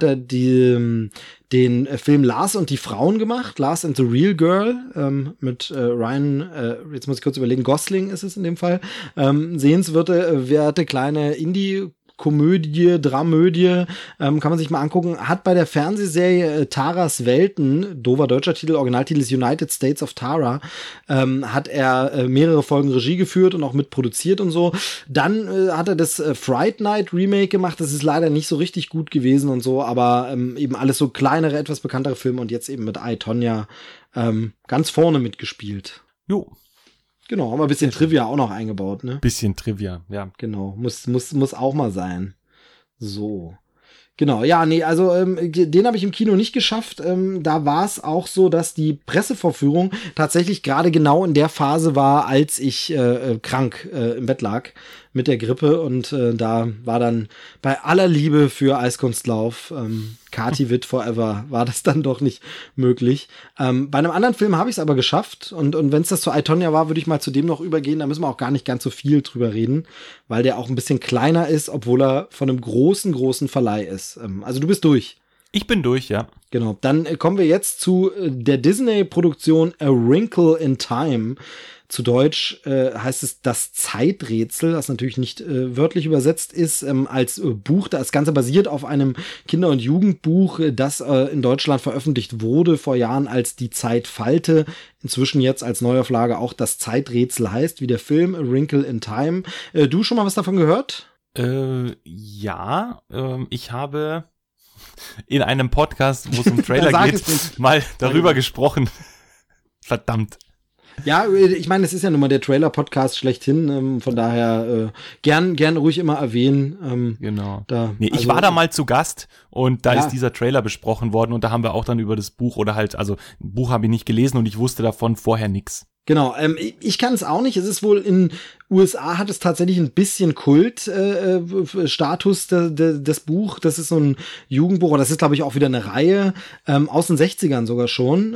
den Film Lars und die Frauen gemacht, Lars and the Real Girl, mit Ryan, jetzt muss ich kurz überlegen, Gosling ist es in dem Fall, sehenswerte kleine Indie-Komödie, Dramödie, kann man sich mal angucken, hat bei der Fernsehserie Taras Welten, doofer deutscher Titel, Originaltitel ist United States of Tara, hat er mehrere Folgen Regie geführt und auch mitproduziert und so. Dann hat er das Fright Night Remake gemacht, das ist leider nicht so richtig gut gewesen und so, aber eben alles so kleinere, etwas bekanntere Filme und jetzt eben mit I, Tonya ganz vorne mitgespielt. Jo. Genau, haben wir ein bisschen Trivia auch noch eingebaut, ne? Bisschen Trivia, ja. Genau, muss auch mal sein. So. Genau, ja, nee, also den habe ich im Kino nicht geschafft. Da war es auch so, dass die Pressevorführung tatsächlich gerade genau in der Phase war, als ich krank im Bett lag mit der Grippe und da war dann bei aller Liebe für Eiskunstlauf Kati Witt Forever war das dann doch nicht möglich. Bei einem anderen Film habe ich es aber geschafft und wenn es das zu I, Tonya war, würde ich mal zu dem noch übergehen. Da müssen wir auch gar nicht ganz so viel drüber reden, weil der auch ein bisschen kleiner ist, obwohl er von einem großen Verleih ist. Also du bist durch. Ich bin durch, ja. Genau, dann kommen wir jetzt zu der Disney-Produktion A Wrinkle in Time. Zu Deutsch heißt es Das Zeiträtsel, was natürlich nicht wörtlich übersetzt ist, als Buch. Das Ganze basiert auf einem Kinder- und Jugendbuch, das in Deutschland veröffentlicht wurde vor Jahren als Die Zeitfalte. Inzwischen jetzt als Neuauflage auch Das Zeiträtsel heißt, wie der Film A Wrinkle in Time. Du schon mal was davon gehört? Ja, ich habe in einem Podcast, wo es um Trailer geht, mal darüber gesprochen. Verdammt. Ja, ich meine, es ist ja nun mal der Trailer-Podcast schlechthin, von daher gern ruhig immer erwähnen. Genau. Ich war da mal zu Gast und da ist dieser Trailer besprochen worden und da haben wir auch dann über das Buch oder halt, also ein Buch habe ich nicht gelesen und ich wusste davon vorher nix. Genau, ich kann es auch nicht. Es ist wohl in USA hat es tatsächlich ein bisschen Kult-Status, das Buch. Das ist so ein Jugendbuch, das ist, glaube ich, auch wieder eine Reihe aus den 60ern sogar schon,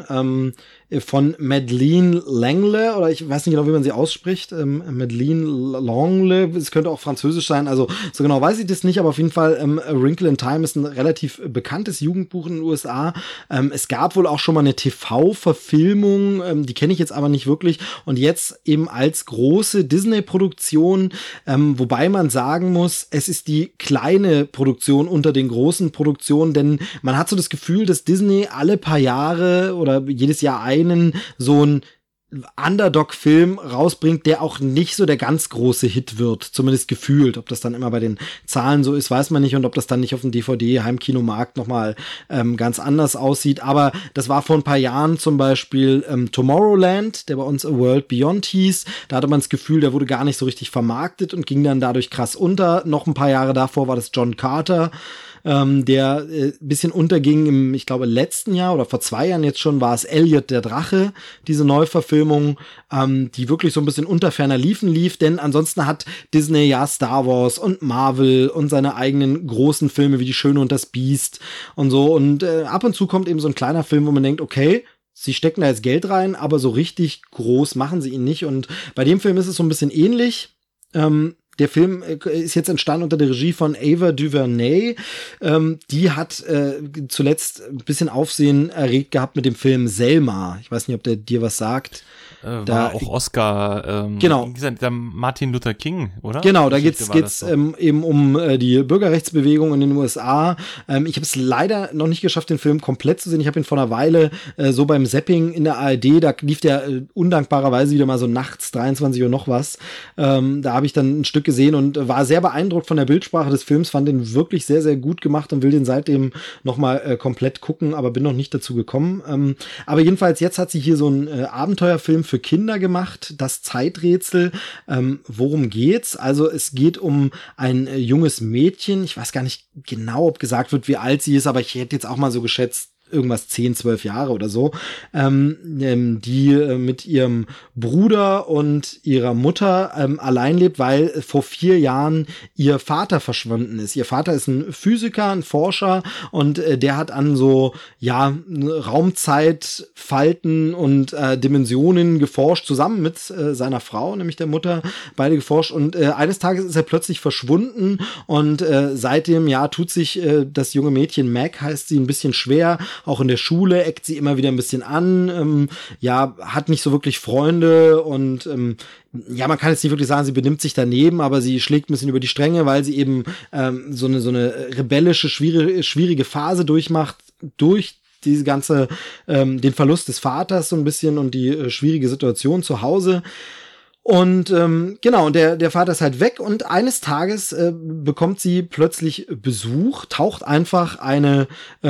von Madeleine Langle, oder ich weiß nicht genau, wie man sie ausspricht, Madeleine Langle, es könnte auch französisch sein, also so genau weiß ich das nicht, aber auf jeden Fall A Wrinkle in Time ist ein relativ bekanntes Jugendbuch in den USA. Es gab wohl auch schon mal eine TV-Verfilmung, die kenne ich jetzt aber nicht wirklich, und jetzt eben als große Disney-Produktion, wobei man sagen muss, es ist die kleine Produktion unter den großen Produktionen, denn man hat so das Gefühl, dass Disney alle paar Jahre oder jedes Jahr so ein Underdog-Film rausbringt, der auch nicht so der ganz große Hit wird, zumindest gefühlt. Ob das dann immer bei den Zahlen so ist, weiß man nicht, und ob das dann nicht auf dem DVD-Heimkinomarkt nochmal ganz anders aussieht. Aber das war vor ein paar Jahren zum Beispiel Tomorrowland, der bei uns A World Beyond hieß. Da hatte man das Gefühl, der wurde gar nicht so richtig vermarktet und ging dann dadurch krass unter. Noch ein paar Jahre davor war das John Carter, der bisschen unterging im, ich glaube, letzten Jahr oder vor 2 Jahren jetzt schon, war es Elliot der Drache, diese Neuverfilmung, die wirklich so ein bisschen unter ferner Liefen lief, denn ansonsten hat Disney ja Star Wars und Marvel und seine eigenen großen Filme wie Die Schöne und das Biest und so, und ab und zu kommt eben so ein kleiner Film, wo man denkt, okay, sie stecken da jetzt Geld rein, aber so richtig groß machen sie ihn nicht, und bei dem Film ist es so ein bisschen ähnlich. Der Film ist jetzt entstanden unter der Regie von Ava DuVernay. Die hat zuletzt ein bisschen Aufsehen erregt gehabt mit dem Film Selma. Ich weiß nicht, ob der dir was sagt. War auch Oscar, genau. Der Martin Luther King, oder? Genau, da geht's eben um die Bürgerrechtsbewegung in den USA. Ich habe es leider noch nicht geschafft, den Film komplett zu sehen. Ich habe ihn vor einer Weile so beim Zapping in der ARD, da lief der undankbarerweise wieder mal so nachts, 23 Uhr noch was. Da habe ich dann ein Stück gesehen und war sehr beeindruckt von der Bildsprache des Films, fand den wirklich sehr, sehr gut gemacht und will den seitdem noch mal komplett gucken, aber bin noch nicht dazu gekommen. Aber jedenfalls, jetzt hat sie hier so einen Abenteuerfilm für Kinder gemacht, Das Zeiträtsel. Worum geht's? Also es geht um ein junges Mädchen. Ich weiß gar nicht genau, ob gesagt wird, wie alt sie ist, aber ich hätte jetzt auch mal so geschätzt, irgendwas 10, 12 Jahre oder so, die mit ihrem Bruder und ihrer Mutter allein lebt, weil vor 4 Jahren ihr Vater verschwunden ist. Ihr Vater ist ein Physiker, ein Forscher und der hat an so, Raumzeitfalten und Dimensionen geforscht, zusammen mit seiner Frau, nämlich der Mutter, beide geforscht und eines Tages ist er plötzlich verschwunden und seitdem, tut sich das junge Mädchen, Meg heißt sie, ein bisschen schwer. Auch in der Schule eckt sie immer wieder ein bisschen an, hat nicht so wirklich Freunde und man kann jetzt nicht wirklich sagen, sie benimmt sich daneben, aber sie schlägt ein bisschen über die Stränge, weil sie eben so eine rebellische, schwierige Phase durchmacht, durch diese ganze, den Verlust des Vaters so ein bisschen und die schwierige Situation zu Hause. Und und der Vater ist halt weg und eines Tages bekommt sie plötzlich Besuch, taucht einfach eine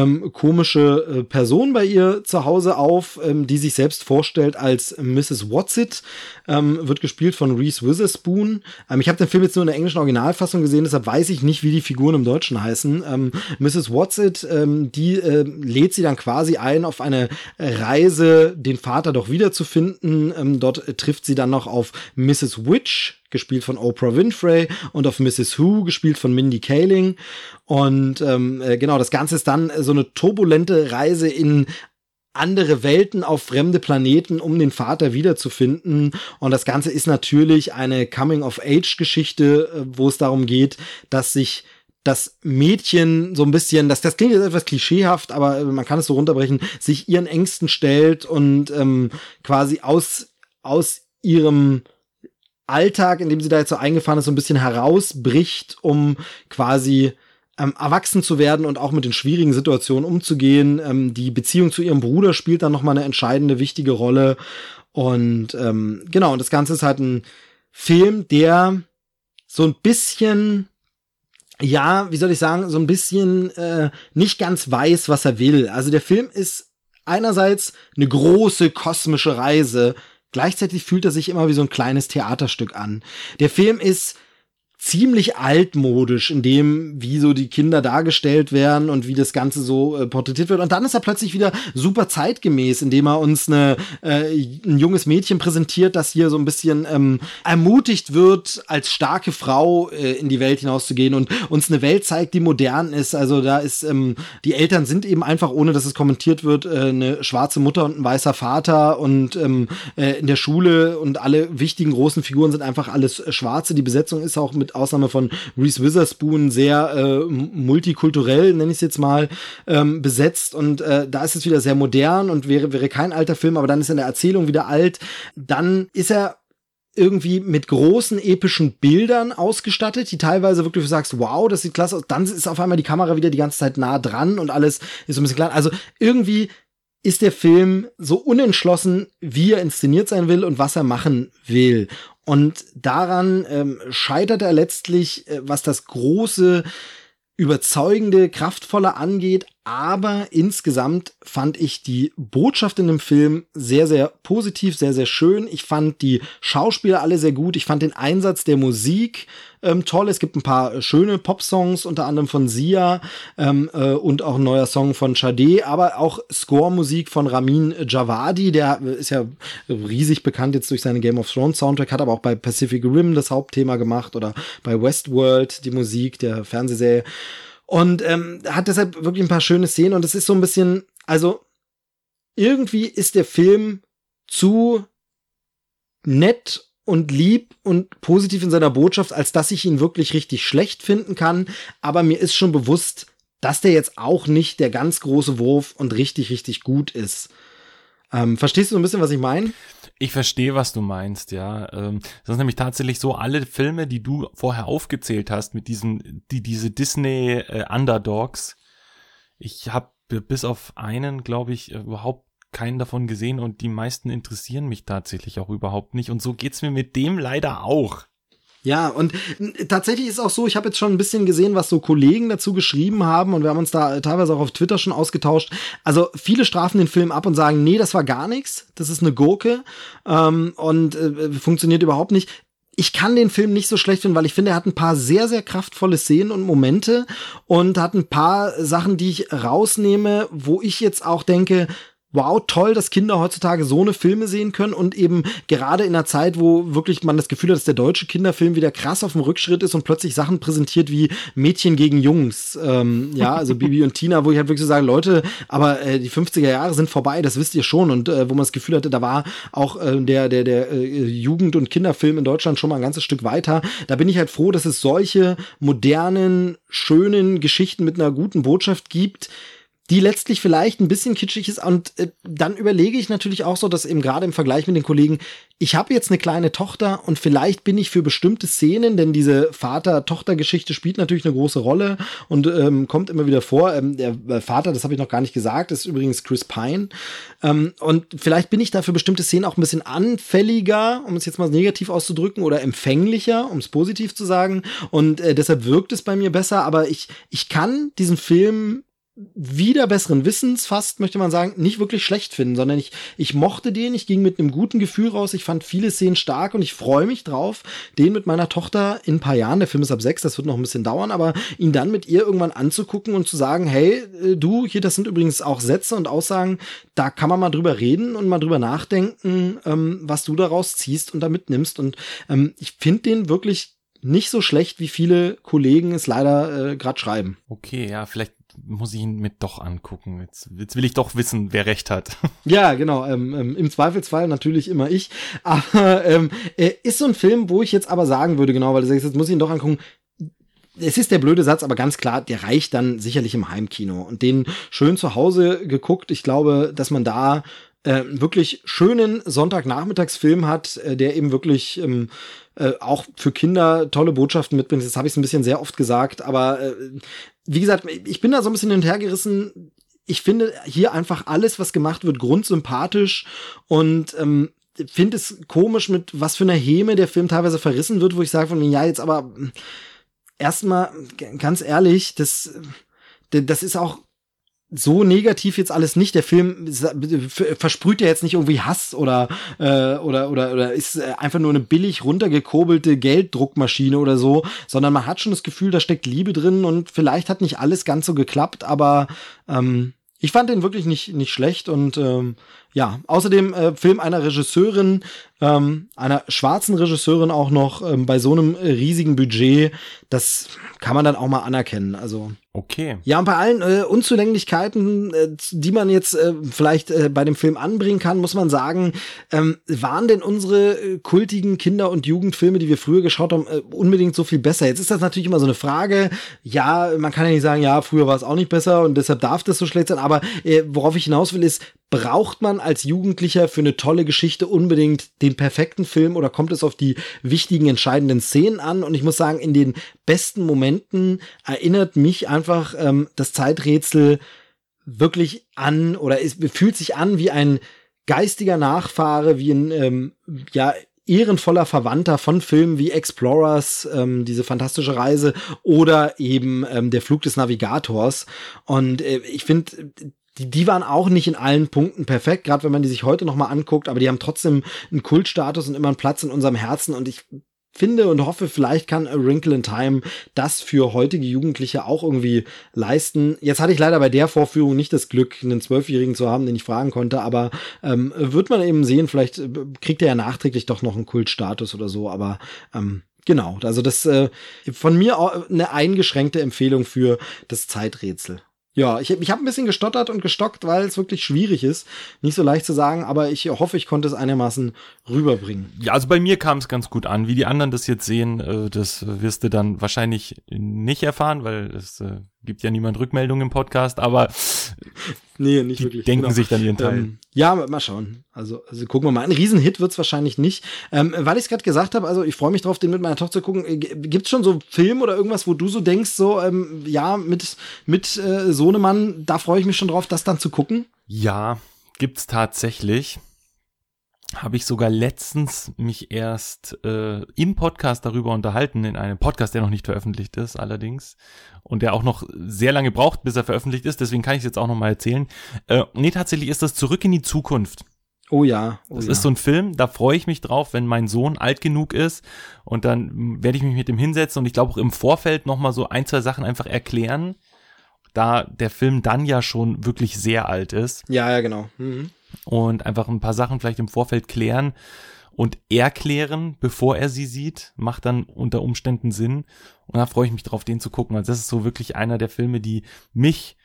komische Person bei ihr zu Hause auf, die sich selbst vorstellt als Mrs. Watsit, wird gespielt von Reese Witherspoon. Ich habe den Film jetzt nur in der englischen Originalfassung gesehen, deshalb weiß ich nicht, wie die Figuren im Deutschen heißen. Mrs. Watsit, die lädt sie dann quasi ein auf eine Reise, den Vater doch wiederzufinden. Dort trifft sie dann noch auf Mrs. Witch, gespielt von Oprah Winfrey, und auf Mrs. Who, gespielt von Mindy Kaling. Und das Ganze ist dann so eine turbulente Reise in andere Welten, auf fremde Planeten, um den Vater wiederzufinden. Und das Ganze ist natürlich eine Coming-of-Age-Geschichte, wo es darum geht, dass sich das Mädchen so ein bisschen, das klingt jetzt etwas klischeehaft, aber man kann es so runterbrechen, sich ihren Ängsten stellt und quasi aus ihrem Alltag, in dem sie da jetzt so eingefahren ist, so ein bisschen herausbricht, um quasi erwachsen zu werden und auch mit den schwierigen Situationen umzugehen. Die Beziehung zu ihrem Bruder spielt dann nochmal eine entscheidende, wichtige Rolle. Und und das Ganze ist halt ein Film, der so ein bisschen, so ein bisschen nicht ganz weiß, was er will. Also der Film ist einerseits eine große kosmische Reise, gleichzeitig fühlt er sich immer wie so ein kleines Theaterstück an. Der Film ist ziemlich altmodisch in dem, wie so die Kinder dargestellt werden und wie das Ganze so porträtiert wird. Und dann ist er plötzlich wieder super zeitgemäß, indem er uns ein junges Mädchen präsentiert, das hier so ein bisschen ermutigt wird, als starke Frau in die Welt hinauszugehen und uns eine Welt zeigt, die modern ist. Also da ist, die Eltern sind eben einfach, ohne dass es kommentiert wird, eine schwarze Mutter und ein weißer Vater und in der Schule und alle wichtigen großen Figuren sind einfach alles Schwarze. Die Besetzung ist auch mit Ausnahme von Reese Witherspoon sehr multikulturell, nenne ich es jetzt mal, besetzt und da ist es wieder sehr modern und wäre kein alter Film, aber dann ist er in der Erzählung wieder alt. Dann ist er irgendwie mit großen epischen Bildern ausgestattet, die teilweise wirklich, du sagst, wow, das sieht klasse aus. Dann ist auf einmal die Kamera wieder die ganze Zeit nah dran und alles ist so ein bisschen klein. Also irgendwie ist der Film so unentschlossen, wie er inszeniert sein will und was er machen will. Und daran scheitert er letztlich, was das große, überzeugende, kraftvolle angeht. Aber insgesamt fand ich die Botschaft in dem Film sehr, sehr positiv, sehr, sehr schön. Ich fand die Schauspieler alle sehr gut. Ich fand den Einsatz der Musik toll. Es gibt ein paar schöne Pop-Songs, unter anderem von Sia und auch ein neuer Song von Sade, aber auch Score-Musik von Ramin Djawadi. Der ist ja riesig bekannt jetzt durch seine Game of Thrones Soundtrack, hat aber auch bei Pacific Rim das Hauptthema gemacht oder bei Westworld die Musik der Fernsehserie. Und hat deshalb wirklich ein paar schöne Szenen und es ist so ein bisschen, also irgendwie ist der Film zu nett und lieb und positiv in seiner Botschaft, als dass ich ihn wirklich richtig schlecht finden kann. Aber mir ist schon bewusst, dass der jetzt auch nicht der ganz große Wurf und richtig, richtig gut ist. Verstehst du so ein bisschen, was ich meine? Ich verstehe, was du meinst, ja. Das ist nämlich tatsächlich so, alle Filme, die du vorher aufgezählt hast, mit diese Disney Underdogs, ich habe bis auf einen, glaube ich, überhaupt keinen davon gesehen und die meisten interessieren mich tatsächlich auch überhaupt nicht und so geht's mir mit dem leider auch. Ja, und tatsächlich ist auch so, ich habe jetzt schon ein bisschen gesehen, was so Kollegen dazu geschrieben haben und wir haben uns da teilweise auch auf Twitter schon ausgetauscht. Also viele strafen den Film ab und sagen, nee, das war gar nichts, das ist eine Gurke und funktioniert überhaupt nicht. ich kann den Film nicht so schlecht finden, weil ich finde, er hat ein paar sehr, sehr kraftvolle Szenen und Momente und hat ein paar Sachen, die ich rausnehme, wo ich jetzt auch denke, wow, toll, dass Kinder heutzutage so eine Filme sehen können und eben gerade in einer Zeit, wo wirklich man das Gefühl hat, dass der deutsche Kinderfilm wieder krass auf dem Rückschritt ist und plötzlich Sachen präsentiert wie Mädchen gegen Jungs, also Bibi und Tina, wo ich halt wirklich so sage, Leute, aber die 50er Jahre sind vorbei, das wisst ihr schon und wo man das Gefühl hatte, da war auch der Jugend- und Kinderfilm in Deutschland schon mal ein ganzes Stück weiter. Da bin ich halt froh, dass es solche modernen, schönen Geschichten mit einer guten Botschaft gibt, die letztlich vielleicht ein bisschen kitschig ist und dann überlege ich natürlich auch so, dass eben gerade im Vergleich mit den Kollegen, ich habe jetzt eine kleine Tochter und vielleicht bin ich für bestimmte Szenen, denn diese Vater-Tochter-Geschichte spielt natürlich eine große Rolle und kommt immer wieder vor. Der Vater, das habe ich noch gar nicht gesagt, ist übrigens Chris Pine und vielleicht bin ich da für bestimmte Szenen auch ein bisschen anfälliger, um es jetzt mal negativ auszudrücken, oder empfänglicher, um es positiv zu sagen und deshalb wirkt es bei mir besser, aber ich kann diesen Film wieder besseren Wissens fast, möchte man sagen, nicht wirklich schlecht finden, sondern ich mochte den, ich ging mit einem guten Gefühl raus, ich fand viele Szenen stark und ich freue mich drauf, den mit meiner Tochter in ein paar Jahren, der Film ist ab 6, das wird noch ein bisschen dauern, aber ihn dann mit ihr irgendwann anzugucken und zu sagen, hey, du, hier, das sind übrigens auch Sätze und Aussagen, da kann man mal drüber reden und mal drüber nachdenken, was du daraus ziehst und da mitnimmst und ich finde den wirklich nicht so schlecht, wie viele Kollegen es leider gerade schreiben. Okay, ja, vielleicht muss ich ihn mit doch angucken. Jetzt will ich doch wissen, wer recht hat. Ja, genau. Im Zweifelsfall natürlich immer ich. Aber ist so ein Film, wo ich jetzt aber sagen würde, genau, weil du sagst, jetzt muss ich ihn doch angucken. Es ist der blöde Satz, aber ganz klar, der reicht dann sicherlich im Heimkino. Und den schön zu Hause geguckt. Ich glaube, dass man da wirklich schönen Sonntagnachmittagsfilm hat, der eben wirklich auch für Kinder tolle Botschaften mitbringt. Jetzt habe ich es ein bisschen sehr oft gesagt, aber wie gesagt, ich bin da so ein bisschen hin und her gerissen. Ich finde hier einfach alles, was gemacht wird, grundsympathisch und finde es komisch, mit was für einer Häme der Film teilweise verrissen wird, wo ich sage von mir, ja, jetzt aber erstmal ganz ehrlich, das ist auch so negativ jetzt alles nicht. Der Film versprüht ja jetzt nicht irgendwie Hass oder ist einfach nur eine billig runtergekurbelte Gelddruckmaschine oder so, sondern man hat schon das Gefühl, da steckt Liebe drin und vielleicht hat nicht alles ganz so geklappt, aber ich fand den wirklich nicht schlecht und ja, außerdem Film einer Regisseurin, einer schwarzen Regisseurin auch noch bei so einem riesigen Budget, das kann man dann auch mal anerkennen. Also okay. Ja, und bei allen Unzulänglichkeiten, die man jetzt vielleicht bei dem Film anbringen kann, muss man sagen, waren denn unsere kultigen Kinder- und Jugendfilme, die wir früher geschaut haben, unbedingt so viel besser? Jetzt ist das natürlich immer so eine Frage. Ja, man kann ja nicht sagen, ja, früher war es auch nicht besser und deshalb darf das so schlecht sein. Aber worauf ich hinaus will, ist, braucht man als Jugendlicher für eine tolle Geschichte unbedingt den perfekten Film oder kommt es auf die wichtigen, entscheidenden Szenen an? Und ich muss sagen, in den besten Momenten erinnert mich einfach das Zeiträtsel wirklich an oder es fühlt sich an wie ein geistiger Nachfahre, wie ein ehrenvoller Verwandter von Filmen wie Explorers, diese fantastische Reise oder eben der Flug des Navigators. Und ich finde, die waren auch nicht in allen Punkten perfekt, gerade wenn man die sich heute noch mal anguckt, aber die haben trotzdem einen Kultstatus und immer einen Platz in unserem Herzen und ich finde und hoffe, vielleicht kann A Wrinkle in Time das für heutige Jugendliche auch irgendwie leisten. Jetzt hatte ich leider bei der Vorführung nicht das Glück, einen 12-Jährigen zu haben, den ich fragen konnte, aber wird man eben sehen, vielleicht kriegt er ja nachträglich doch noch einen Kultstatus oder so, aber genau, also das von mir eine eingeschränkte Empfehlung für das Zeiträtsel. Ja, ich habe ein bisschen gestottert und gestockt, weil es wirklich schwierig ist. Nicht so leicht zu sagen, aber ich hoffe, ich konnte es einigermaßen rüberbringen. Ja, also bei mir kam es ganz gut an. Wie die anderen das jetzt sehen, das wirst du dann wahrscheinlich nicht erfahren, weil es gibt ja niemand Rückmeldung im Podcast, aber nee, nicht die wirklich. Denken sich dann ihren Teil. Ja, mal schauen. Also gucken wir mal. Ein Riesenhit wird's wahrscheinlich nicht. Weil ich es gerade gesagt habe, also ich freue mich drauf, den mit meiner Tochter zu gucken. Gibt's schon so Film oder irgendwas, wo du so denkst, so ja, mit Sohnemann, da freue ich mich schon drauf, das dann zu gucken? Ja, gibt's tatsächlich. Habe ich sogar letztens mich erst im Podcast darüber unterhalten, in einem Podcast, der noch nicht veröffentlicht ist allerdings und der auch noch sehr lange braucht, bis er veröffentlicht ist, deswegen kann ich es jetzt auch noch mal erzählen. Nee, tatsächlich ist das Zurück in die Zukunft. Oh ja. Das ist so ein Film, da freue ich mich drauf, wenn mein Sohn alt genug ist und dann werde ich mich mit ihm hinsetzen und ich glaube auch im Vorfeld nochmal so 1, 2 Sachen einfach erklären, da der Film dann ja schon wirklich sehr alt ist. Ja, genau. Mhm. Und einfach ein paar Sachen vielleicht im Vorfeld klären und erklären, bevor er sie sieht, macht dann unter Umständen Sinn. Und da freue ich mich drauf, den zu gucken. Also das ist so wirklich einer der Filme, die mich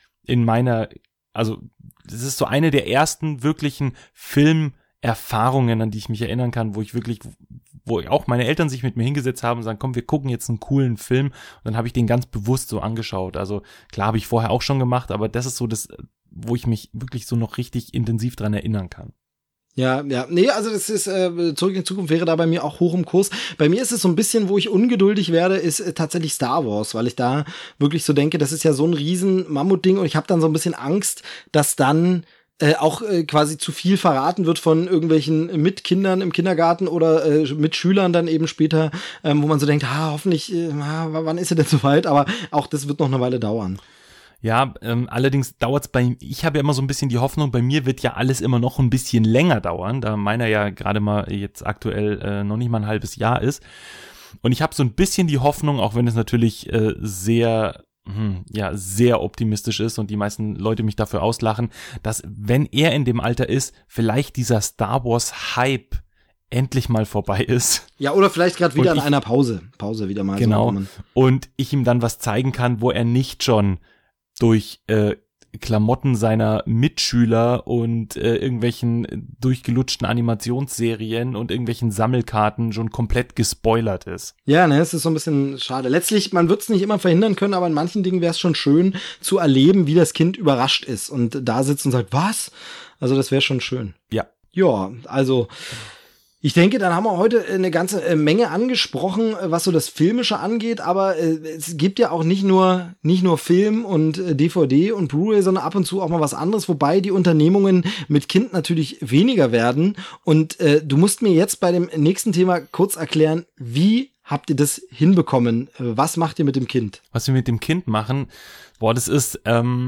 das ist so eine der ersten wirklichen Filmerfahrungen, an die ich mich erinnern kann, wo auch meine Eltern sich mit mir hingesetzt haben und sagen, komm, wir gucken jetzt einen coolen Film. Und dann habe ich den ganz bewusst so angeschaut. Also klar, habe ich vorher auch schon gemacht, aber das ist so das, wo ich mich wirklich so noch richtig intensiv dran erinnern kann. Ja, nee, also das ist, Zurück in die Zukunft wäre da bei mir auch hoch im Kurs. Bei mir ist es so ein bisschen, wo ich ungeduldig werde, ist tatsächlich Star Wars, weil ich da wirklich so denke, das ist ja so ein riesen Mammutding und ich habe dann so ein bisschen Angst, dass dann auch quasi zu viel verraten wird von irgendwelchen Mitkindern im Kindergarten oder Mitschülern dann eben später, wo man so denkt, hoffentlich, wann ist er denn soweit? Aber auch das wird noch eine Weile dauern. Ja, allerdings dauert's ich habe ja immer so ein bisschen die Hoffnung, bei mir wird ja alles immer noch ein bisschen länger dauern, da meiner ja gerade mal jetzt aktuell noch nicht mal ein halbes Jahr ist. Und ich habe so ein bisschen die Hoffnung, auch wenn es natürlich sehr optimistisch ist und die meisten Leute mich dafür auslachen, dass wenn er in dem Alter ist, vielleicht dieser Star Wars Hype endlich mal vorbei ist. Ja, oder vielleicht gerade wieder in einer Pause wieder mal. Genau, so und ich ihm dann was zeigen kann, wo er nicht schon durch Klamotten seiner Mitschüler und irgendwelchen durchgelutschten Animationsserien und irgendwelchen Sammelkarten schon komplett gespoilert ist. Ja, ne, es ist so ein bisschen schade. Letztlich, man wird es nicht immer verhindern können, aber in manchen Dingen wäre es schon schön zu erleben, wie das Kind überrascht ist und da sitzt und sagt, was? Also das wäre schon schön. Ja. Ja, also ich denke, dann haben wir heute eine ganze Menge angesprochen, was so das Filmische angeht, aber es gibt ja auch nicht nur Film und DVD und Blu-ray, sondern ab und zu auch mal was anderes, wobei die Unternehmungen mit Kind natürlich weniger werden. Und du musst mir jetzt bei dem nächsten Thema kurz erklären, wie habt ihr das hinbekommen? Was macht ihr mit dem Kind? Was wir mit dem Kind machen, das ist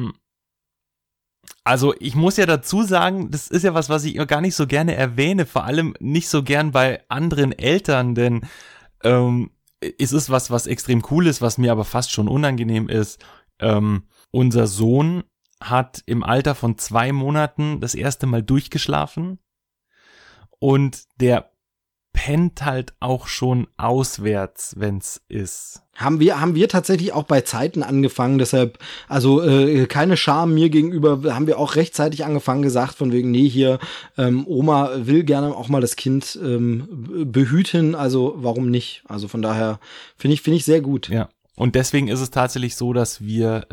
also ich muss ja dazu sagen, das ist ja was ich gar nicht so gerne erwähne, vor allem nicht so gern bei anderen Eltern, denn es ist was extrem cool ist, was mir aber fast schon unangenehm ist. Unser Sohn hat im Alter von 2 Monaten das erste Mal durchgeschlafen und der pennt halt auch schon auswärts, wenn's ist. Haben wir tatsächlich auch bei Zeiten angefangen, deshalb, also keine Scham mir gegenüber, haben wir auch rechtzeitig angefangen gesagt, von wegen, nee, hier, Oma will gerne auch mal das Kind behüten, also warum nicht? Also von daher finde ich sehr gut. Ja, und deswegen ist es tatsächlich so, dass wir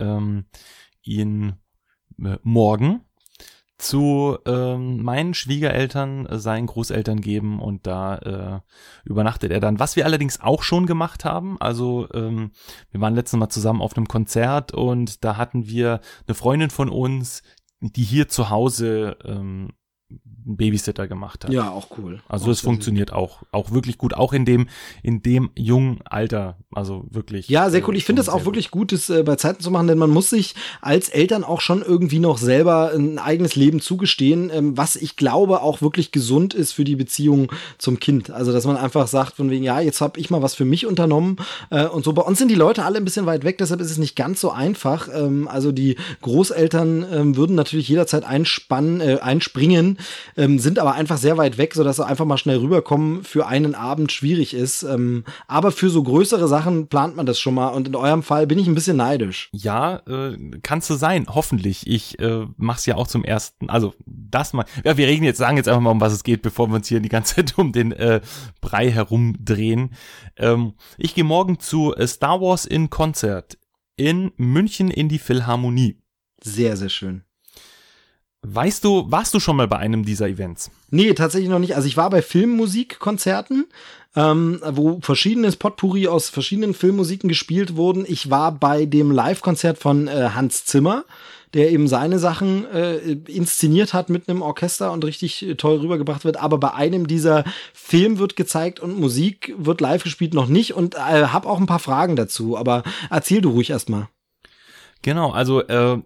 ihn morgen zu meinen Schwiegereltern, seinen Großeltern geben und da übernachtet er dann. Was wir allerdings auch schon gemacht haben, also wir waren letztes Mal zusammen auf einem Konzert und da hatten wir eine Freundin von uns, die hier zu Hause einen Babysitter gemacht hat. Ja, auch cool. Also es funktioniert auch wirklich gut, auch in dem jungen Alter, also wirklich. Ja, sehr cool. Ich finde es auch wirklich gut, das bei Zeiten zu machen, denn man muss sich als Eltern auch schon irgendwie noch selber ein eigenes Leben zugestehen, was ich glaube auch wirklich gesund ist für die Beziehung zum Kind. Also, dass man einfach sagt von wegen, ja, jetzt habe ich mal was für mich unternommen und so. Bei uns sind die Leute alle ein bisschen weit weg, deshalb ist es nicht ganz so einfach. Also die Großeltern würden natürlich jederzeit einspringen, sind aber einfach sehr weit weg, sodass sie einfach mal schnell rüberkommen für einen Abend schwierig ist. Aber für so größere Sachen plant man das schon mal und in eurem Fall bin ich ein bisschen neidisch. Ja, kannst du sein, hoffentlich. Ich mach's ja auch zum ersten, also das mal. Ja, sagen jetzt einfach mal, um was es geht, bevor wir uns hier die ganze Zeit um den Brei herumdrehen. Ich gehe morgen zu Star Wars in Konzert in München in die Philharmonie. Sehr, sehr schön. Warst du schon mal bei einem dieser Events? Nee, tatsächlich noch nicht. Also ich war bei Filmmusikkonzerten, wo verschiedenes Potpourri aus verschiedenen Filmmusiken gespielt wurden. Ich war bei dem Live-Konzert von Hans Zimmer, der eben seine Sachen inszeniert hat mit einem Orchester und richtig toll rübergebracht wird. Aber bei einem dieser Film wird gezeigt und Musik wird live gespielt noch nicht und habe auch ein paar Fragen dazu. Aber erzähl du ruhig erstmal. Genau, also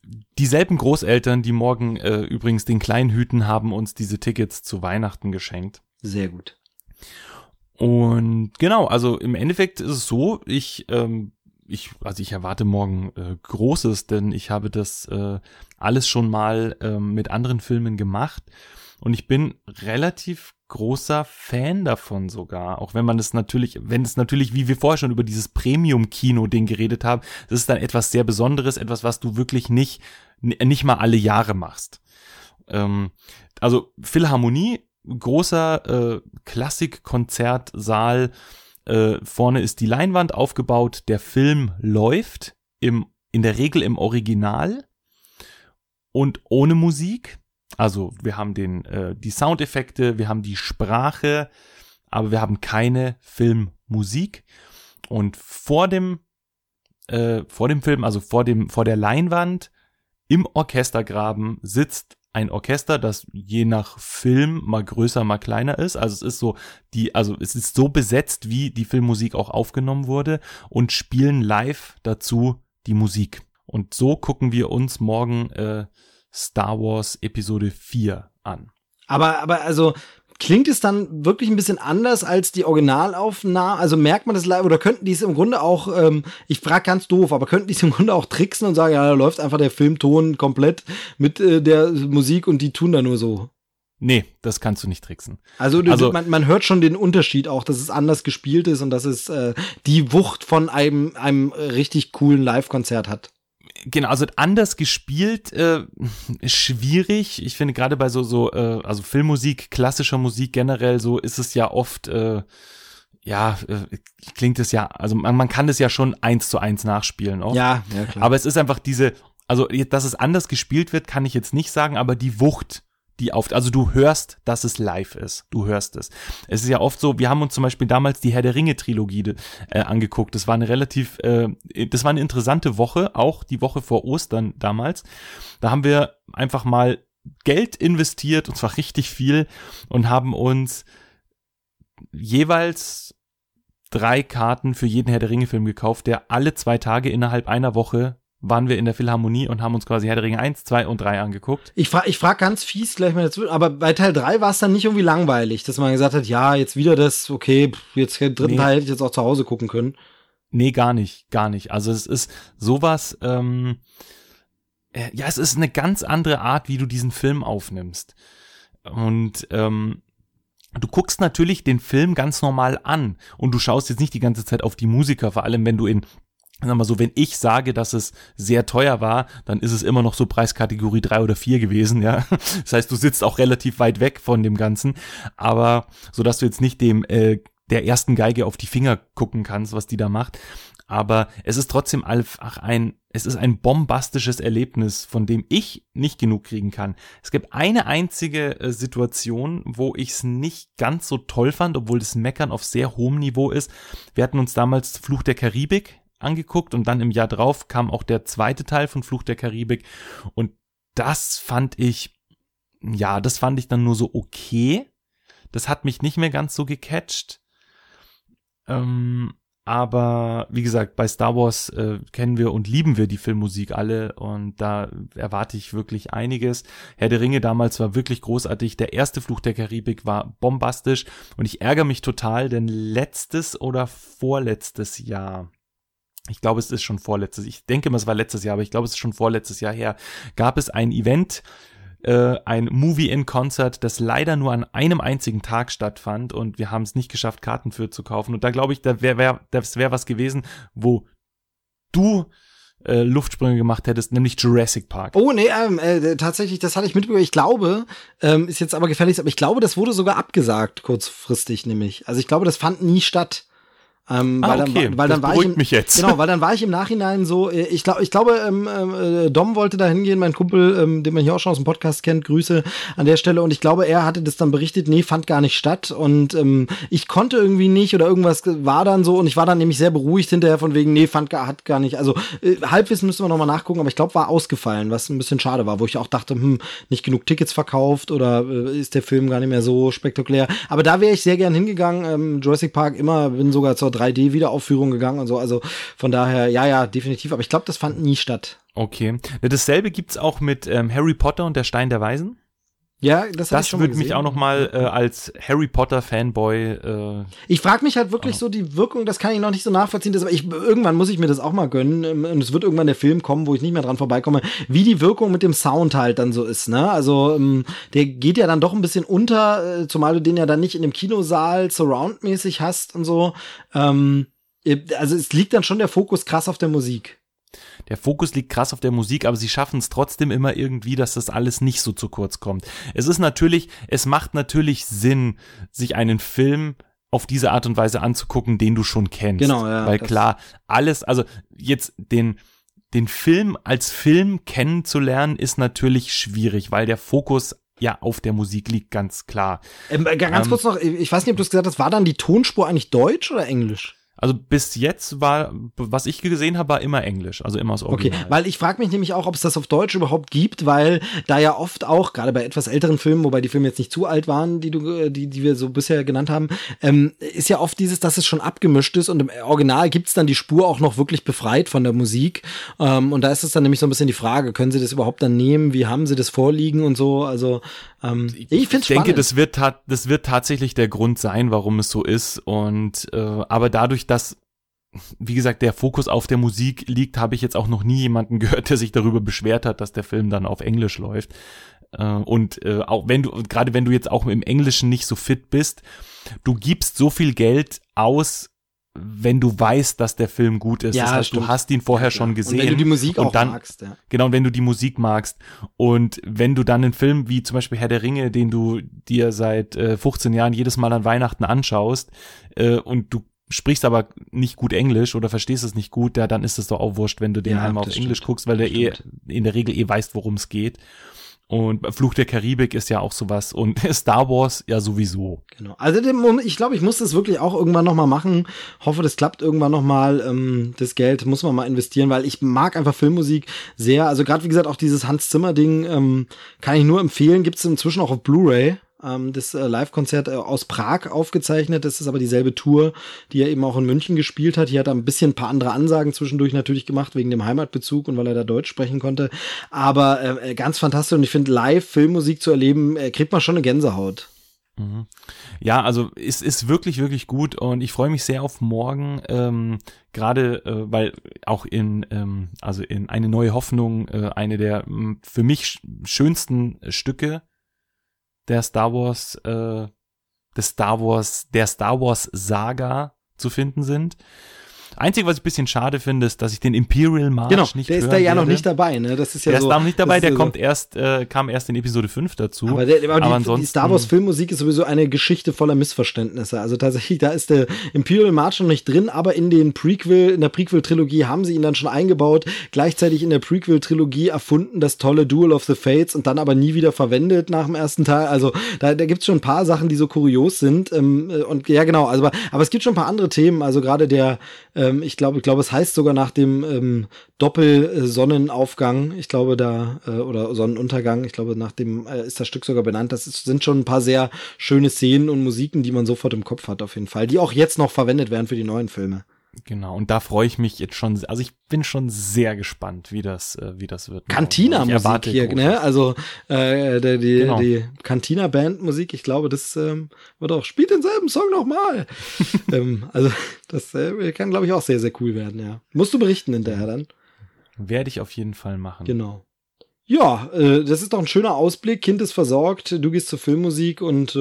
dieselben Großeltern, die morgen übrigens den kleinen hüten, haben uns diese Tickets zu Weihnachten geschenkt. Sehr gut. Und genau, also im Endeffekt ist es so, ich erwarte morgen Großes, denn ich habe das alles schon mal mit anderen Filmen gemacht und ich bin relativ großer Fan davon sogar, auch wenn es natürlich, wie wir vorher schon über dieses Premium-Kino-Ding geredet haben, das ist dann etwas sehr Besonderes, etwas, was du wirklich nicht mal alle Jahre machst. Also Philharmonie, großer Klassik-Konzertsaal, vorne ist die Leinwand aufgebaut, der Film läuft in der Regel im Original und ohne Musik. Also wir haben die Soundeffekte, wir haben die Sprache, aber wir haben keine Filmmusik. Und vor dem Film, also vor der Leinwand im Orchestergraben sitzt ein Orchester, das je nach Film mal größer, mal kleiner ist. Also es ist so besetzt, wie die Filmmusik auch aufgenommen wurde und spielen live dazu die Musik. Und so gucken wir uns morgen Star Wars Episode 4 an. Aber also klingt es dann wirklich ein bisschen anders als die Originalaufnahme? Also merkt man das live oder könnten die es im Grunde auch, ich frage ganz doof, aber könnten die es im Grunde auch tricksen und sagen, ja, da läuft einfach der Filmton komplett mit der Musik und die tun da nur so? Nee, das kannst du nicht tricksen. Also man hört schon den Unterschied auch, dass es anders gespielt ist und dass es die Wucht von einem richtig coolen Live-Konzert hat. Genau, also anders gespielt, schwierig. Ich finde gerade bei also Filmmusik, klassischer Musik generell, so ist es ja oft, klingt es ja, also man kann es ja schon 1:1 nachspielen auch. Ja, klar. Aber es ist einfach also dass es anders gespielt wird, kann ich jetzt nicht sagen, aber die Wucht, also du hörst, dass es live ist. Du hörst es. Es ist ja oft so, wir haben uns zum Beispiel damals die Herr der Ringe Trilogie angeguckt. Das war eine interessante Woche, auch die Woche vor Ostern damals. Da haben wir einfach mal Geld investiert, und zwar richtig viel, und haben uns jeweils 3 Karten für jeden Herr der Ringe Film gekauft, der alle 2 Tage innerhalb einer Woche waren wir in der Philharmonie und haben uns quasi Herr der Ringe 1, 2 und 3 angeguckt. Ich frag ganz fies gleich mal dazu, aber bei Teil 3 war es dann nicht irgendwie langweilig, dass man gesagt hat, ja, jetzt wieder das, okay, jetzt den dritten Teil hätte ich jetzt auch zu Hause gucken können. Nee, gar nicht. Also es ist sowas, es ist eine ganz andere Art, wie du diesen Film aufnimmst. Und du guckst natürlich den Film ganz normal an und du schaust jetzt nicht die ganze Zeit auf die Musiker, vor allem wenn du wenn ich sage, dass es sehr teuer war, dann ist es immer noch so Preiskategorie 3 oder 4 gewesen, ja. Das heißt, du sitzt auch relativ weit weg von dem Ganzen, aber so dass du jetzt nicht der ersten Geige auf die Finger gucken kannst, was die da macht. Aber es ist trotzdem einfach ein bombastisches Erlebnis, von dem ich nicht genug kriegen kann. Es gibt eine einzige Situation, wo ich es nicht ganz so toll fand, obwohl das Meckern auf sehr hohem Niveau ist. Wir hatten uns damals Fluch der Karibik angeguckt und dann im Jahr drauf kam auch der zweite Teil von Fluch der Karibik und das fand ich dann nur so okay. Das hat mich nicht mehr ganz so gecatcht. Aber wie gesagt, bei Star Wars kennen wir und lieben wir die Filmmusik alle und da erwarte ich wirklich einiges. Herr der Ringe damals war wirklich großartig. Der erste Fluch der Karibik war bombastisch und ich ärgere mich total, denn letztes oder vorletztes Jahr, ich glaube, es ist schon vorletztes, ich denke mal, es war letztes Jahr, aber ich glaube, es ist schon vorletztes Jahr her, gab es ein Event, ein Movie-in-Concert, das leider nur an einem einzigen Tag stattfand und wir haben es nicht geschafft, Karten für zu kaufen. Und da glaube ich, das wäre was gewesen, wo du Luftsprünge gemacht hättest, nämlich Jurassic Park. Oh, nee, tatsächlich, das hatte ich mitbekommen. Ich glaube, ist jetzt aber gefährlich, aber ich glaube, das wurde sogar abgesagt, kurzfristig nämlich. Also ich glaube, das fand nie statt. Okay. Weil dann war ich mich jetzt. Genau, weil dann war ich im Nachhinein so, ich glaube, Dom wollte da hingehen, mein Kumpel, den man hier auch schon aus dem Podcast kennt, Grüße an der Stelle, und ich glaube, er hatte das dann berichtet, nee, fand gar nicht statt und ich konnte irgendwie nicht oder irgendwas war dann so und ich war dann nämlich sehr beruhigt hinterher von wegen, nee, hat gar nicht, also Halbwissen müssen wir nochmal nachgucken, aber ich glaube, war ausgefallen, was ein bisschen schade war, wo ich auch dachte, nicht genug Tickets verkauft oder ist der Film gar nicht mehr so spektakulär, aber da wäre ich sehr gern hingegangen, Jurassic Park bin sogar zur 3D-Wiederaufführungen gegangen und so. Also von daher, ja, definitiv. Aber ich glaube, das fand nie statt. Okay. Dasselbe gibt's auch mit Harry Potter und der Stein der Weisen. Ja, das würde mich auch noch mal als Harry Potter Fanboy. Ich frage mich halt wirklich so die Wirkung, das kann ich noch nicht so nachvollziehen. Aber irgendwann muss ich mir das auch mal gönnen. Und es wird irgendwann der Film kommen, wo ich nicht mehr dran vorbeikomme, wie die Wirkung mit dem Sound halt dann so ist. Ne? Also der geht ja dann doch ein bisschen unter, zumal du den ja dann nicht in dem Kinosaal surroundmäßig hast und so. Also es liegt dann schon der Fokus krass auf der Musik. Der Fokus liegt krass auf der Musik, aber sie schaffen es trotzdem immer irgendwie, dass das alles nicht so zu kurz kommt. Es macht natürlich Sinn, sich einen Film auf diese Art und Weise anzugucken, den du schon kennst. Genau, ja. Weil klar, also jetzt den Film als Film kennenzulernen, ist natürlich schwierig, weil der Fokus ja auf der Musik liegt, ganz klar. Ganz kurz noch, ich weiß nicht, ob du es gesagt hast, war dann die Tonspur eigentlich Deutsch oder Englisch? Also bis jetzt was ich gesehen habe, war immer Englisch, also immer aus Original. Okay, weil ich frage mich nämlich auch, ob es das auf Deutsch überhaupt gibt, weil da ja oft auch, gerade bei etwas älteren Filmen, wobei die Filme jetzt nicht zu alt waren, die wir so bisher genannt haben, ist ja oft dass es schon abgemischt ist und im Original gibt's dann die Spur auch noch wirklich befreit von der Musik. Und da ist es dann nämlich so ein bisschen die Frage, können sie das überhaupt dann nehmen, wie haben sie das vorliegen und so, also ich denke, das wird tatsächlich der Grund sein, warum es so ist und aber dadurch, dass, wie gesagt, der Fokus auf der Musik liegt, habe ich jetzt auch noch nie jemanden gehört, der sich darüber beschwert hat, dass der Film dann auf Englisch läuft. Und auch wenn du jetzt auch im Englischen nicht so fit bist, du gibst so viel Geld aus, wenn du weißt, dass der Film gut ist. Ja, das heißt, du hast ihn vorher schon gesehen. Und wenn du die Musik auch magst. Ja. Genau, wenn du die Musik magst. Und wenn du dann einen Film wie zum Beispiel Herr der Ringe, den du dir seit 15 Jahren jedes Mal an Weihnachten anschaust und du sprichst aber nicht gut Englisch oder verstehst es nicht gut, ja, dann ist es doch auch wurscht, wenn du den einmal auf Englisch guckst, weil du in der Regel weißt, worum es geht. Und Fluch der Karibik ist ja auch sowas und Star Wars ja sowieso. Genau. Also ich glaube, ich muss das wirklich auch irgendwann nochmal machen. Hoffe, das klappt irgendwann nochmal. Das Geld muss man mal investieren, weil ich mag einfach Filmmusik sehr. Also gerade, wie gesagt, auch dieses Hans Zimmer Ding kann ich nur empfehlen. Gibt es inzwischen auch auf Blu-ray. Das Live-Konzert aus Prag aufgezeichnet. Das ist aber dieselbe Tour, die er eben auch in München gespielt hat. Hier hat er ein paar andere Ansagen zwischendurch natürlich gemacht, wegen dem Heimatbezug und weil er da Deutsch sprechen konnte. Aber ganz fantastisch. Und ich finde, Live-Filmmusik zu erleben, kriegt man schon eine Gänsehaut. Mhm. Ja, also es ist wirklich, wirklich gut und ich freue mich sehr auf morgen, gerade weil auch in Eine neue Hoffnung eine der für mich schönsten Stücke der Star Wars Saga zu finden sind. Einzige, was ich ein bisschen schade finde, ist, dass ich den Imperial March nicht hören der ist da ja noch nicht dabei, ne? Das ist ja der so. Der ist da noch nicht dabei, der so. Kam erst in Episode 5 dazu. Aber die Star Wars Filmmusik ist sowieso eine Geschichte voller Missverständnisse. Also tatsächlich, da ist der Imperial March noch nicht drin, aber in der Prequel-Trilogie haben sie ihn dann schon eingebaut, gleichzeitig in der Prequel-Trilogie erfunden, das tolle Duel of the Fates und dann aber nie wieder verwendet nach dem ersten Teil. Also da gibt's schon ein paar Sachen, die so kurios sind. Und ja, genau, also aber es gibt schon ein paar andere Themen, also gerade ich glaube, es heißt sogar nach dem Doppelsonnenaufgang, ich glaube oder Sonnenuntergang, ich glaube, nach dem ist das Stück sogar benannt. Sind schon ein paar sehr schöne Szenen und Musiken, die man sofort im Kopf hat, auf jeden Fall, die auch jetzt noch verwendet werden für die neuen Filme. Genau, und da freue ich mich jetzt schon, also ich bin schon sehr gespannt, wie das wird. Cantina-Musik hier, ne? Also die Cantina-Band-Musik, ich glaube, das wird auch, spielt denselben Song nochmal. Also das kann, glaube ich, auch sehr, sehr cool werden, ja. Musst du berichten hinterher dann. Werde ich auf jeden Fall machen. Genau. Ja, das ist doch ein schöner Ausblick. Kind ist versorgt, du gehst zur Filmmusik und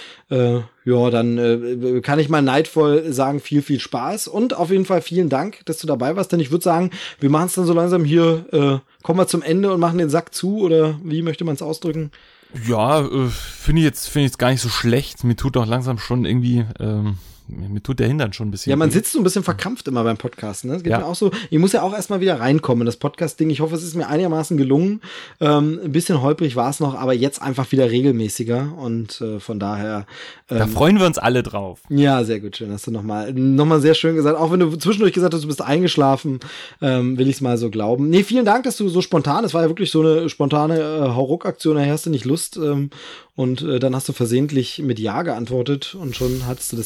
dann kann ich mal neidvoll sagen, viel, viel Spaß und auf jeden Fall vielen Dank, dass du dabei warst, denn ich würde sagen, wir machen es dann so langsam hier, kommen wir zum Ende und machen den Sack zu oder wie möchte man es ausdrücken? Ja, finde ich jetzt gar nicht so schlecht. Mir tut auch langsam schon irgendwie mir tut der Hintern schon ein bisschen. Ja, man sitzt so ein bisschen verkrampft immer beim Podcasten. Ne? Das geht mir auch so. Ich muss ja auch erstmal wieder reinkommen in das Podcast-Ding. Ich hoffe, es ist mir einigermaßen gelungen. Ein bisschen holprig war es noch, aber jetzt einfach wieder regelmäßiger und von daher. Da freuen wir uns alle drauf. Ja, sehr gut. Schön, hast du nochmal sehr schön gesagt. Auch wenn du zwischendurch gesagt hast, du bist eingeschlafen, will ich es mal so glauben. Nee, vielen Dank, dass du so spontan, es war ja wirklich so eine spontane Hauruck-Aktion, da hast du nicht Lust und dann hast du versehentlich mit Ja geantwortet und schon hattest du das Ding an der Backe.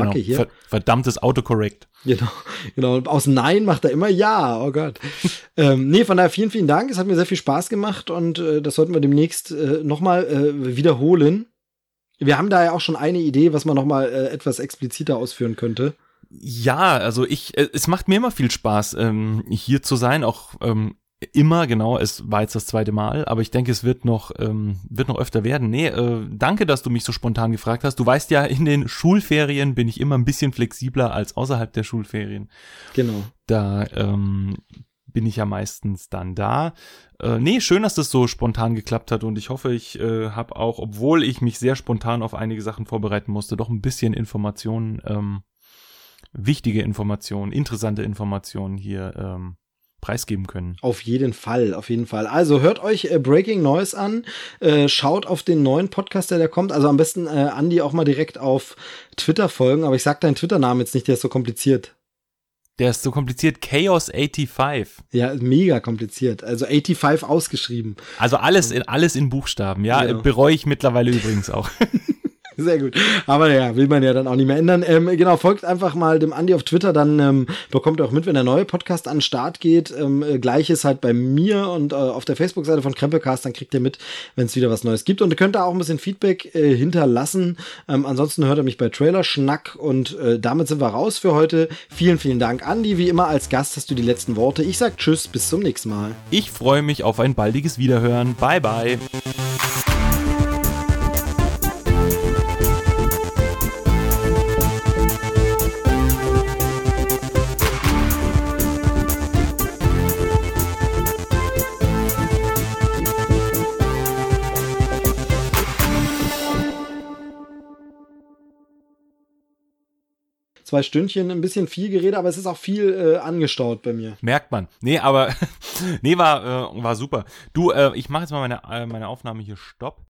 Macke hier. Verdammtes Autocorrect. Genau. Und aus Nein macht er immer Ja. Oh Gott. Nee, von daher vielen, vielen Dank. Es hat mir sehr viel Spaß gemacht und das sollten wir demnächst nochmal wiederholen. Wir haben da ja auch schon eine Idee, was man nochmal etwas expliziter ausführen könnte. Ja, also es macht mir immer viel Spaß, hier zu sein, auch immer, genau, es war jetzt das 2. Mal, aber ich denke, es wird noch öfter werden. Nee, danke, dass du mich so spontan gefragt hast. Du weißt ja, in den Schulferien bin ich immer ein bisschen flexibler als außerhalb der Schulferien. Genau. Da bin ich ja meistens dann da. Nee, schön, dass das so spontan geklappt hat und ich hoffe, ich habe auch, obwohl ich mich sehr spontan auf einige Sachen vorbereiten musste, doch ein bisschen Informationen, wichtige Informationen, interessante Informationen hier preisgeben können. Auf jeden Fall. Also hört euch Breaking Noise an, schaut auf den neuen Podcast, der kommt. Also am besten Andi auch mal direkt auf Twitter folgen, aber ich sag deinen Twitter-Namen jetzt nicht, der ist so kompliziert. Der ist so kompliziert, Chaos85. Ja, mega kompliziert. Also 85 ausgeschrieben. Also alles in Buchstaben, ja. Genau. Bereue ich mittlerweile übrigens auch. Sehr gut. Aber ja, will man ja dann auch nicht mehr ändern. Genau, folgt einfach mal dem Andi auf Twitter, dann bekommt ihr auch mit, wenn der neue Podcast an den Start geht. Gleiches halt bei mir und auf der Facebook-Seite von Krempelcast, dann kriegt ihr mit, wenn es wieder was Neues gibt. Und ihr könnt da auch ein bisschen Feedback hinterlassen. Ansonsten hört ihr mich bei Trailerschnack und damit sind wir raus für heute. Vielen, vielen Dank, Andi. Wie immer als Gast hast du die letzten Worte. Ich sag Tschüss, bis zum nächsten Mal. Ich freue mich auf ein baldiges Wiederhören. Bye, bye. Zwei Stündchen, ein bisschen viel geredet, aber es ist auch viel angestaut bei mir. Merkt man. Nee, aber war super. Du, ich mache jetzt mal meine Aufnahme hier Stopp.